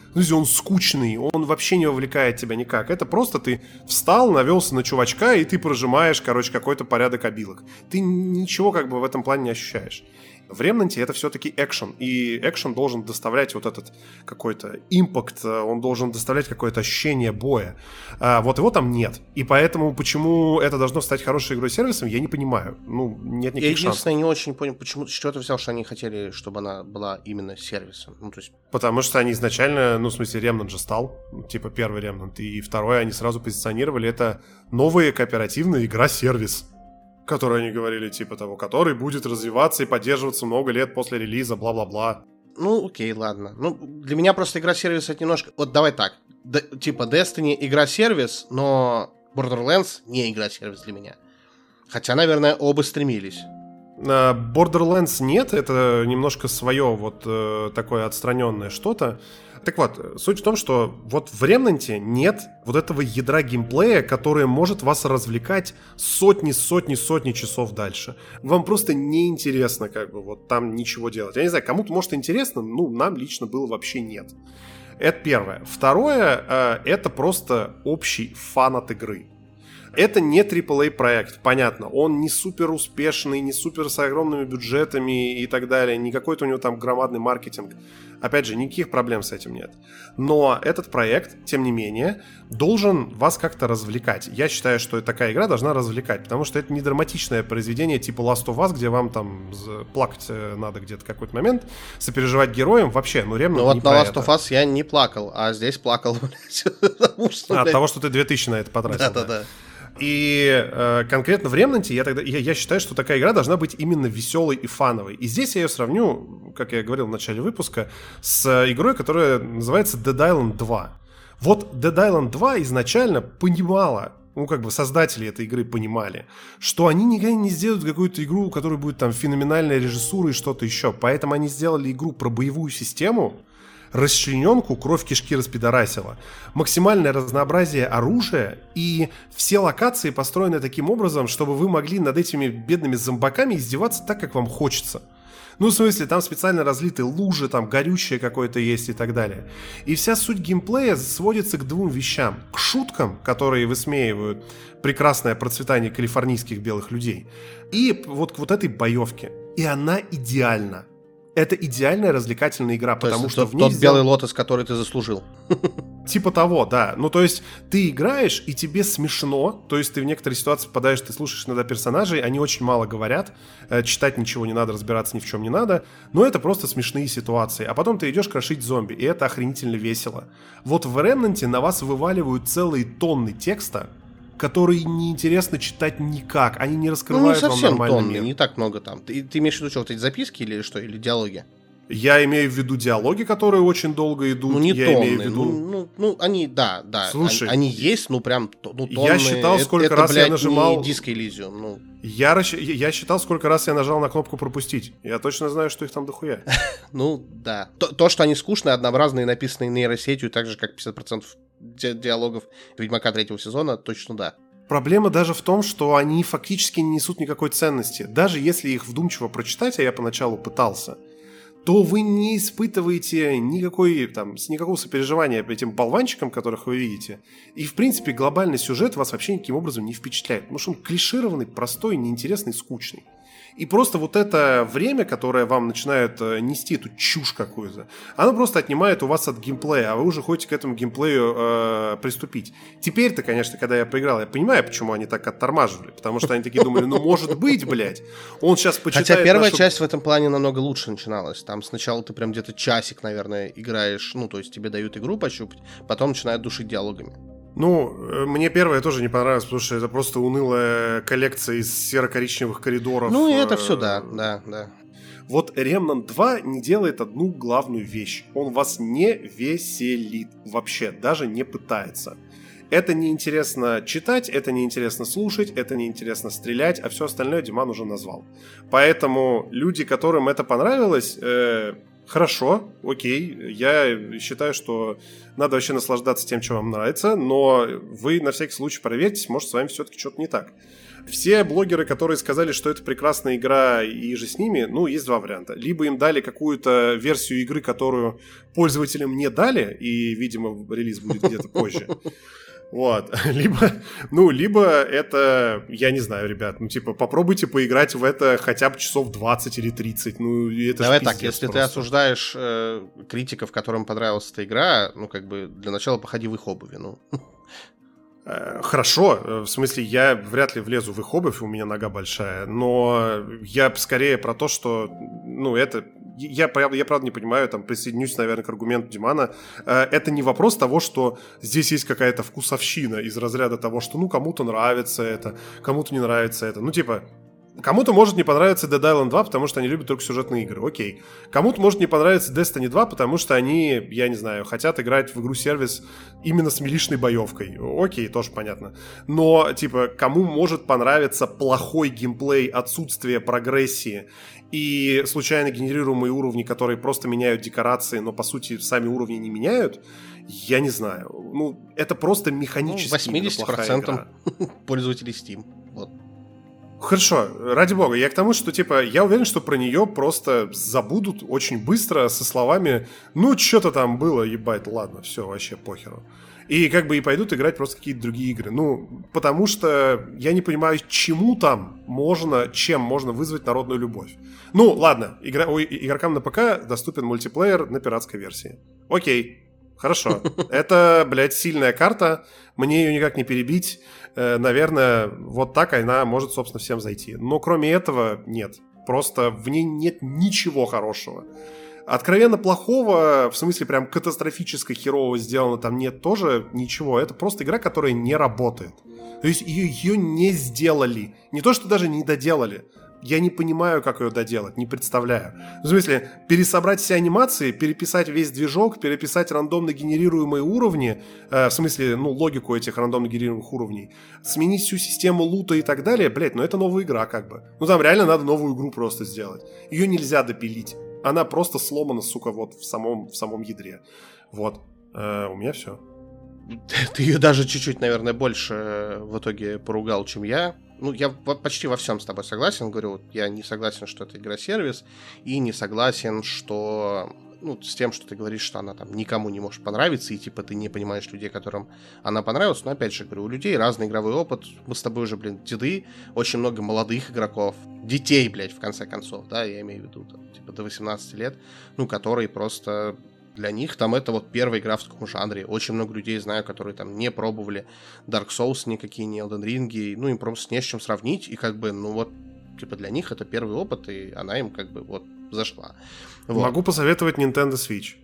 Speaker 1: Ну, если он скучный, он вообще не вовлекает тебя никак. Это просто ты встал, навелся на чувачка, и ты прожимаешь, короче, какой-то порядок обилок. Ты ничего как бы в этом плане не ощущаешь. В Remnant это все-таки экшен, и экшен должен доставлять вот этот какой-то импакт, он должен доставлять какое-то ощущение боя. А вот его там нет. И поэтому, почему это должно стать хорошей игрой-сервисом, я не понимаю. Ну, нет никаких
Speaker 2: Я единственное
Speaker 1: шансов.
Speaker 2: не очень понял, почему, с чего ты взял, что они хотели, чтобы она была именно сервисом. Ну, то есть...
Speaker 1: Потому что они изначально, ну, в смысле, Remnant же стал, типа первый Remnant, и второй они сразу позиционировали, это новая кооперативная игра-сервис, который они говорили, типа того, который будет развиваться и поддерживаться много лет после релиза, бла-бла-бла.
Speaker 2: Ну, окей, ладно. Ну, для меня просто игра-сервис это немножко... Вот давай так. Д- типа Destiny игра-сервис, но Borderlands не игра-сервис для меня. Хотя, наверное, оба стремились.
Speaker 1: Borderlands нет, это немножко свое вот э, такое отстраненное что-то. Так вот, суть в том, что вот в Remnant нет вот этого ядра геймплея, которое может вас развлекать сотни, сотни, сотни часов дальше. Вам просто неинтересно как бы вот там ничего делать. Я не знаю, кому-то может интересно, ну, нам лично было вообще нет. Это первое. Второе, э, это просто общий фан от игры. Это не трипл эй проект, понятно. Он не супер успешный, не супер с огромными бюджетами и так далее. Не какой-то у него там громадный маркетинг. Опять же, никаких проблем с этим нет. Но этот проект, тем не менее, должен вас как-то развлекать. Я считаю, что такая игра должна развлекать, потому что это не драматичное произведение типа Last of Us, где вам там плакать надо где-то в какой-то момент, сопереживать героям. Вообще, ну Remnant
Speaker 2: Ну вот
Speaker 1: не
Speaker 2: на
Speaker 1: про
Speaker 2: Last
Speaker 1: это.
Speaker 2: of Us я не плакал, а здесь плакал.
Speaker 1: А, от того, что ты две тысячи на это потратил.
Speaker 2: Да-да-да.
Speaker 1: И э, конкретно в Remnant я, тогда, я, я считаю, что такая игра должна быть именно веселой и фановой. И здесь я ее сравню, как я говорил в начале выпуска, с игрой, которая называется Dead Island два. Вот Dead Island два изначально понимала, ну как бы создатели этой игры понимали, что они никогда не сделают какую-то игру, у которой будет там феноменальная режиссура и что-то еще. Поэтому они сделали игру про боевую систему, расчлененку, кровь кишки распидорасила, максимальное разнообразие оружия, и все локации построены таким образом, чтобы вы могли над этими бедными зомбаками издеваться так, как вам хочется. Ну, в смысле, там специально разлиты лужи, там горючее какое-то есть и так далее. И вся суть геймплея сводится к двум вещам. К шуткам, которые высмеивают прекрасное процветание калифорнийских белых людей, и вот к вот этой боевке. И она идеальна. Это идеальная развлекательная игра,
Speaker 2: То
Speaker 1: потому
Speaker 2: есть
Speaker 1: что
Speaker 2: тот,
Speaker 1: в ней
Speaker 2: тот
Speaker 1: сделан...
Speaker 2: белый лотос, который ты заслужил.
Speaker 1: Типа того, да. Ну, то есть, ты играешь, и тебе смешно. То есть, ты в некоторые ситуации попадаешь, ты слушаешь иногда персонажей, они очень мало говорят, э, читать ничего не надо, разбираться ни в чем не надо. Но это просто смешные ситуации. А потом ты идешь крошить зомби, и это охренительно весело. Вот в Remnant на вас вываливают целые тонны текста, которые неинтересно читать никак. Они не
Speaker 2: Ну, не
Speaker 1: раскрывают вам
Speaker 2: совсем
Speaker 1: нормальный
Speaker 2: тонны,
Speaker 1: мир.
Speaker 2: не так много там. Ты, ты имеешь в виду что, вот эти записки или что, или диалоги?
Speaker 1: Я имею в виду диалоги, которые очень долго идут.
Speaker 2: Ну, не
Speaker 1: я
Speaker 2: тонны.
Speaker 1: имею в виду...
Speaker 2: Ну, ну, ну, они, да, да.
Speaker 1: Слушай,
Speaker 2: они, они есть, ну, прям, ну, тонны.
Speaker 1: я считал, сколько
Speaker 2: это,
Speaker 1: раз
Speaker 2: блядь,
Speaker 1: я нажимал...
Speaker 2: не Disco Elysium, ну.
Speaker 1: Я, расщ... я считал, сколько раз я нажал на кнопку «Пропустить». Я точно знаю, что их там дохуя.
Speaker 2: Ну, да. То, то, что они скучные, однообразные, написанные нейросетью, так же, как пятьдесят процентов ди- диалогов Ведьмака третьего сезона, точно да.
Speaker 1: Проблема даже в том, что они фактически не несут никакой ценности. Даже если их вдумчиво прочитать, а я поначалу пытался, то вы не испытываете никакой, там, никакого сопереживания этим болванчикам, которых вы видите. И, в принципе, глобальный сюжет вас вообще никаким образом не впечатляет. Потому что он клишированный, простой, неинтересный, скучный. И просто вот это время, которое вам начинает нести эту чушь какую-то, оно просто отнимает у вас от геймплея, а вы уже хотите к этому геймплею э, приступить. Теперь-то, конечно, когда я поиграл, я понимаю, почему они так оттормаживали. Потому что они такие думали, ну может быть, блядь, он сейчас почитает...
Speaker 2: Хотя первая
Speaker 1: нашу...
Speaker 2: часть в этом плане намного лучше начиналась. Там сначала ты прям где-то часик, наверное, играешь, ну, то есть тебе дают игру пощупать, потом начинают душить диалогами.
Speaker 1: Ну, мне первое тоже не понравилось, потому что это просто унылая коллекция из серо-коричневых коридоров.
Speaker 2: Ну, и это все, да, да, да.
Speaker 1: Вот Remnant два не делает одну главную вещь. Он вас не веселит вообще, даже не пытается. Это неинтересно читать, это неинтересно слушать, это неинтересно стрелять, а все остальное Диман уже назвал. Поэтому люди, которым это понравилось... Э- Хорошо, окей, я считаю, что надо вообще наслаждаться тем, что вам нравится, но вы на всякий случай проверьтесь, может, с вами все-таки что-то не так. все блогеры, которые сказали, что это прекрасная игра и же с ними, ну, есть два варианта. Либо им дали какую-то версию игры, которую пользователям не дали, и, видимо, релиз будет где-то позже. Вот, либо, ну, либо это, я не знаю, ребят, ну, типа, попробуйте поиграть в это хотя бы часов двадцать или тридцать, ну, это
Speaker 2: Давай так, если просто. Ты осуждаешь э, критиков, которым понравилась эта игра, ну, как бы, для начала походи в их обуви, ну.
Speaker 1: Хорошо, в смысле, я вряд ли влезу в их обувь, у меня нога большая, но я скорее про то, что, ну, это... Я, я, правда, не понимаю, там, присоединюсь, наверное, к аргументу Димана. Это не вопрос того, что здесь есть какая-то вкусовщина из разряда того, что, ну, кому-то нравится это, кому-то не нравится это. Ну, типа, кому-то может не понравиться Dead Island два, потому что они любят только сюжетные игры, окей. Кому-то может не понравиться Destiny два, потому что они, я не знаю, хотят играть в игру-сервис именно с милишной боевкой. Окей, тоже понятно. Но, типа, кому может понравиться плохой геймплей, отсутствие прогрессии и случайно генерируемые уровни, которые просто меняют декорации, но, по сути, сами уровни не меняют, я не знаю. Ну, это просто механически
Speaker 2: ну, восемьдесят процентов пользователей Steam. Вот.
Speaker 1: Хорошо, ради бога, я к тому, что, типа, я уверен, что про нее просто забудут очень быстро со словами «ну, что-то там было, ебать, ладно, все, вообще похеру». И как бы и пойдут играть просто какие-то другие игры. Ну, потому что я не понимаю, чему там можно, чем можно вызвать народную любовь. Ну, ладно, игра, у игрокам на ПК доступен мультиплеер на пиратской версии. Окей, хорошо. Это, блядь, сильная карта, мне ее никак не перебить. Наверное, вот так она может, собственно, всем зайти. Но кроме этого нет. Просто в ней нет ничего хорошего. Откровенно плохого, в смысле прям катастрофически херового сделано там нет тоже ничего. Это просто игра, которая не работает. То есть ее, ее не сделали. Не то, что даже не доделали. Я не понимаю, как ее доделать, не представляю. В смысле, пересобрать все анимации, переписать весь движок, переписать рандомно генерируемые уровни, э, в смысле, ну, логику этих рандомно генерируемых уровней, сменить всю систему лута и так далее, блять, ну это новая игра как бы. Ну там реально надо новую игру просто сделать. Ее нельзя допилить. Она просто сломана, сука, вот в самом, в самом ядре. Вот. Э, у меня все.
Speaker 2: Ты ее даже чуть-чуть, наверное, больше в итоге поругал, чем я. Ну, я почти во всем с тобой согласен. Говорю, я не согласен, что это игра-сервис, и не согласен, что... Ну, с тем, что ты говоришь, что она там никому не может понравиться, и типа ты не понимаешь людей, которым она понравилась. Но опять же, говорю, у людей разный игровой опыт. Мы с тобой уже, блин, деды, очень много молодых игроков, детей, блядь, в конце концов, да, я имею в виду, там, типа до восемнадцати лет, ну, которые просто... Для них там это вот первая игра в таком жанре. Очень много людей знаю, которые там не пробовали Dark Souls никакие, не Elden Ring, ну, им просто не с чем сравнить, и как бы, ну, вот, типа для них это первый опыт, и она им как бы вот зашла. Вот.
Speaker 1: Могу посоветовать Nintendo Switch.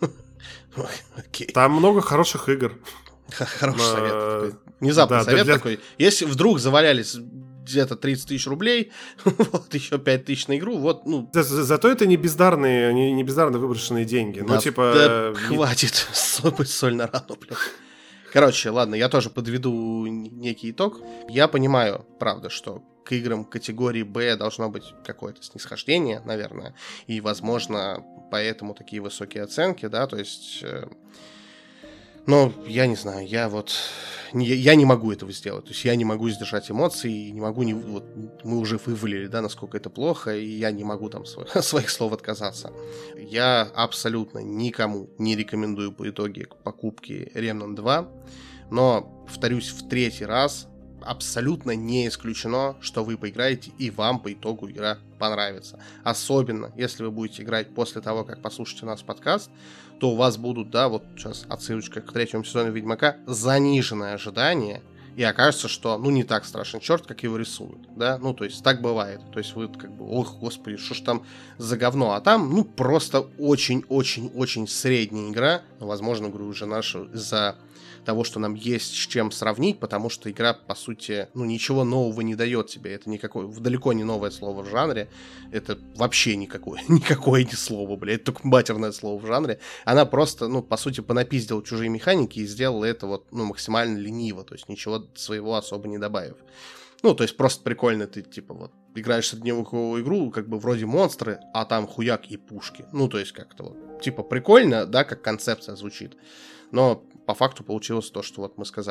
Speaker 1: Там много хороших игр.
Speaker 2: Хороший совет. Внезапный совет такой. Если вдруг завалялись где-то тридцать тысяч рублей, вот еще пять тысяч на игру, вот, ну...
Speaker 1: За, за, зато это не бездарные, не, не бездарно выброшенные деньги. Да, ну, типа...
Speaker 2: Да, хватит, соль, соль на рану, блядь. Короче, ладно, я тоже подведу некий итог. Я понимаю, правда, что к играм категории Б должно быть какое-то снисхождение, наверное, и, возможно, поэтому такие высокие оценки, да, то есть... Но я не знаю, я вот... Не, я не могу этого сделать. То есть я не могу сдержать эмоции, не могу... Не, вот, мы уже вывалили, да, насколько это плохо, и я не могу там свой, своих слов отказаться. Я абсолютно никому не рекомендую по итоге покупки Remnant два, но, повторюсь, в третий раз абсолютно не исключено, что вы поиграете и вам по итогу игра понравится. Особенно, если вы будете играть после того, как послушаете у нас подкаст, то у вас будут, да, вот сейчас отсылочка к третьему сезону Ведьмака, заниженное ожидание, и окажется, что, ну, не так страшен черт, как его рисуют, да, ну, то есть, так бывает, то есть, вы как бы, ох, господи, что ж там за говно, а там, ну, просто очень-очень-очень средняя игра, возможно, говорю, уже наша из-за того, что нам есть с чем сравнить, потому что игра, по сути, ну, ничего нового не дает тебе. Это никакое, далеко не новое слово в жанре. Это вообще никакое, никакое не слово, бля. Это только матерное слово в жанре. Она просто, ну, по сути, понапиздила чужие механики и сделала это вот, ну, максимально лениво. То есть ничего своего особо не добавив. Ну, то есть просто прикольно ты, типа, вот, играешь средневековую игру, как бы вроде монстры, а там хуяк и пушки. Ну, то есть как-то вот, типа, прикольно, да, как концепция звучит. Но по факту получилось то, что вот мы сказали.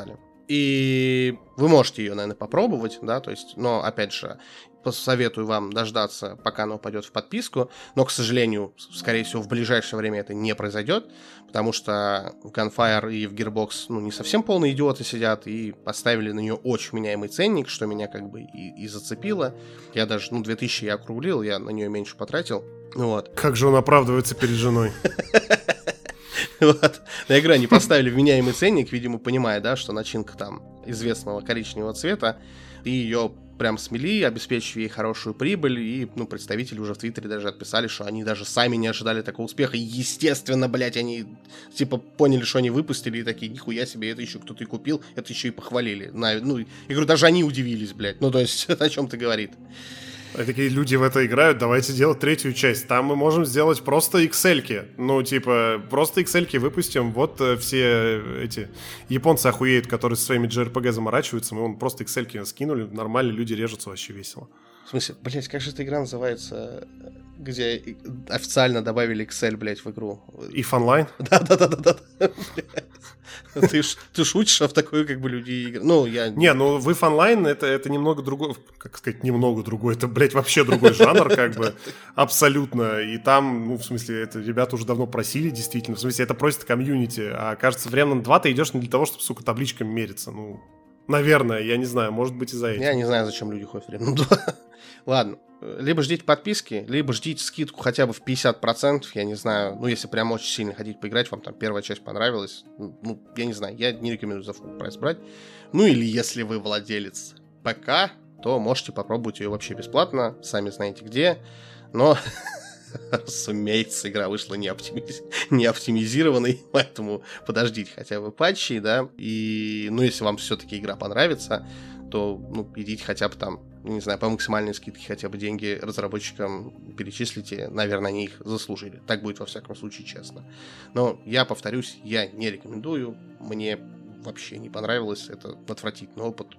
Speaker 2: И вы можете ее, наверное, попробовать, да, то есть, но, опять же, посоветую вам дождаться, пока она упадет в подписку, но, к сожалению, скорее всего, в ближайшее время это не произойдет, потому что в Gunfire и в Gearbox, ну, не совсем полные идиоты сидят и поставили на нее очень вменяемый ценник, что меня как бы и, и зацепило. Я даже, ну, две тысячи я округлил, я на нее меньше потратил, вот.
Speaker 1: Как же он оправдывается перед женой?
Speaker 2: Вот. На игру они поставили вменяемый ценник, видимо, понимая, да, что начинка там известного коричневого цвета, и ее прям смели, обеспечив ей хорошую прибыль, и, ну, представители уже в Твиттере даже отписали, что они даже сами не ожидали такого успеха, и, естественно, блядь, они, типа, поняли, что они выпустили, и такие, нихуя себе, это еще кто-то и купил, это еще и похвалили. На, ну, я говорю, даже они удивились, блядь, ну, то есть, это о чем-то говорит.
Speaker 1: И такие люди в это играют, давайте делать третью часть. Там мы можем сделать просто икс-эльки. Ну, типа, просто икс-эльки выпустим. Вот э, все эти японцы охуеют, которые со своими джей ар пи джи заморачиваются. Мы вон просто икс-эльки скинули, нормально, люди режутся, вообще весело.
Speaker 2: В смысле, блять, как же эта игра называется, где официально добавили Excel, блять, в игру?
Speaker 1: If Online?
Speaker 2: Да-да-да-да-да. Ты, ш, ты шутишь, а в такую как бы люди играют. Ну, я...
Speaker 1: Не, ну в If Online это, это немного другой, как сказать, немного другой, это, блядь, вообще другой жанр, как бы, абсолютно. И там, ну, в смысле, это ребята уже давно просили, действительно, в смысле, это просит комьюнити. А кажется, в Remnant два ты идешь не для того, чтобы, сука, табличками мериться, ну... Наверное, я не знаю, может быть из-за этого.
Speaker 2: Я не знаю, зачем люди ходят в Remnant два. Ладно, либо ждите подписки, либо ждите скидку хотя бы в пятьдесят процентов, я не знаю. Ну, если прям очень сильно хотите поиграть, вам там первая часть понравилась, ну, я не знаю, я не рекомендую за full прайс брать. Ну, или если вы владелец ПК, то можете попробовать ее вообще бесплатно, сами знаете где, но... Разумеется, игра вышла не, оптимиз... не оптимизированной, поэтому подождите хотя бы патчи, да, и, ну, если вам все-таки игра понравится, то, ну, идите хотя бы там, не знаю, по максимальной скидке хотя бы деньги разработчикам перечислите, наверное, они их заслужили, так будет во всяком случае честно. Но я повторюсь, я не рекомендую, мне вообще не понравилось, это отвратительный опыт.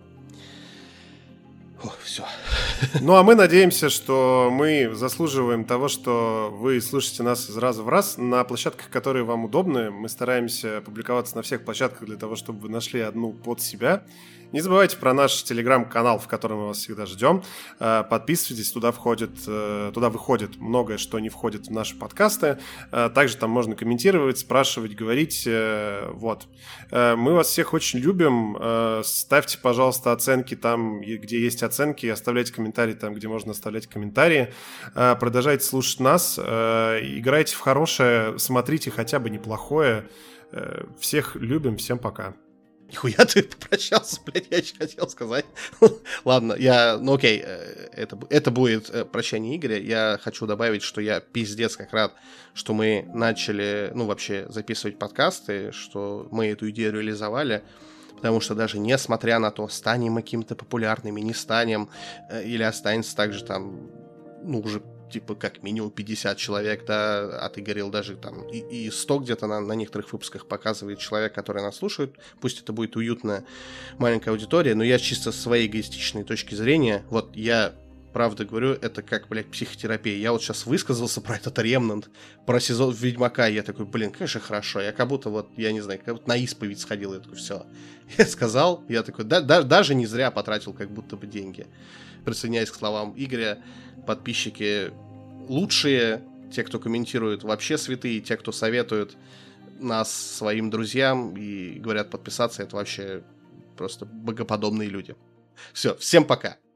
Speaker 2: О, все.
Speaker 1: Ну, а мы надеемся, что мы заслуживаем того, что вы слышите нас из раза в раз на площадках, которые вам удобны. Мы стараемся публиковаться на всех площадках для того, чтобы вы нашли одну под себя. Не забывайте про наш телеграм-канал, в котором мы вас всегда ждем. Подписывайтесь, туда входит, туда выходит многое, что не входит в наши подкасты. Также там можно комментировать, спрашивать, говорить. Вот. Мы вас всех очень любим. Ставьте, пожалуйста, оценки там, где есть оценки, оставляйте комментарии там, где можно оставлять комментарии. Продолжайте слушать нас. Играйте в хорошее, смотрите хотя бы неплохое. Всех любим, всем пока.
Speaker 2: Нихуя ты попрощался, блядь, я еще хотел сказать. Ладно, я, ну окей, это, это будет прощание Игоря. Я хочу добавить, что я пиздец как рад, что мы начали, ну вообще, записывать подкасты, что мы эту идею реализовали. Потому что даже несмотря на то, станем мы какими-то популярными, не станем, или останется также там, ну уже типа как минимум пятьдесят человек, да, а ты говорил даже там и, и сто где-то на, на некоторых выпусках показывает человек, который нас слушает, пусть это будет уютная маленькая аудитория, но я чисто с своей эгоистичной точки зрения, вот я правда говорю, это как, блядь, психотерапия. Я вот сейчас высказался про этот Remnant, про сезон Ведьмака, и я такой, блин, конечно, хорошо. Я как будто вот, я не знаю, как будто на исповедь сходил, я такой, все. Я сказал, я такой, да, да, даже не зря потратил как будто бы деньги. Присоединяюсь к словам Игоря, подписчики лучшие, те, кто комментирует, вообще святые, те, кто советуют нас своим друзьям и говорят подписаться, это вообще просто богоподобные люди. Все, всем пока.